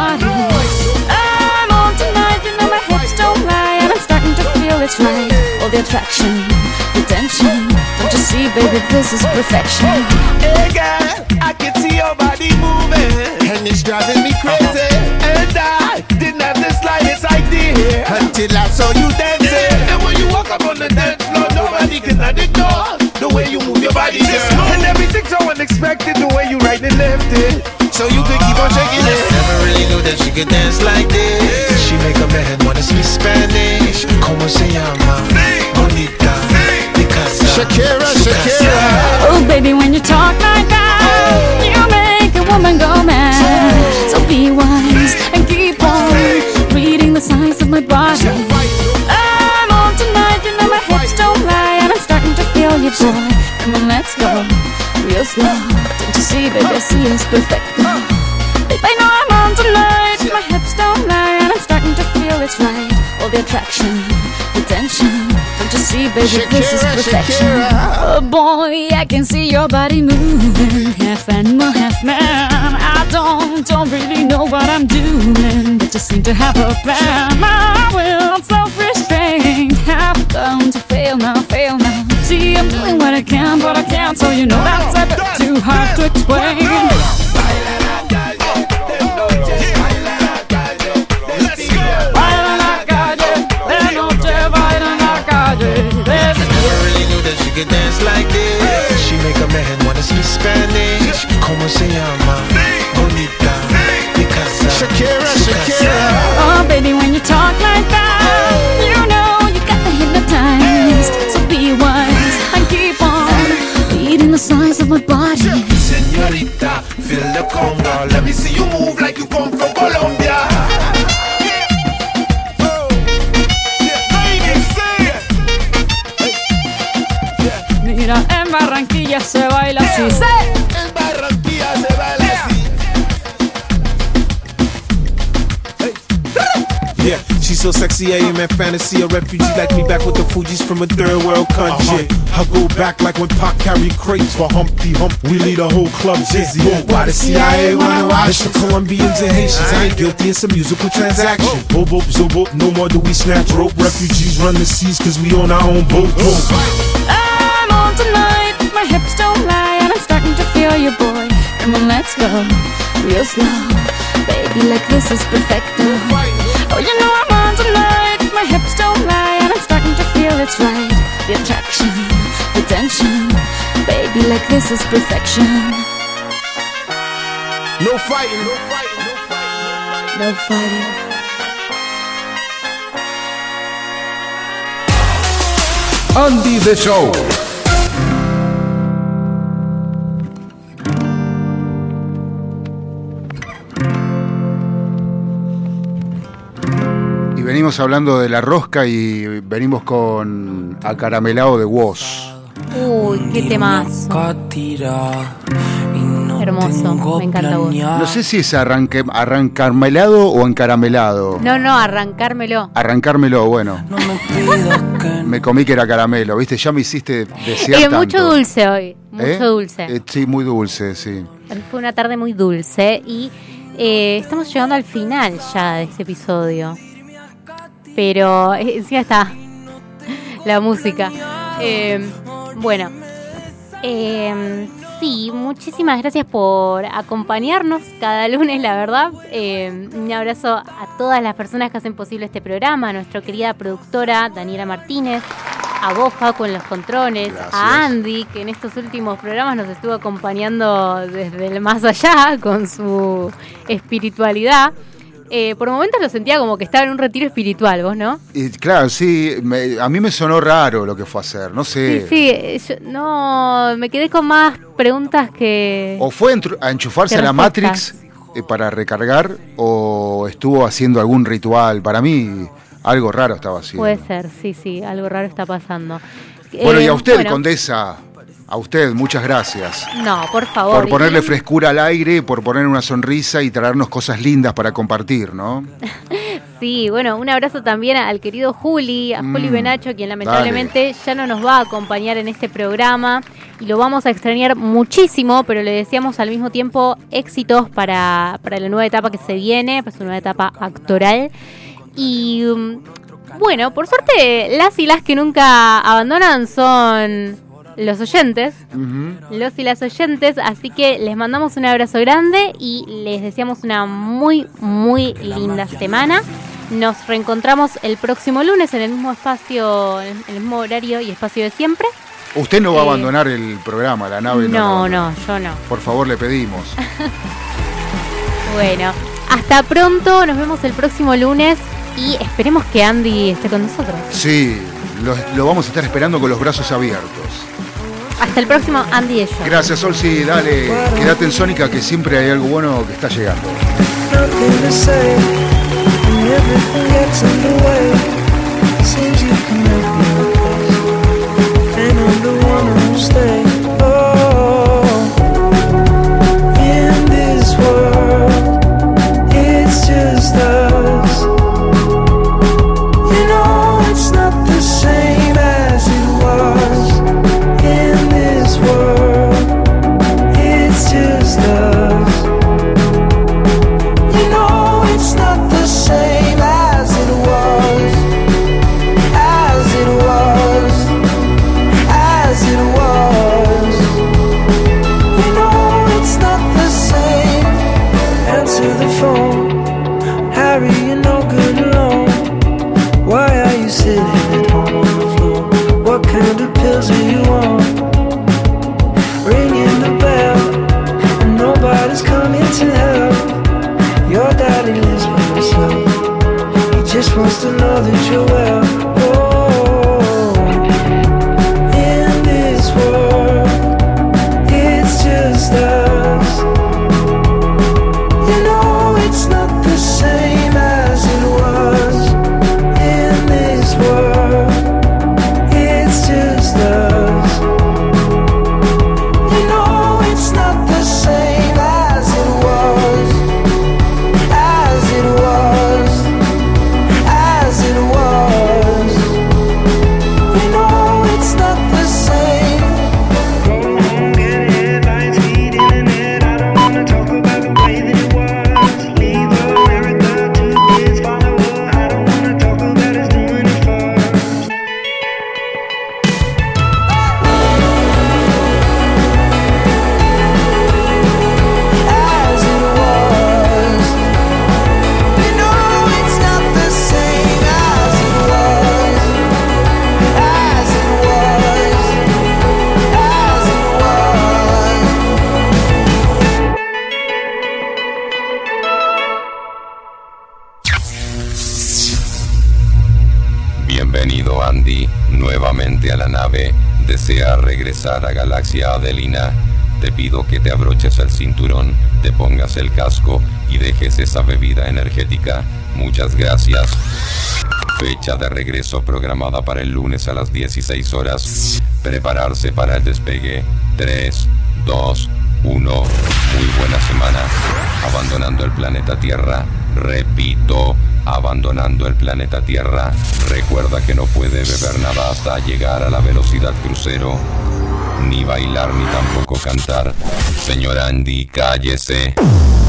on tonight, you know my hips don't lie, and I'm starting to feel it's right. All the attraction, the tension. Don't you see, baby, this is perfection. Hey girl, I can see your body moving, and it's driving me crazy. And I didn't have the slightest idea until I saw you dancing. And when you walk up on the dance floor, nobody can ignore the way you move your body, girl. And everything's so unexpected, the way you right and left it, so you could keep on shaking it. Never really knew that she could dance like this. She make a man wanna speak Spanish. Como se llama? Bonita. Shakira. Oh, baby, when you talk like that, you make a woman go mad. So be wise and keep on reading the signs of my body. I'm on tonight, you know my hips don't lie, and I'm starting to feel you, boy. Come on, let's go real slow. Don't you see, baby, I see it's perfect. Babe, I know I'm on tonight, my hips don't lie, and I'm starting to feel it's right. All the attraction, the tension. Don't you see, baby, this is perfection. Oh boy, I can see your body moving, half animal, half man. I don't really know what I'm doing, but just seem to have a plan. My will, self-restraint, have come to fail now. See, I'm doing what I can, but I can't, so you know that's a bit too hard to explain. Dance like this. She make a man wanna speak Spanish. Como se llama? Bonita. Shakira. Oh, baby, when you talk like that, you know you got me hypnotized. So be wise and keep on reading the signs of my body. Señorita, feel the conga. Let me see you move like you come from Colombia. Mira, en Barranquilla se baila así. En Barranquilla se baila así. Yeah, she's so sexy, I am in fantasy. A refugee like me back with the Fugees from a third world country. I go back like when Pac carried crates for Humpty Hump. We lead a whole club dizzy. Why the CIA wanna watch us? The Colombians and Haitians, I ain't guilty, it's a musical transaction. Boop, boop, zo, boop, no more do we snatch rope. Refugees run the seas cause we own our own boat. I'm on tonight, my hips don't lie, and I'm starting to feel you, boy. Come on, let's go real slow. Baby, like this is perfecto. Oh, you know I'm on tonight, my hips don't lie, and I'm starting to feel it's right. The attraction, the tension. Baby, like this is perfection. No fighting. No fighting. Andy the Show. venimos hablando de la rosca y venimos con Acaramelado de Woz. Uy, qué temazo. Hermoso, me encanta vos. No sé si es arrancarmelado o encaramelado. No, arrancármelo. Arrancármelo, bueno. Me comí que era caramelo, ¿viste? Ya me hiciste desear tanto. Mucho dulce hoy, mucho dulce. Sí, muy dulce, sí. Fue una tarde muy dulce y estamos llegando al final ya de este episodio. Pero encima está la música. Bueno, sí, muchísimas gracias por acompañarnos cada lunes, la verdad. Un abrazo a todas las personas que hacen posible este programa, a nuestra querida productora Daniela Martínez, a vos, Jaco, en los controles, gracias. A Andy, que en estos últimos programas nos estuvo acompañando desde el más allá con su espiritualidad. Por momentos lo sentía como que estaba en un retiro espiritual, ¿vos no? Y claro, sí, a mí me sonó raro lo que fue a hacer, no sé. Sí, yo, no, me quedé con más preguntas que... ¿O fue a enchufarse a la Matrix para recargar o estuvo haciendo algún ritual? Para mí algo raro estaba haciendo. Puede ser, sí, algo raro está pasando. Bueno, y a usted, Condesa... A usted, muchas gracias. No, por favor. Por ponerle frescura al aire, por poner una sonrisa y traernos cosas lindas para compartir, ¿no? Sí, bueno, un abrazo también al querido Juli, a Juli Benacho, quien lamentablemente ya no nos va a acompañar en este programa y lo vamos a extrañar muchísimo, pero le deseamos al mismo tiempo éxitos para la nueva etapa que se viene, pues una nueva etapa actoral. Y bueno, por suerte, las y las que nunca abandonan son... los oyentes, los y las oyentes, así que les mandamos un abrazo grande y les deseamos una muy, muy linda semana. Nos reencontramos el próximo lunes en el mismo espacio, en el mismo horario y espacio de siempre. Usted no va a abandonar el programa, la nave. No, yo no. Por favor, le pedimos. Bueno, hasta pronto, nos vemos el próximo lunes y esperemos que Andy esté con nosotros. Sí, lo vamos a estar esperando con los brazos abiertos. Hasta el próximo Andy y yo. Gracias, Sol, sí, dale, quédate en Sónica que siempre hay algo bueno que está llegando. Wants to know that you're well. In this world, it's just us. You know it's not the same as it was. In this world, it's just us. You know it's not the same as it was. As it was. As it was, you know it's not the same. Go home, get headlines, feed internet. I don't wanna talk about the way that it was. Leave America to his follower. I don't wanna talk about us doing it first. As it was, you know it's not the same. Bienvenido, Andy, nuevamente a la nave. ¿Desea regresar a Galaxia Adelina? Te pido que te abroches el cinturón, te pongas el casco y dejes esa bebida energética. Muchas gracias. Fecha de regreso programada para el lunes a las 16 horas. Prepararse para el despegue. 3, 2, 1. Muy buena semana. Abandonando el planeta Tierra. Repito, abandonando el planeta Tierra. Recuerda que no puede beber nada hasta llegar a la velocidad crucero. Ni bailar ni tampoco cantar. Señor Andy, cállese.